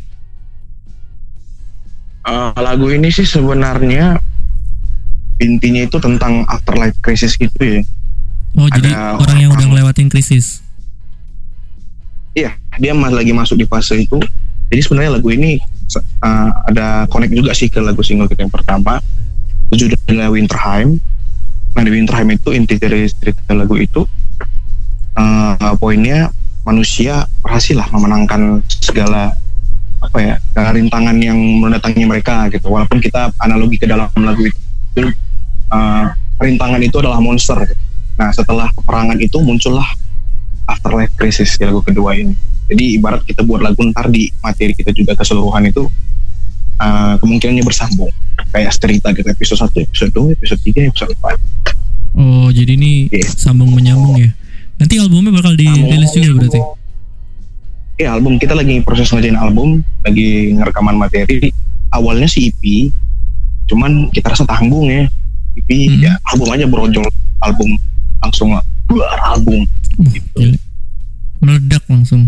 Lagu ini sih sebenarnya intinya itu tentang afterlife crisis gitu ya. Oh, jadi orang yang udah ngelewatin krisis. Iya, dia lagi masuk di fase itu. Jadi sebenarnya lagu ini ada connect juga sih ke lagu single kita yang pertama, judulnya Winterheim. Nah di Winterheim itu inti dari cerita lagu itu poinnya manusia berhasil lah memenangkan segala rintangan yang mendatangi mereka gitu. Walaupun kita analogi ke dalam lagu itu rintangan itu adalah monster gitu. Nah setelah peperangan itu muncullah Afterlife Crisis di lagu kedua ini. Jadi ibarat kita buat lagu ntar di materi kita juga keseluruhan itu kemungkinannya bersambung. Kayak cerita gitu, episode 1, episode 2, episode 3, episode 4. Oh jadi ini sambung menyambung ya. Nanti albumnya bakal dirilis juga berarti? Iya album, kita lagi proses ngerjain album, lagi ngerekaman materi. Awalnya sih EP, cuman kita rasa tanggung ya. EP ya album aja brojol, album langsung keluar album gitu. Meledak langsung.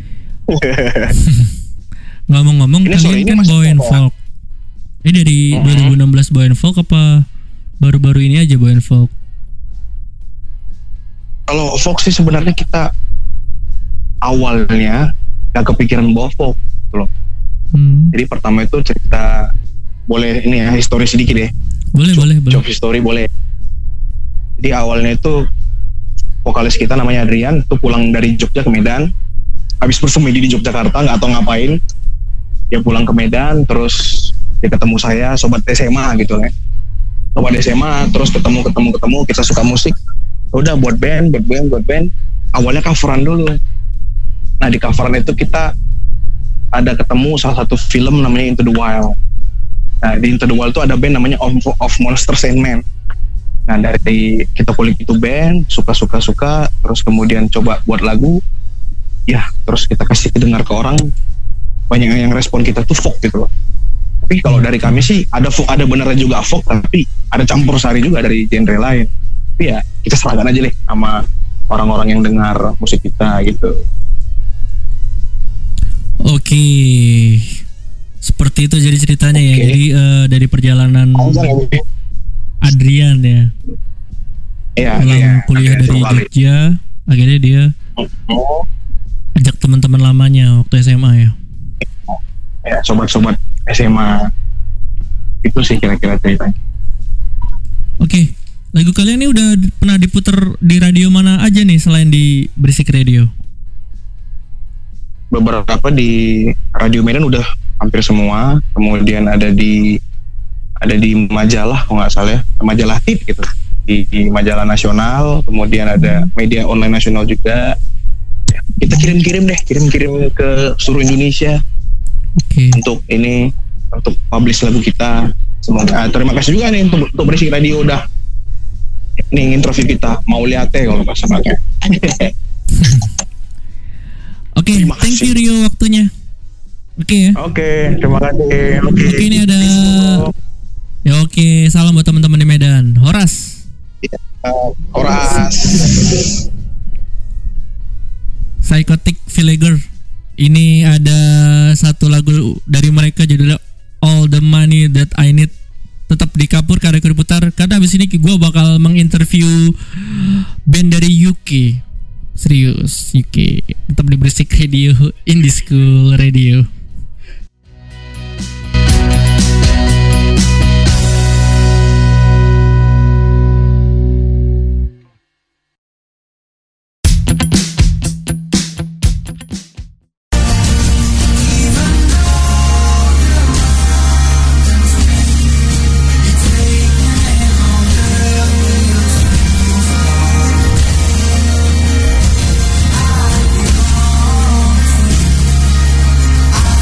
Ngomong-ngomong kalian kan Boy and Folk. Ini dari 2016 Boy and Folk apa baru-baru ini aja Boy and Folk? Kalau folk sih sebenarnya kita awalnya gak kepikiran bawa folk loh. Jadi pertama itu cerita, boleh ini ya histori sedikit ya. Boleh. Job history boleh. Jadi awalnya itu vokalis kita namanya Adrian tuh pulang dari Jogja ke Medan, habis bersemedi di Yogyakarta nggak tahu ngapain, dia pulang ke Medan terus dia ketemu saya sobat SMA gitu ya, sobat SMA terus ketemu kita suka musik, udah buat band. Awalnya coveran dulu. Nah di coveran itu kita ada ketemu salah satu film namanya Into the Wild. Nah di Into the Wild itu ada band namanya Of Monsters and Men. Nah dari kita kulik itu band, suka, terus kemudian coba buat lagu, ya terus kita kasih dengar ke orang, banyak yang respon kita tuh folk gitu loh. Tapi kalau dari kami sih ada benernya juga folk, tapi ada campur sari juga dari genre lain. Tapi ya kita serahkan aja deh sama orang-orang yang dengar musik kita gitu. Oke, seperti itu jadi ceritanya ya. Jadi dari perjalanan Adrian ya. Pulang kuliah dari Jogja, akhirnya dia ajak teman-teman lamanya waktu SMA ya. Ya, sobat-sobat SMA. Itu sih kira-kira ceritanya. Oke, lagu kalian ini udah pernah diputar di radio mana aja nih selain di Berisik Radio? Beberapa di Radio Medan udah hampir semua, kemudian ada di majalah kalau nggak salah ya, majalah Tip gitu, di majalah nasional, kemudian ada media online nasional juga. Ya, kita kirim ke seluruh Indonesia untuk publish lagu kita. Semoga terima kasih juga nih untuk Berisik Radio udah nih interview kita, mau lihat kalau nggak salah. Oke, thank you Rio waktunya. Oke ya. Oke, terima kasih. Oke, ini ada ya oke, salam buat teman-teman di Medan. Horas. Horas. Psychotic Villager. Ini ada satu lagu dari mereka judulnya All the Money That I Need. Tetap di Kapur karena diputar karena habis ini gue bakal menginterview band dari UK. Serius UK. Tetap di Berisik Radio, Indie School Radio. I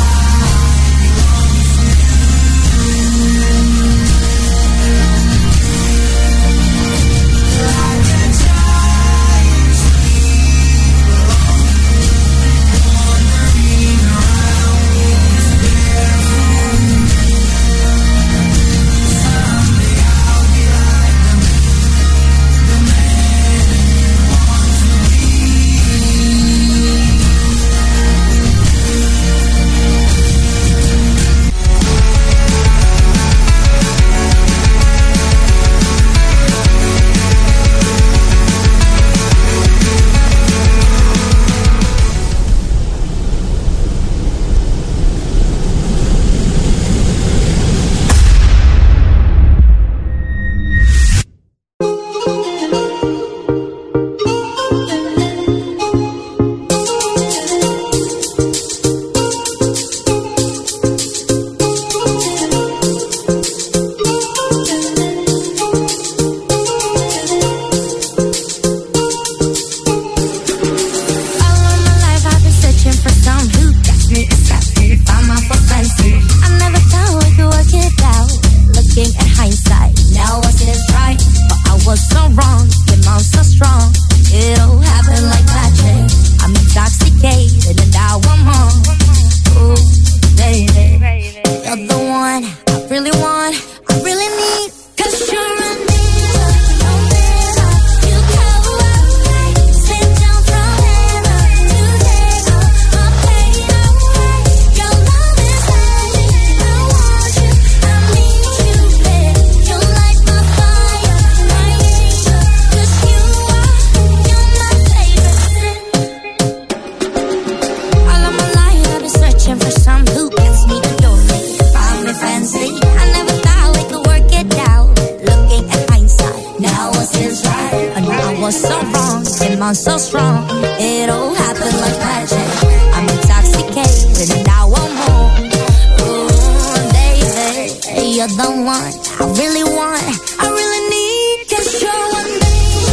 on so strong. It all happened like magic. I'm intoxicated and I want more. Ooh, baby, you're the one I really want. I really need. 'Cause you're one day.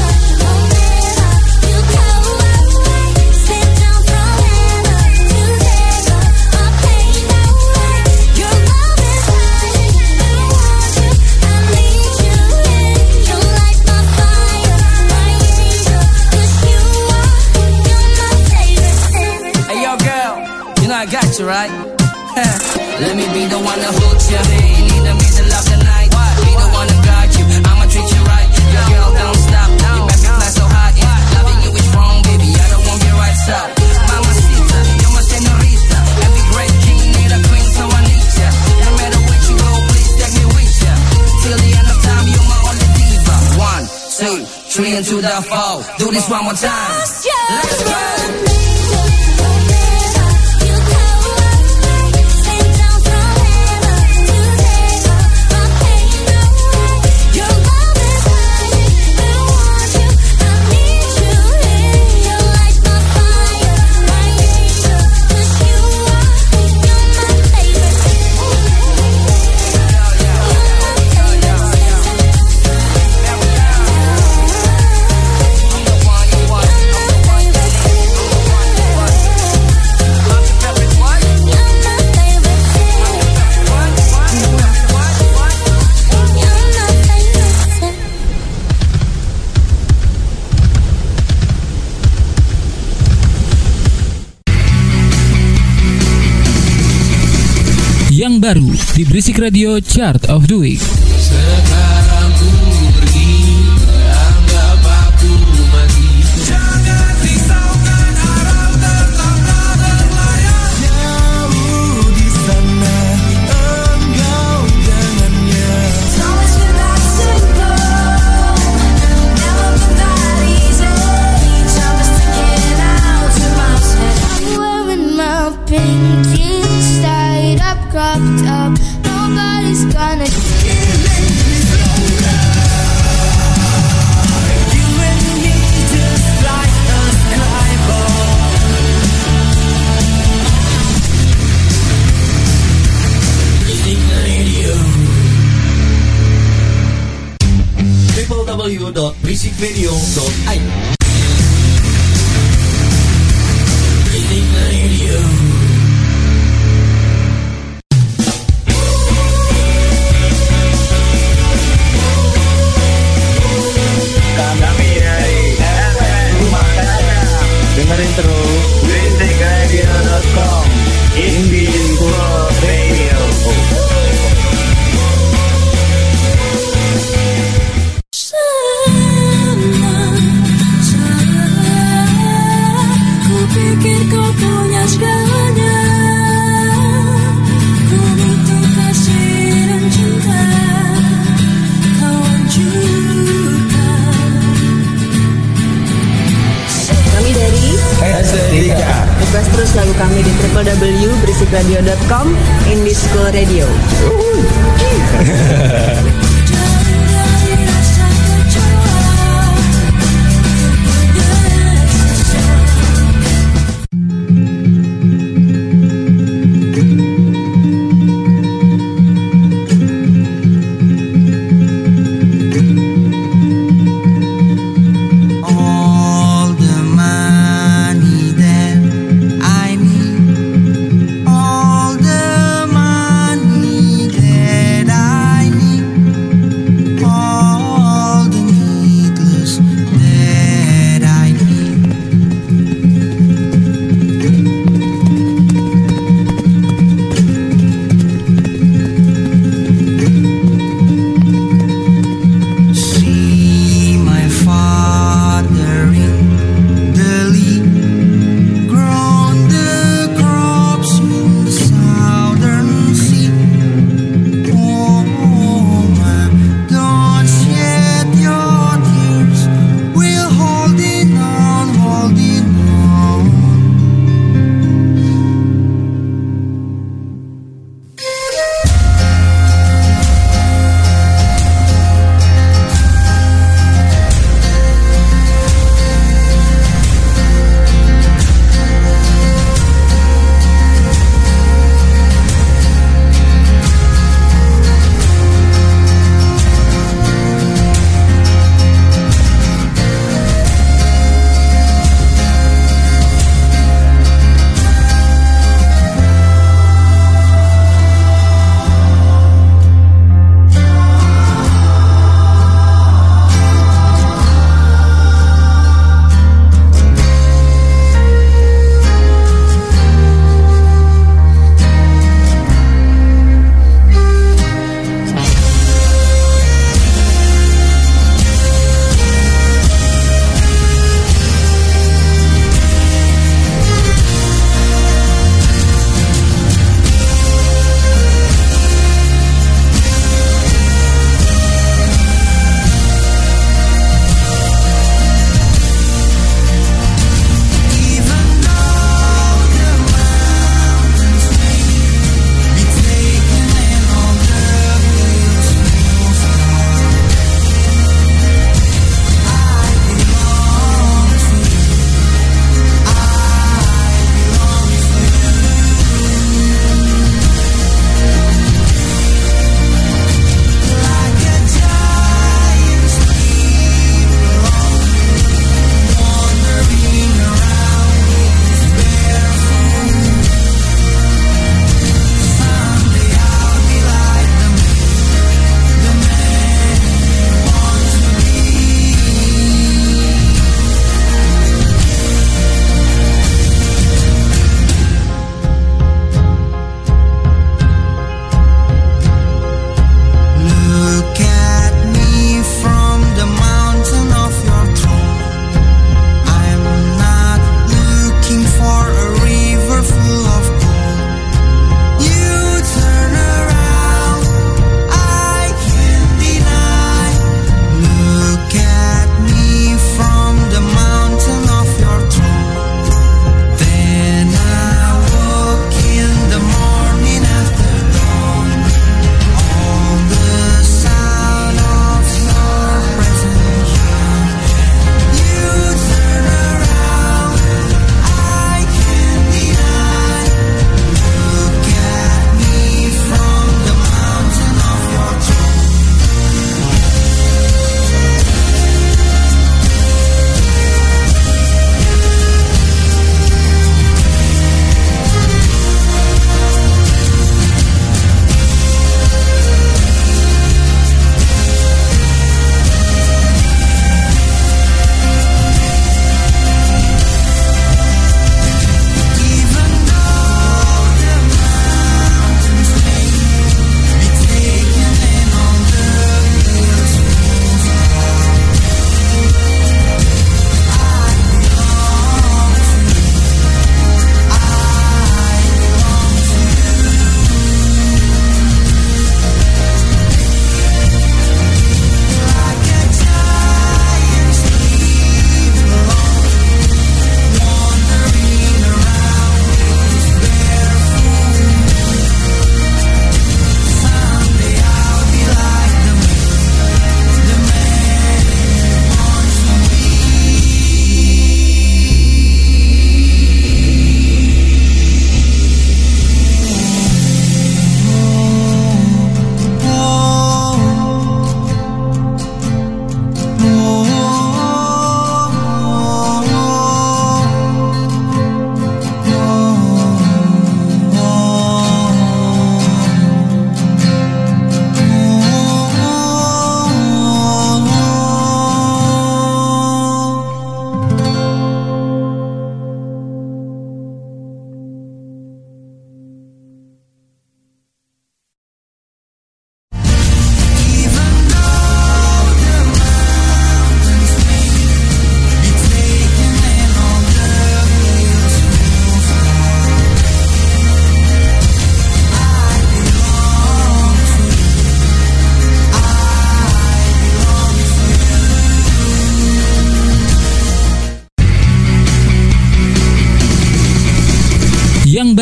I got you right. Let me be the one to hold you. You need to be the love tonight. Be the one to guide you. I'ma treat you right. Your girl don't stop. You make me fly so high. Loving you is wrong, baby. I don't want your right side. Mamacita, you're my senorita. Every great king need a queen, so I need ya. No matter where you go, please take me with ya. Till the end of time, you're my only diva. 1, 2, 3 into the 4. Do this one more time. Let's go. Yang baru di Berisik Radio Chart of the Week. Sekarang ku pergi, anggap aku mati. Jangan risaukan, harap tetaplah berlayar. Jauh di sana, engkau dengannya. Always feel like simple. Never been that easy. Just to get out of my head. I'm wearing my pink jeans tied up, cropped up. Nobody's gonna kill me. You and me just like a skyball. Berisik Radio. www.berisikradio.id. Berisik Radio. Dengerin terus berisikradio.com, Indie World Radio. Ku pikir kau punya segalanya. Ku butuh kasih dan cinta. Kau hancurkan. Kami dari Estetika. request terus lagu kami di www.berisikradio.com, Indie School Radio. All the money that I need, all the money that I need.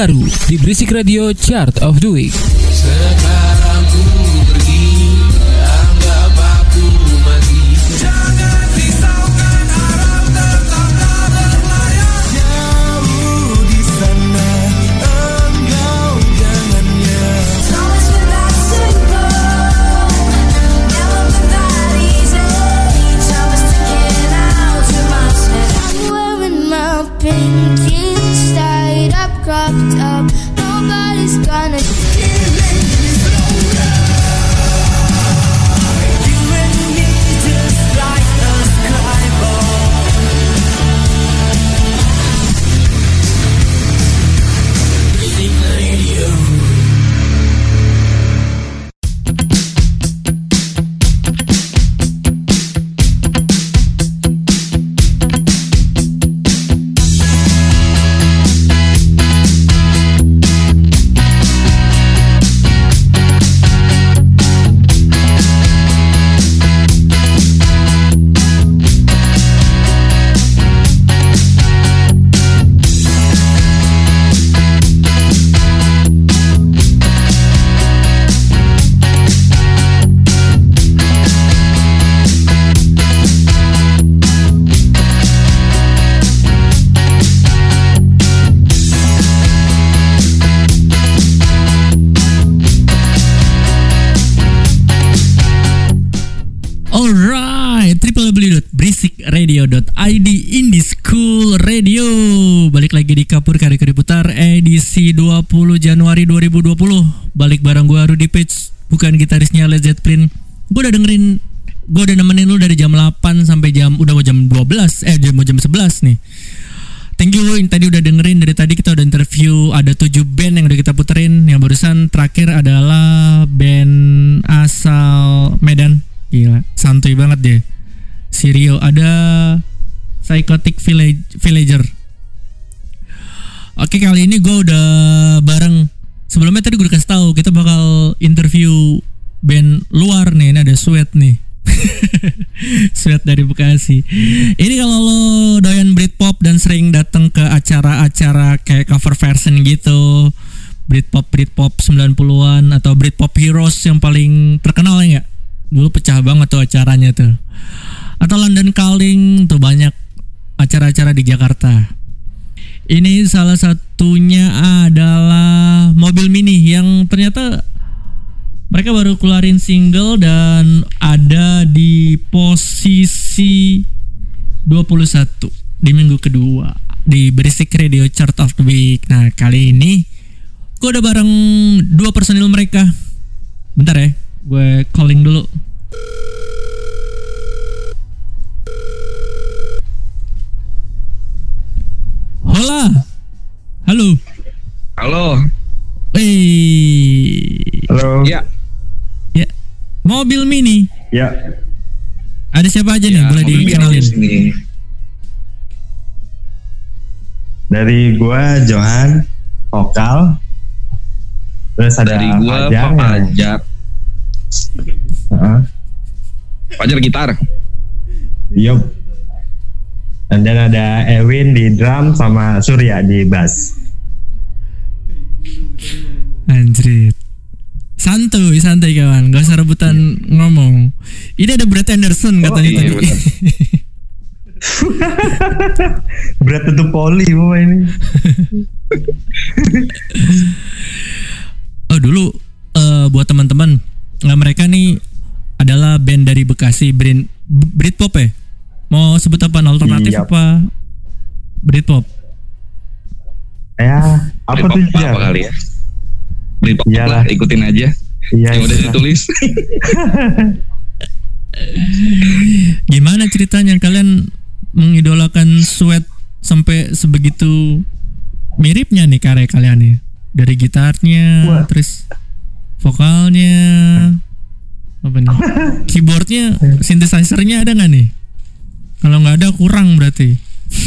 terbaru di Berisik Radio Chart of the Week. Sekarang ku pergi, anggap aku mati. Jangan risaukan harap tetaplah berlayar. Jauh di sana, engkau jangannya. So much for that to go. Never been that easy. Each of us sticking out too much. I'm wearing my pinky tied up, cropped up. Nobody's gonna give me You and me just like a sky ball. Berisik Radio. Alright, www.berisikradio.id Indie School Radio. Balik lagi di Kapur Kari-Kari Putar edisi 20 Januari 2020. Balik bareng gue Rudy Page, bukan gitarisnya Led Zeppelin. Gue udah nemenin lu dari jam 8 sampai udah mau jam 12, mau jam 11 nih. Thank you yang tadi udah dengerin. Dari tadi kita udah interview ada 7 band yang udah kita puterin. Yang barusan terakhir adalah band asal Medan. Gila, santuy banget deh. Sirio, ada Psychotic Villager. Oke, kali ini gue udah bareng. Sebelumnya tadi gue udah kasih tahu kita bakal interview band luar nih. Ini ada Sweat nih. Sweat dari Bekasi. Ini kalau lo doyan Britpop dan sering datang ke acara-acara kayak cover version gitu, Britpop 90-an atau Britpop Heroes yang paling terkenal ya nggak? Dulu pecah banget tuh acaranya tuh. Atau London Calling tuh, banyak acara-acara di Jakarta. Ini salah satunya adalah Mobil Mini yang ternyata mereka baru keluarin single dan ada di posisi 21 di minggu kedua di Berisik Radio Chart of the Week. Nah, kali ini gue udah bareng 2 personil mereka. Bentar ya, gue calling dulu. Hola. Halo. Halo. Halo. Ya. Ya. Mobil Mini. Ya. Ada siapa aja nih? Boleh dikenalin. Dari gua Johan, vokal. Terus ada Dari gua Fajar. Fajar gitar. Yup. Dan ada Ewin di drum sama Surya di bass. Anjrit. Santai kawan, gak usah rebutan ngomong. Ini ada Brett Anderson katanya tadi. Berat tutup poli ini. Oh dulu buat teman-teman, mereka nih adalah band dari Bekasi, Britpop ya. Mau sebut apa? Alternatif apa? Britpop. Ya, apa tuh apa kali ya? Britpop lah, ikutin aja. Iya, yang udah ditulis. Gimana ceritanya kalian mengidolakan Sweat sampai sebegitu miripnya nih karya kalian nih? Dari gitarnya, terus vokalnya, apa nih? Keyboardnya, synthesizer-nya ada nggak nih? Kalau nggak ada kurang berarti.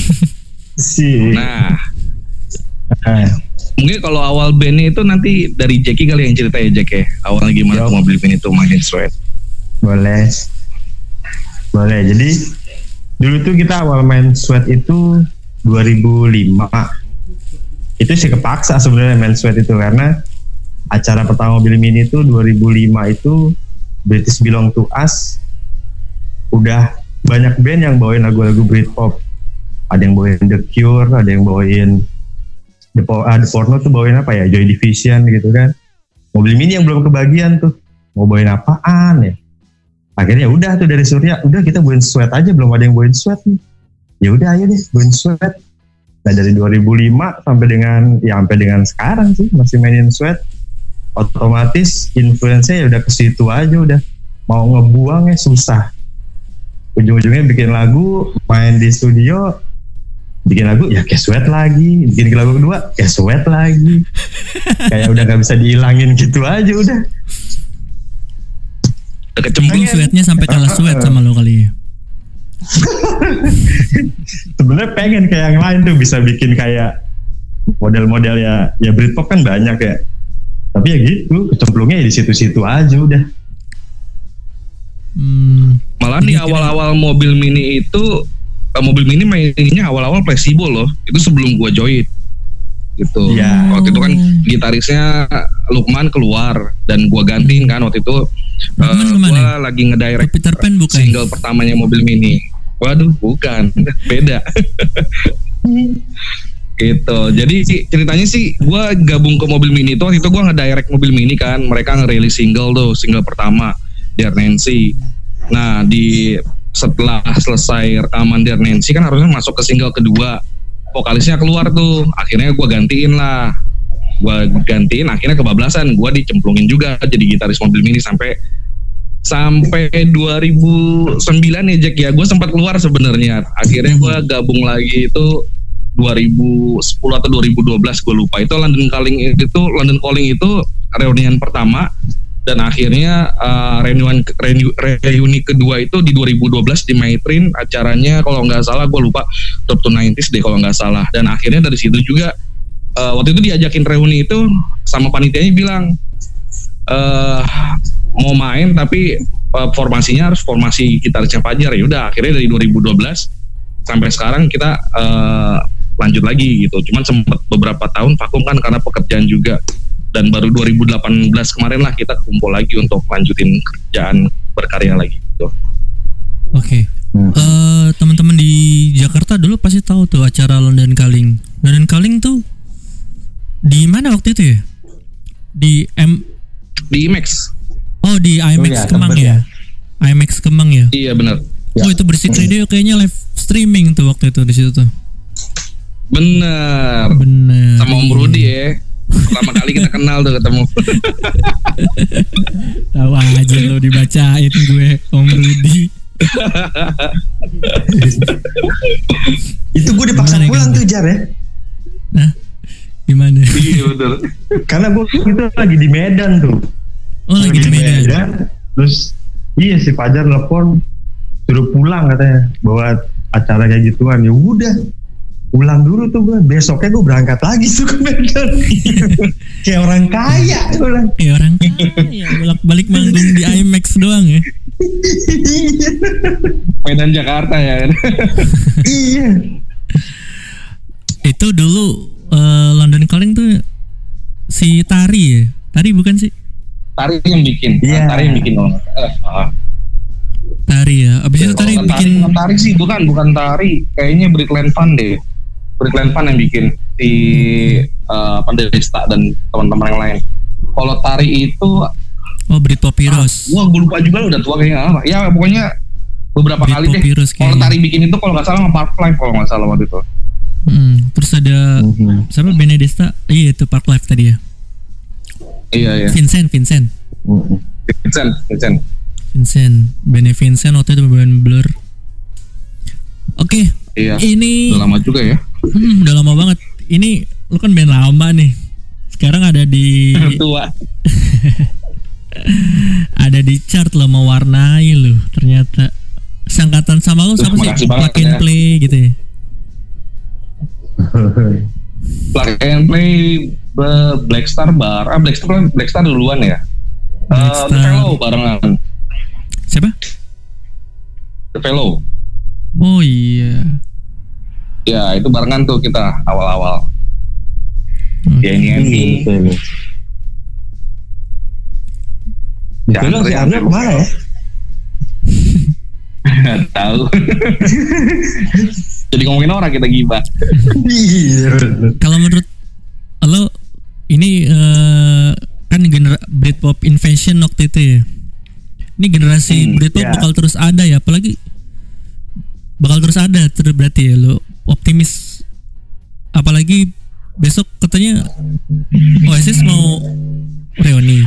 Nah, mungkin kalau awal bandnya itu nanti dari Jackie kali yang cerita ya, Jack ya. Awalnya gimana tuh Mobil Mini itu mainin Sweat? Boleh. Jadi dulu tuh kita awal main Sweat itu 2005. itu sih kepaksa sebenarnya main sweat itu, karena acara pertama Mobil Mini itu 2005 itu British Belong to Us, udah banyak band yang bawain lagu-lagu Britpop. Ada yang bawain The Cure, ada yang bawain The Porno tuh bawain apa ya, Joy Division gitu kan. Mobil Mini yang belum kebagian tuh mau bawain apaan ya. Akhirnya udah tuh dari Surya, udah kita bawain sweat aja, belum ada yang bawain sweat nih. Ya udah ayo deh bawain sweat. Nah dari 2005 sampai dengan sekarang sih masih mainin sweat. Otomatis influence-nya ya udah ke situ aja, udah mau ngebuangnya susah. Ujung-ujungnya bikin lagu, main di studio, bikin lagu ya kayak sweat lagi, bikin lagu kedua kayak sweat lagi. Kayak udah gak bisa dihilangin gitu aja udah. Kecemplung sweatnya sampai kalah sweat sama lo kali ya. Sebenarnya pengen kayak yang lain tuh, bisa bikin kayak model-model ya Britpop kan banyak ya. Tapi ya gitu, kecemplungnya di situ-situ aja udah. Malah di awal-awal Mobil Mini itu Mobil Mini mainnya awal-awal fleksibel loh. Itu sebelum gua join gitu. Yeah. Waktu itu kan gitarisnya Lukman keluar dan gua gantiin kan waktu itu. Gua lagi ngedirect Peter Pan bukan? Single pertamanya Mobil Mini. Waduh, bukan, beda. Gitu. Jadi ceritanya sih gua gabung ke Mobil Mini itu waktu itu gua ngedirect Mobil Mini kan. Mereka ngerilis single tuh, single pertama Dear Nancy. Nah, setelah selesai rekaman Dear Nancy kan harusnya masuk ke single kedua. Vokalisnya keluar tuh. Akhirnya gua gantiin, akhirnya kebablasan. Gua dicemplungin juga jadi gitaris Mobil Mini sampai 2009 ya Jack ya. Gue sempat keluar sebenarnya. Akhirnya gue gabung lagi itu 2010 atau 2012 gue lupa. Itu London Calling itu reunian pertama, dan akhirnya reuni kedua itu di 2012 di Maitrin, acaranya kalau nggak salah gue lupa Top to 90s deh kalau nggak salah. Dan akhirnya dari situ juga waktu itu diajakin reuni itu sama panitianya bilang mau main tapi formasinya harus formasi gitarisnya Fajar. Ya udah akhirnya dari 2012 sampai sekarang kita lanjut lagi gitu. Cuman sempat beberapa tahun vakum kan karena pekerjaan juga, dan baru 2018 kemarin lah kita kumpul lagi untuk lanjutin kerjaan berkarya lagi gitu. Oke. Teman-teman di Jakarta dulu pasti tahu tuh acara London Calling. London Calling tuh di mana waktu itu ya? Di IMAX. Oh, di IMAX Kemang ya? IMAX Kemang ya? Iya benar. Oh, itu Berisik Radio kayaknya live streaming tuh waktu itu di situ tuh. Bener. Sama Om Rudi ya. Pertama kali kita kenal tuh ketemu. Tahu aja lo dibacain gue Om Rudi. Itu gue dipaksa pulang tuh Jar ya. Nah, gimana? Iya betul. Karena gue itu lagi di Medan tuh. Oh lagi di Medan. Terus iya si Fajar telepon suruh pulang katanya bawa acara kayak gituan. Ya udah pulang dulu tuh gue. Besoknya gue berangkat lagi tuh ke Medan. Kayak orang kaya. Kayak orang kaya. Bolak-balik manggung di IMAX doang ya. Medan Jakarta ya. Iya. Itu dulu London Calling tuh si Tari ya? Tari bukan sih? Tari yang bikin. Yeah. Tari yang bikin kalau Tari ya. Abis itu Tari bikin. Tari sih bukan Tari. Kayaknya Brickland Fun deh. Brickland Fun yang bikin si Pandesta dan teman-teman yang lain. Kalau Tari itu Britpop Heroes. Gue lupa juga udah tua kayaknya apa. Ya pokoknya beberapa kali deh. Kalau Tari bikin itu kalau nggak salah sama Park Life kalau nggak salah waktu itu. Terus ada siapa Benedesta? Iya itu Park Life tadi ya. Iya. Vincent. Vincent. Bene Vincent waktu itu band Blur. Oke. Iya. Ini udah lama juga ya. Udah lama banget. Ini lu kan band lama nih. Sekarang ada di tua. Ada di chart lo, mewarnai lo ternyata. Sangkatan sama lo siapa sih? Plug and Play gitu ya. Plug and Play Black Star Bar. Black Star duluan ya. The Fellow barengan. Siapa? The Fellow. Oh iya. Ya itu barengan tuh kita awal-awal. Ya ini. Jangan si Arya kemana ya? Tahu. Jadi ngomongin orang kita gibah. Kalau menurut lo ini kan Britpop Invasion waktu itu ya. Ini generasi Britpop bakal terus ada ya, apalagi bakal terus ada berarti ya, lo optimis. Apalagi besok katanya Oasis mau reuni.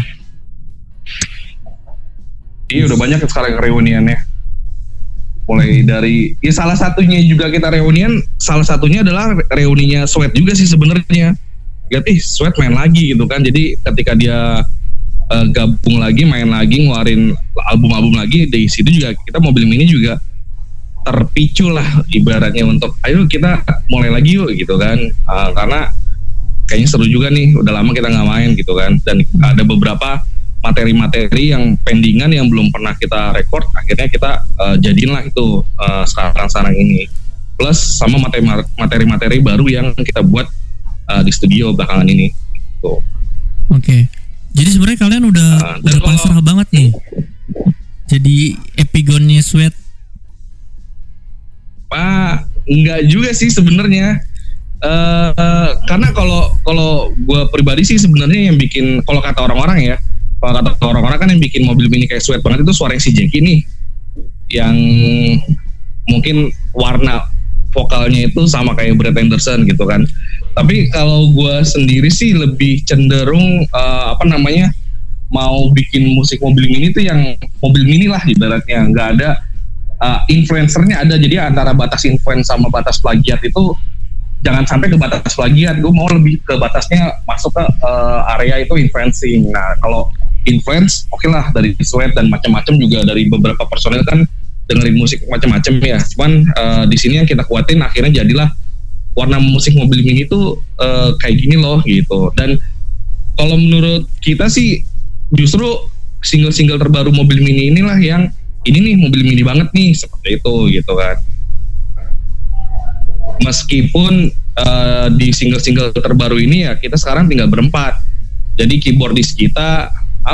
Iya udah banyak sekarang reuniannya. Mulai dari ya salah satunya juga kita reunian, salah satunya adalah reuninya Sweat juga sih sebenarnya. Lihat Sweat main lagi gitu kan. Jadi ketika dia gabung lagi, main lagi, ngeluarin album-album lagi, di situ juga kita Mobil Mini juga terpicu lah ibaratnya untuk ayo kita mulai lagi yuk gitu kan. Karena kayaknya seru juga nih, udah lama kita nggak main gitu kan. Dan ada beberapa materi-materi yang pendingan yang belum pernah kita record, akhirnya kita jadiin lah itu sekarang ini. Plus sama materi-materi baru yang kita buat di studio belakangan ini. Tuh. Oke. Jadi sebenarnya kalian udah pasrah banget nih. Jadi epigonnya Sweat. Pak, enggak juga sih sebenarnya. Karena kalau gue pribadi sih sebenarnya yang bikin, kalau kata orang-orang ya, kalau kata orang-orang kan yang bikin Mobil Mini kayak Sweat banget itu suara si Jackie nih, yang mungkin warna vokalnya itu sama kayak Brett Anderson gitu kan. Tapi kalau gue sendiri sih lebih cenderung mau bikin musik Mobil Mini itu yang Mobil Mini lah ibaratnya, nggak ada influencernya ada. Jadi antara batas influence sama batas plagiat itu jangan sampai ke batas plagiat. Gue mau lebih ke batasnya masuk ke area itu influencing. Nah kalau influence oke lah dari Sweat dan macam-macam juga dari beberapa personel kan dengerin musik macam-macam ya. Cuman di sini yang kita kuatin akhirnya jadilah warna musik Mobil Mini itu kayak gini loh gitu. Dan kalau menurut kita sih justru single-single terbaru Mobil Mini inilah yang ini nih Mobil Mini banget nih seperti itu gitu kan. Meskipun di single-single terbaru ini ya kita sekarang tinggal berempat. Jadi keyboardis kita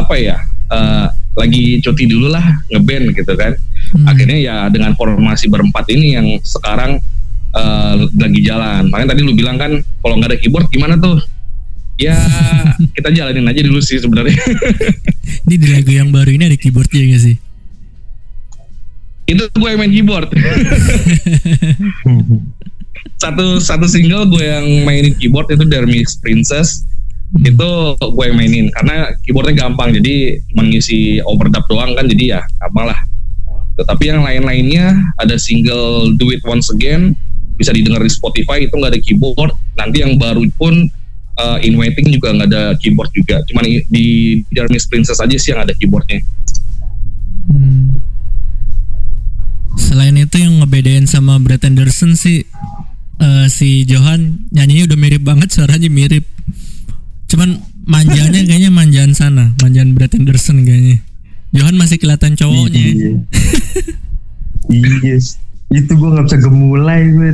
lagi cuti dulu lah ngeband gitu kan. Akhirnya ya dengan formasi berempat ini yang sekarang lagi jalan. Makanya tadi lu bilang kan kalau nggak ada keyboard gimana tuh? Ya kita jalanin aja dulu sih sebenarnya. Ini di lagu yang baru ini ada keyboardnya nggak sih? Itu gue yang main keyboard. satu single gue yang mainin keyboard itu Dermis Princess. Itu gue yang mainin karena keyboardnya gampang, jadi cuma ngisi overdub doang kan, jadi ya gampang lah. Tetapi yang lain-lainnya ada single Do It Once Again bisa didengar di Spotify, itu nggak ada keyboard. Nanti yang baru pun In Waiting juga nggak ada keyboard juga, cuman di Dermis Princess aja sih yang ada keyboardnya. Selain itu yang ngebedain sama Brett Anderson sih si Johan nyanyinya udah mirip banget, suaranya mirip. Cuman manjanya kayaknya manjaan sana, manjaan Brett Anderson kayaknya. Johan masih kelihatan cowoknya. Iya. Itu gue nggak bisa gemulai gue.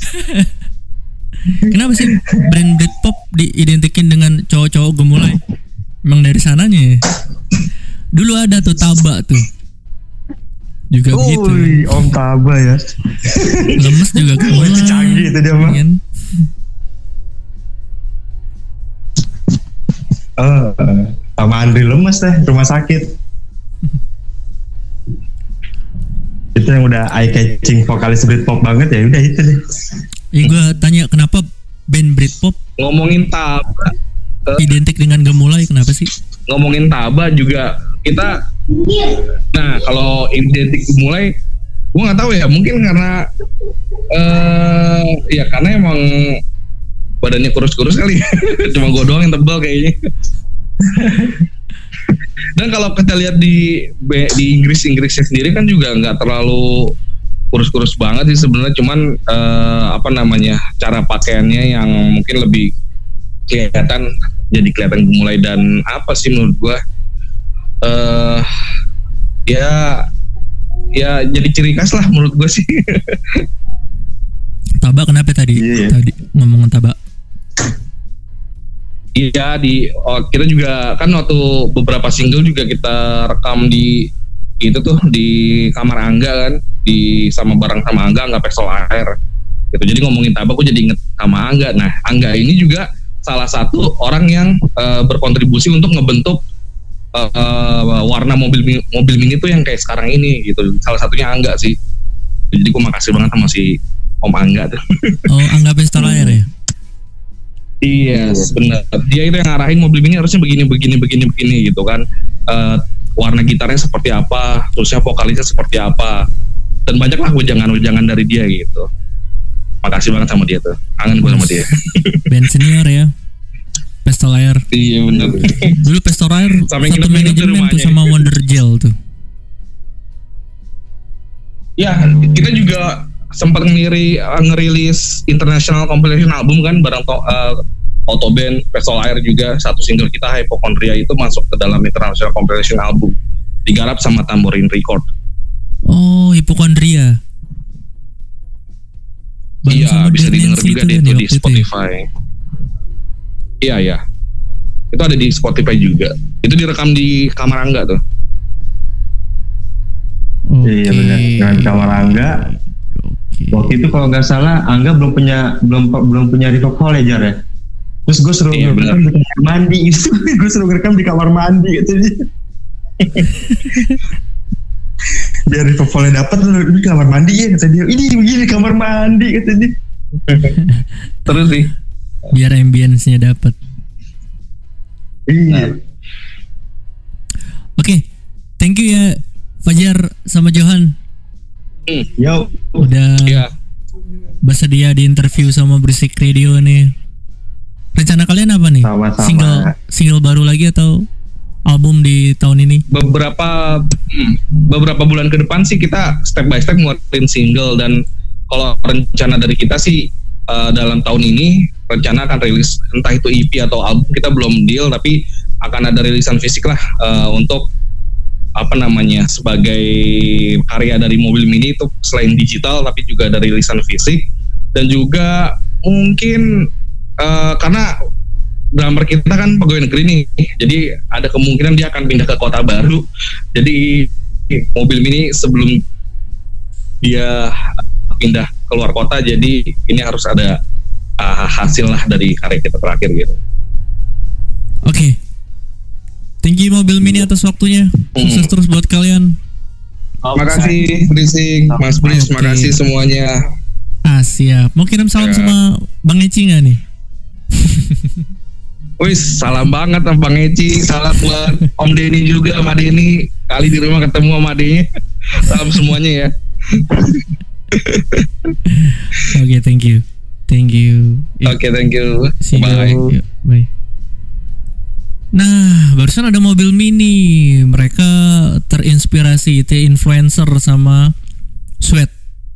Kenapa sih brand Britpop diidentikin dengan cowok-cowok gemulai? Emang dari sananya ya? Dulu ada tuh Taba tuh. Juga begitu. Om Taba ya. Lemes juga gemulai. Canggih itu dia mah. Sama Andri lemes deh, rumah sakit. Itu yang udah eye catching vokalis Britpop banget ya, udah itu deh. Gue tanya kenapa band Britpop ngomongin Taba identik dengan gemulai, kenapa sih? Ngomongin Taba juga kita, nah kalau identik gemulai, gue nggak tahu ya, mungkin karena ya karena emang badannya kurus-kurus kali. Cuma gue doang yang tebal kayaknya. Dan kalau kita lihat di Inggrisnya sendiri kan juga nggak terlalu kurus-kurus banget sih sebenarnya, cuman cara pakaiannya yang mungkin lebih kelihatan, jadi kelihatan gemulai. Dan apa sih menurut gue ya jadi ciri khas lah menurut gue sih. Taba kenapa tadi? Tadi ngomongin Taba. Iya kita juga kan waktu beberapa single juga kita rekam di itu tuh di kamar Angga kan, sama bareng sama Angga Pistol Air gitu. Jadi ngomongin tabak aku jadi inget sama Angga. Nah Angga ini juga salah satu orang yang berkontribusi untuk ngebentuk warna mobil mini tuh yang kayak sekarang ini gitu. Salah satunya Angga sih. Jadi gue makasih banget sama si Om Angga tuh. Oh, Angga Pistol Air ya? Iya, benar. Dia itu yang ngarahin mobil mini harusnya begini gitu kan. Warna gitarnya seperti apa, terusnya vokalisnya seperti apa, dan banyaklah wejangan dari dia gitu. Makasih banget sama dia tuh, kangen gue sama dia. Band senior ya, Pistol Air. Iya benar. Dulu Pistol Air sampai satu manajemen tuh sama Wonder Gel tuh. Ya, kita juga sempat ngerilis international compilation album kan bareng Autoband, Pistol Air juga. Satu single kita Hypochondria itu masuk ke dalam international compilation album, digarap sama Tambourine Record. Oh, Hypochondria. Iya, bisa didengar juga di Spotify. Iya. Itu ada di Spotify juga. Itu direkam di kamar Angga tuh. Iya benar, dengan kamar Angga. Waktu itu kalau nggak salah Angga belum punya reverb hall ya. Terus gue suruh ngerekam di kamar mandi gitu. Gue suruh ngerekam di kamar mandi gitu. Biar reverb hall-nya dapet di kamar mandi ya kata dia. Ini begini kamar mandi kata dia. Terus sih. Biar ambience-nya dapet. Iya. Oke, thank you ya Fajar sama Johan. Yo. Udah bersedia di interview sama Berisik Radio nih. Rencana kalian apa nih? Sama-sama. Single baru lagi atau album di tahun ini? Beberapa bulan ke depan sih kita step by step ngeluarin single, dan kalau rencana dari kita sih dalam tahun ini rencana akan rilis entah itu EP atau album, kita belum deal, tapi akan ada rilisan fisik lah untuk sebagai karya dari mobil mini itu selain digital tapi juga ada rilisan fisik. Dan juga mungkin karena drummer kita kan pegawai negeri nih, jadi ada kemungkinan dia akan pindah ke kota baru. Jadi mobil mini sebelum dia pindah keluar kota, jadi ini harus ada hasil lah dari karya kita terakhir gitu. Oke. Thank you Mobil Mini atas waktunya. Sukses terus buat kalian. Makasih Berisik, Mas Bris, makasih semuanya. Siap. Mau kirim salam sama Bang Eci nggak nih? Wih, salam banget sama Bang Eci. Salam buat Om Denny juga sama Denny. Kali di rumah ketemu sama adenya. Salam semuanya ya. Oke, thank you. Oke, thank you. See Bye. you. Bye. Nah, barusan ada Mobil Mini. Mereka terinspirasi influencer sama Sweat.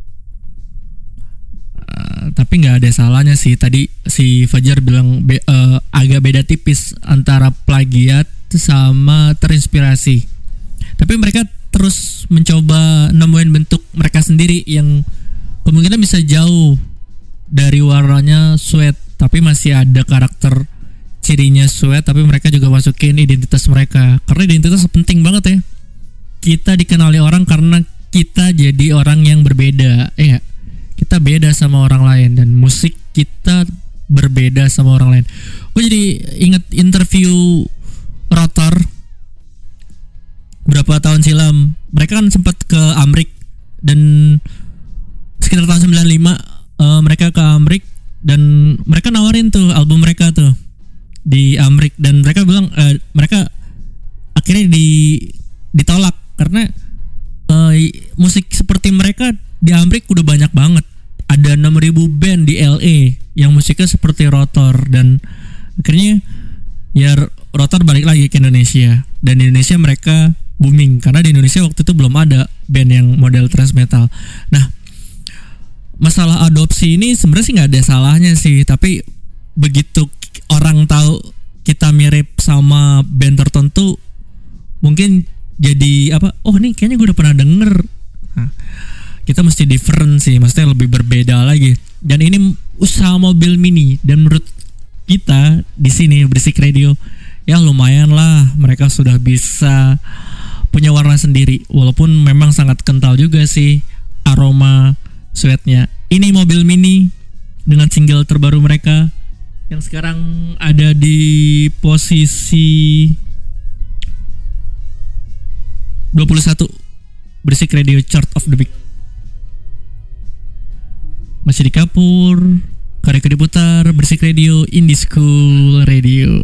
Tapi nggak ada salahnya sih. Tadi si Fajar bilang agak beda tipis antara plagiat sama terinspirasi. Tapi mereka terus mencoba nemuin bentuk mereka sendiri yang kemungkinan bisa jauh dari warnanya Sweat, tapi masih ada karakter cirinya Sweat, tapi mereka juga masukin identitas mereka. Karena identitas penting banget ya. Kita dikenali orang karena kita jadi orang yang berbeda, ya. Kita beda sama orang lain dan musik kita berbeda sama orang lain. Gue jadi inget interview Rotor berapa tahun silam. Mereka kan sempat ke Amrik dan sekitar tahun 95 mereka ke Amrik dan mereka nawarin tuh album mereka tuh di Amrik, dan mereka bilang mereka akhirnya ditolak karena musik seperti mereka di Amrik udah banyak banget. Ada 6.000 band di LA yang musiknya seperti Rotor, dan akhirnya ya Rotor balik lagi ke Indonesia, dan di Indonesia mereka booming karena di Indonesia waktu itu belum ada band yang model thrash metal. Nah, masalah adopsi ini sebenarnya sih nggak ada salahnya sih, tapi begitu orang tahu kita mirip sama band tertentu, mungkin jadi oh nih kayaknya gue udah pernah denger. Nah, kita mesti different sih, maksudnya lebih berbeda lagi. Dan ini usaha Mobil Mini, dan menurut kita di sini Berisik Radio, ya lumayan lah mereka sudah bisa punya warna sendiri, walaupun memang sangat kental juga sih aroma sweatnya. Ini Mobil Mini dengan single terbaru mereka yang sekarang ada di posisi 21 Berisik Radio Chart of the Week. Masih di Kapur, karya diputar Berisik Radio, Indie School Radio.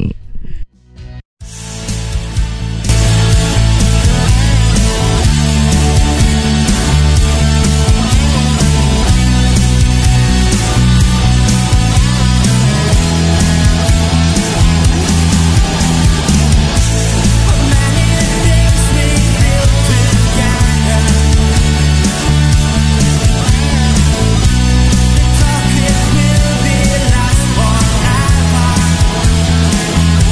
Talk it will be last forever.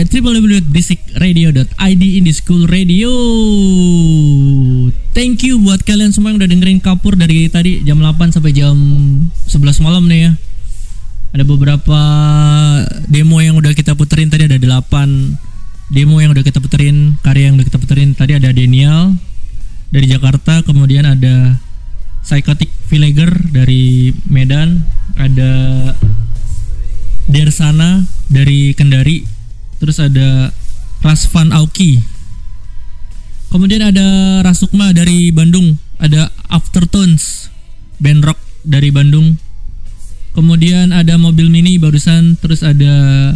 www.berisikradio.id Indie School Radio. Thank you buat kalian semua yang udah dengerin Kapur dari tadi jam 8 sampai jam 11 malam nih ya. Ada beberapa demo yang udah kita puterin tadi, ada 8 demo yang udah kita puterin, karya yang udah kita puterin. Tadi ada Daniel dari Jakarta, kemudian ada Psychotic Villager dari Medan, ada Dersana dari Kendari, terus ada Rasvan Auki, kemudian ada Rasukma dari Bandung, ada Aftertones band rock dari Bandung, kemudian ada Mobil Mini barusan, terus ada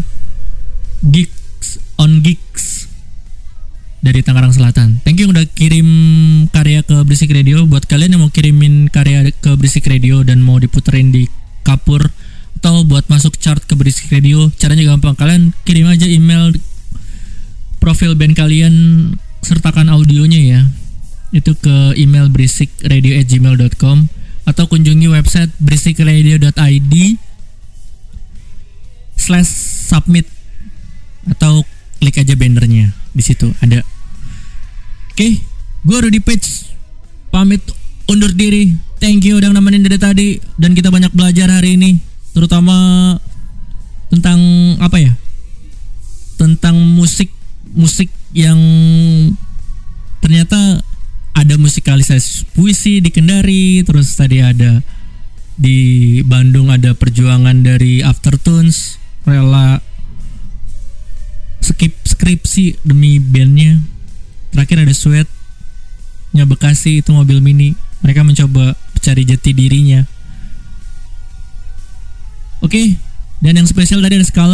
Geeks on Geeks dari Tangerang Selatan. Thank you udah kirim karya ke Berisik Radio. Buat kalian yang mau kirimin karya ke Berisik Radio dan mau diputerin di Kapur atau buat masuk chart ke Berisik Radio, caranya gampang. Kalian kirim aja email profil band kalian, sertakan audionya ya, itu ke email berisikradio@gmail.com atau kunjungi website berisikradio.id/submit atau klik aja bannernya di situ ada. Oke, gue Rudy Page pamit undur diri. Thank you udah nemenin dari tadi, dan kita banyak belajar hari ini, terutama tentang apa ya? Tentang musik yang ternyata ada musikalisasi puisi di Kendari, terus tadi ada di Bandung ada perjuangan dari Aftertones, rela skip skripsi demi bandnya. Terakhir ada Sweatnya Bekasi, itu Mobil Mini, mereka mencoba mencari jati dirinya. Oke, dan yang spesial tadi ada Scholar.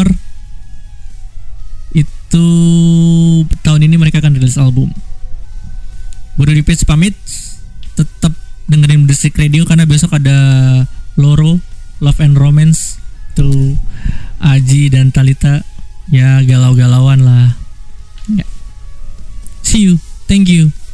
Itu tahun ini mereka akan rilis album. Bodo di Page pamit. Tetap dengerin Berisik Radio karena besok ada Loro, Love and Romance. Itu Aji dan Talita. Ya galau-galauan lah ya. See you, thank you.